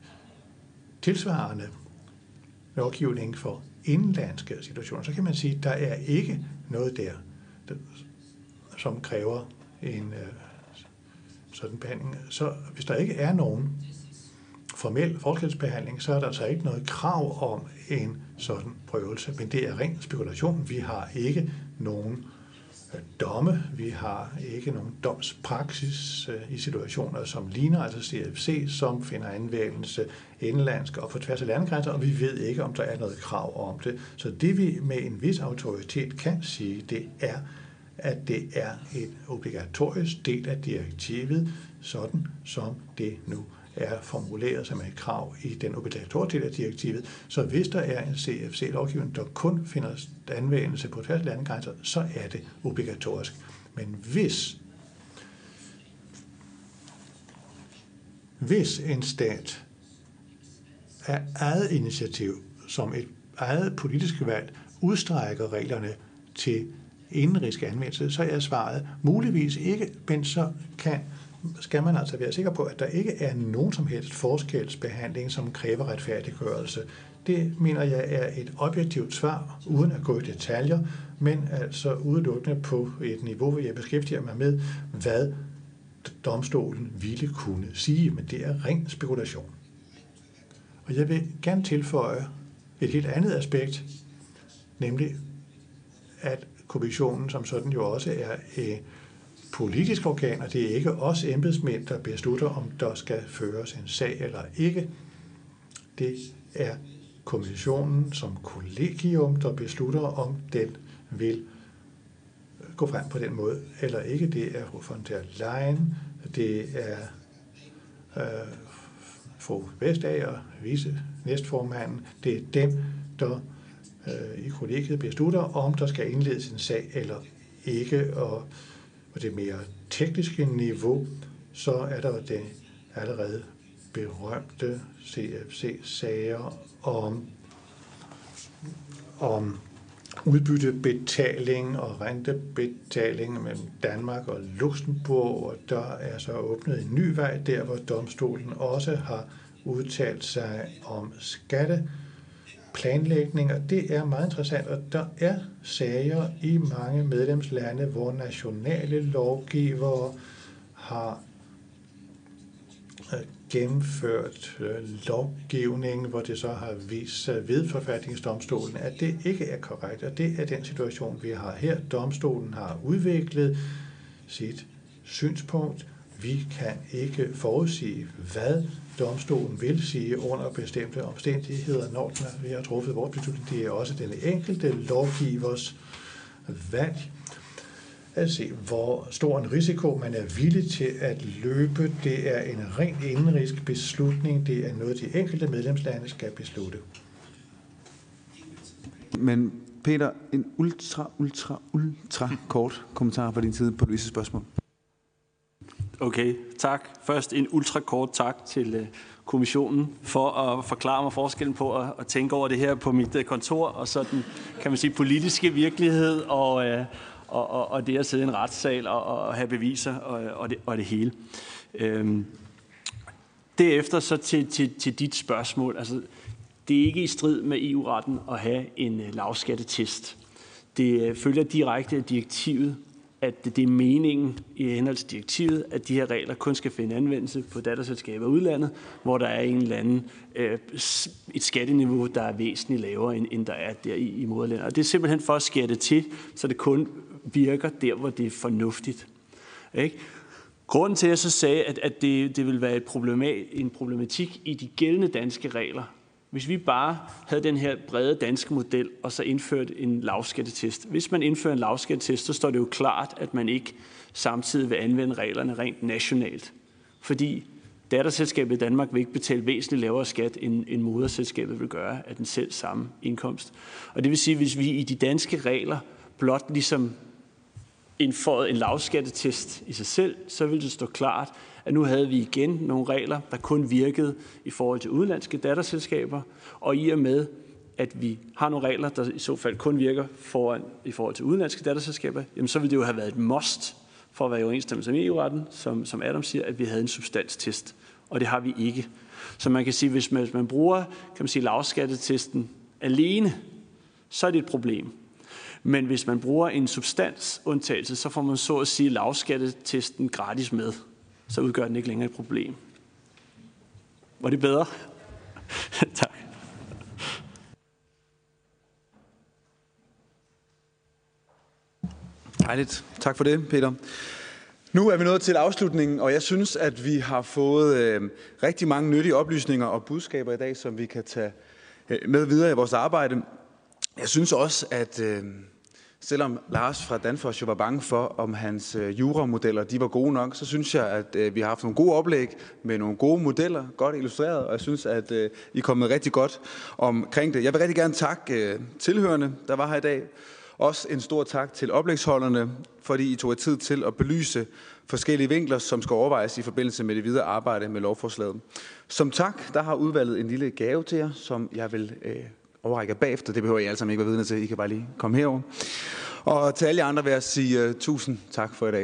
tilsvarende lovgivning for indlandske situationer, så kan man sige, at der er ikke noget der, der som kræver en øh, sådan behandling. Så hvis der ikke er nogen formel forskelsbehandling, så er der altså ikke noget krav om en sådan prøvelse, men det er ren spekulation. Vi har ikke nogen domme, vi har ikke nogen domspraksis i situationer, som ligner altså C F C, som finder anvendelse indenlandsk og på tværs af landegrænser, og vi ved ikke, om der er noget krav om det. Så det vi med en vis autoritet kan sige, det er, at det er en obligatorisk del af direktivet, sådan som det nu er formuleret som et krav i den obligatoriske del af direktivet. Så hvis der er en C F C-lovgivning, der kun finder anvendelse på tværs af landegrænser, så er det obligatorisk. Men hvis, hvis en stat af eget initiativ, som et eget politisk valg, udstrækker reglerne til indenrigs anvendelse, så er svaret muligvis ikke, men så kan, skal man altså være sikker på, at der ikke er nogen som helst forskelsbehandling, som kræver retfærdiggørelse. Det mener jeg er et objektivt svar, uden at gå i detaljer, men altså udelukkende på et niveau, hvor jeg beskæftiger mig med, hvad domstolen ville kunne sige, men det er ren spekulation. Og jeg vil gerne tilføje et helt andet aspekt, nemlig at kommissionen som sådan jo også er et politisk organ, og det er ikke os embedsmænd, der beslutter, om der skal føres en sag eller ikke. Det er kommissionen som kollegium, der beslutter, om den vil gå frem på den måde eller ikke. Det er von der Leyen, det er øh, fru Vestager, vice næstformanden. Det er dem, der øh, i kollegiet beslutter, om der skal indledes en sag eller ikke. Og på det mere tekniske niveau, så er der det allerede berømte C F C-sager om, om udbyttebetaling og rentebetaling mellem Danmark og Luxembourg, og der er så åbnet en ny vej der, hvor domstolen også har udtalt sig om skatteplanlægning, og det er meget interessant, og der er sager i mange medlemslande, hvor nationale lovgivere har gennemført lovgivning, hvor det så har vist sig ved forfatningsdomstolen, at det ikke er korrekt, og det er den situation, vi har her. Domstolen har udviklet sit synspunkt. Vi kan ikke forudsige, hvad domstolen vil sige under bestemte omstændigheder, når vi har truffet vores beslutning. Det er også den enkelte lovgivers valg at se, hvor stor en risiko man er villig til at løbe. Det er en ren indenrigs beslutning. Det er noget, de enkelte medlemslande skal beslutte. Men Peter, en ultra, ultra, ultra kort kommentar fra din side på Louises spørgsmål. Okay, tak. Først en ultra kort tak til uh, kommissionen for at forklare mig forskellen på at, at tænke over det her på mit uh, kontor, og så den, kan man sige, politiske virkelighed, og, uh, og, og, og det at sidde i en retssal og, og have beviser, og, og, det, og det hele. Øhm, derefter så til, til, til dit spørgsmål. Altså, det er ikke i strid med E U-retten at have en uh, lavskattetest. Det uh, følger direkte af direktivet, at det er meningen i henhold til direktivet, at de her regler kun skal finde anvendelse på datterselskaber i udlandet, hvor der er en eller anden, øh, et skatteniveau, der er væsentligt lavere, end, end der er der i, i moderlandet. Og det er simpelthen for at skære det til, så det kun virker der, hvor det er fornuftigt. Ikke? Grunden til, at jeg så sagde, at, at det, det vil være et problemat, en problematik i de gældende danske regler, hvis vi bare havde den her brede danske model, og så indførte en lavskattetest. Hvis man indfører en lavskattetest, så står det jo klart, at man ikke samtidig vil anvende reglerne rent nationalt. Fordi datterselskabet i Danmark vil ikke betale væsentligt lavere skat, end, end moderselskabet vil gøre af den selv samme indkomst. Og det vil sige, at hvis vi i de danske regler blot ligesom indføjede en lavskattetest i sig selv, så ville det stå klart, at nu havde vi igen nogle regler, der kun virkede i forhold til udenlandske datterselskaber, og i og med, at vi har nogle regler, der i så fald kun virker foran, i forhold til udenlandske datterselskaber, jamen så ville det jo have været et must for at være i overensstemmelse med E U-retten, som, som Adam siger, at vi havde en substanstest, og det har vi ikke. Så man kan sige, hvis man, hvis man bruger kan man sige, lavskattetesten alene, så er det et problem. Men hvis man bruger en substansundtagelse, så får man så at sige lavskattetesten gratis med. Så udgør den ikke længere et problem. Var det bedre? Tak. Dejligt. Tak for det, Peter. Nu er vi nået til afslutningen, og jeg synes, at vi har fået øh, rigtig mange nyttige oplysninger og budskaber i dag, som vi kan tage øh, med videre i vores arbejde. Jeg synes også, at øh, selvom Lars fra Danfoss jo var bange for, om hans øh, juramodeller de var gode nok, så synes jeg, at øh, vi har haft nogle gode oplæg med nogle gode modeller, godt illustreret, og jeg synes, at øh, I er kommet rigtig godt omkring det. Jeg vil rigtig gerne takke øh, tilhørende, der var her i dag. Også en stor tak til oplægsholderne, fordi I tog jer tid til at belyse forskellige vinkler, som skal overvejes i forbindelse med det videre arbejde med lovforslaget. Som tak, der har udvalget en lille gave til jer, som jeg vil øh, overrække bagefter. Det behøver I alle sammen ikke være vidne til. I kan bare lige komme herover. Og til alle jer andre vil jeg sige uh, tusind tak for i dag.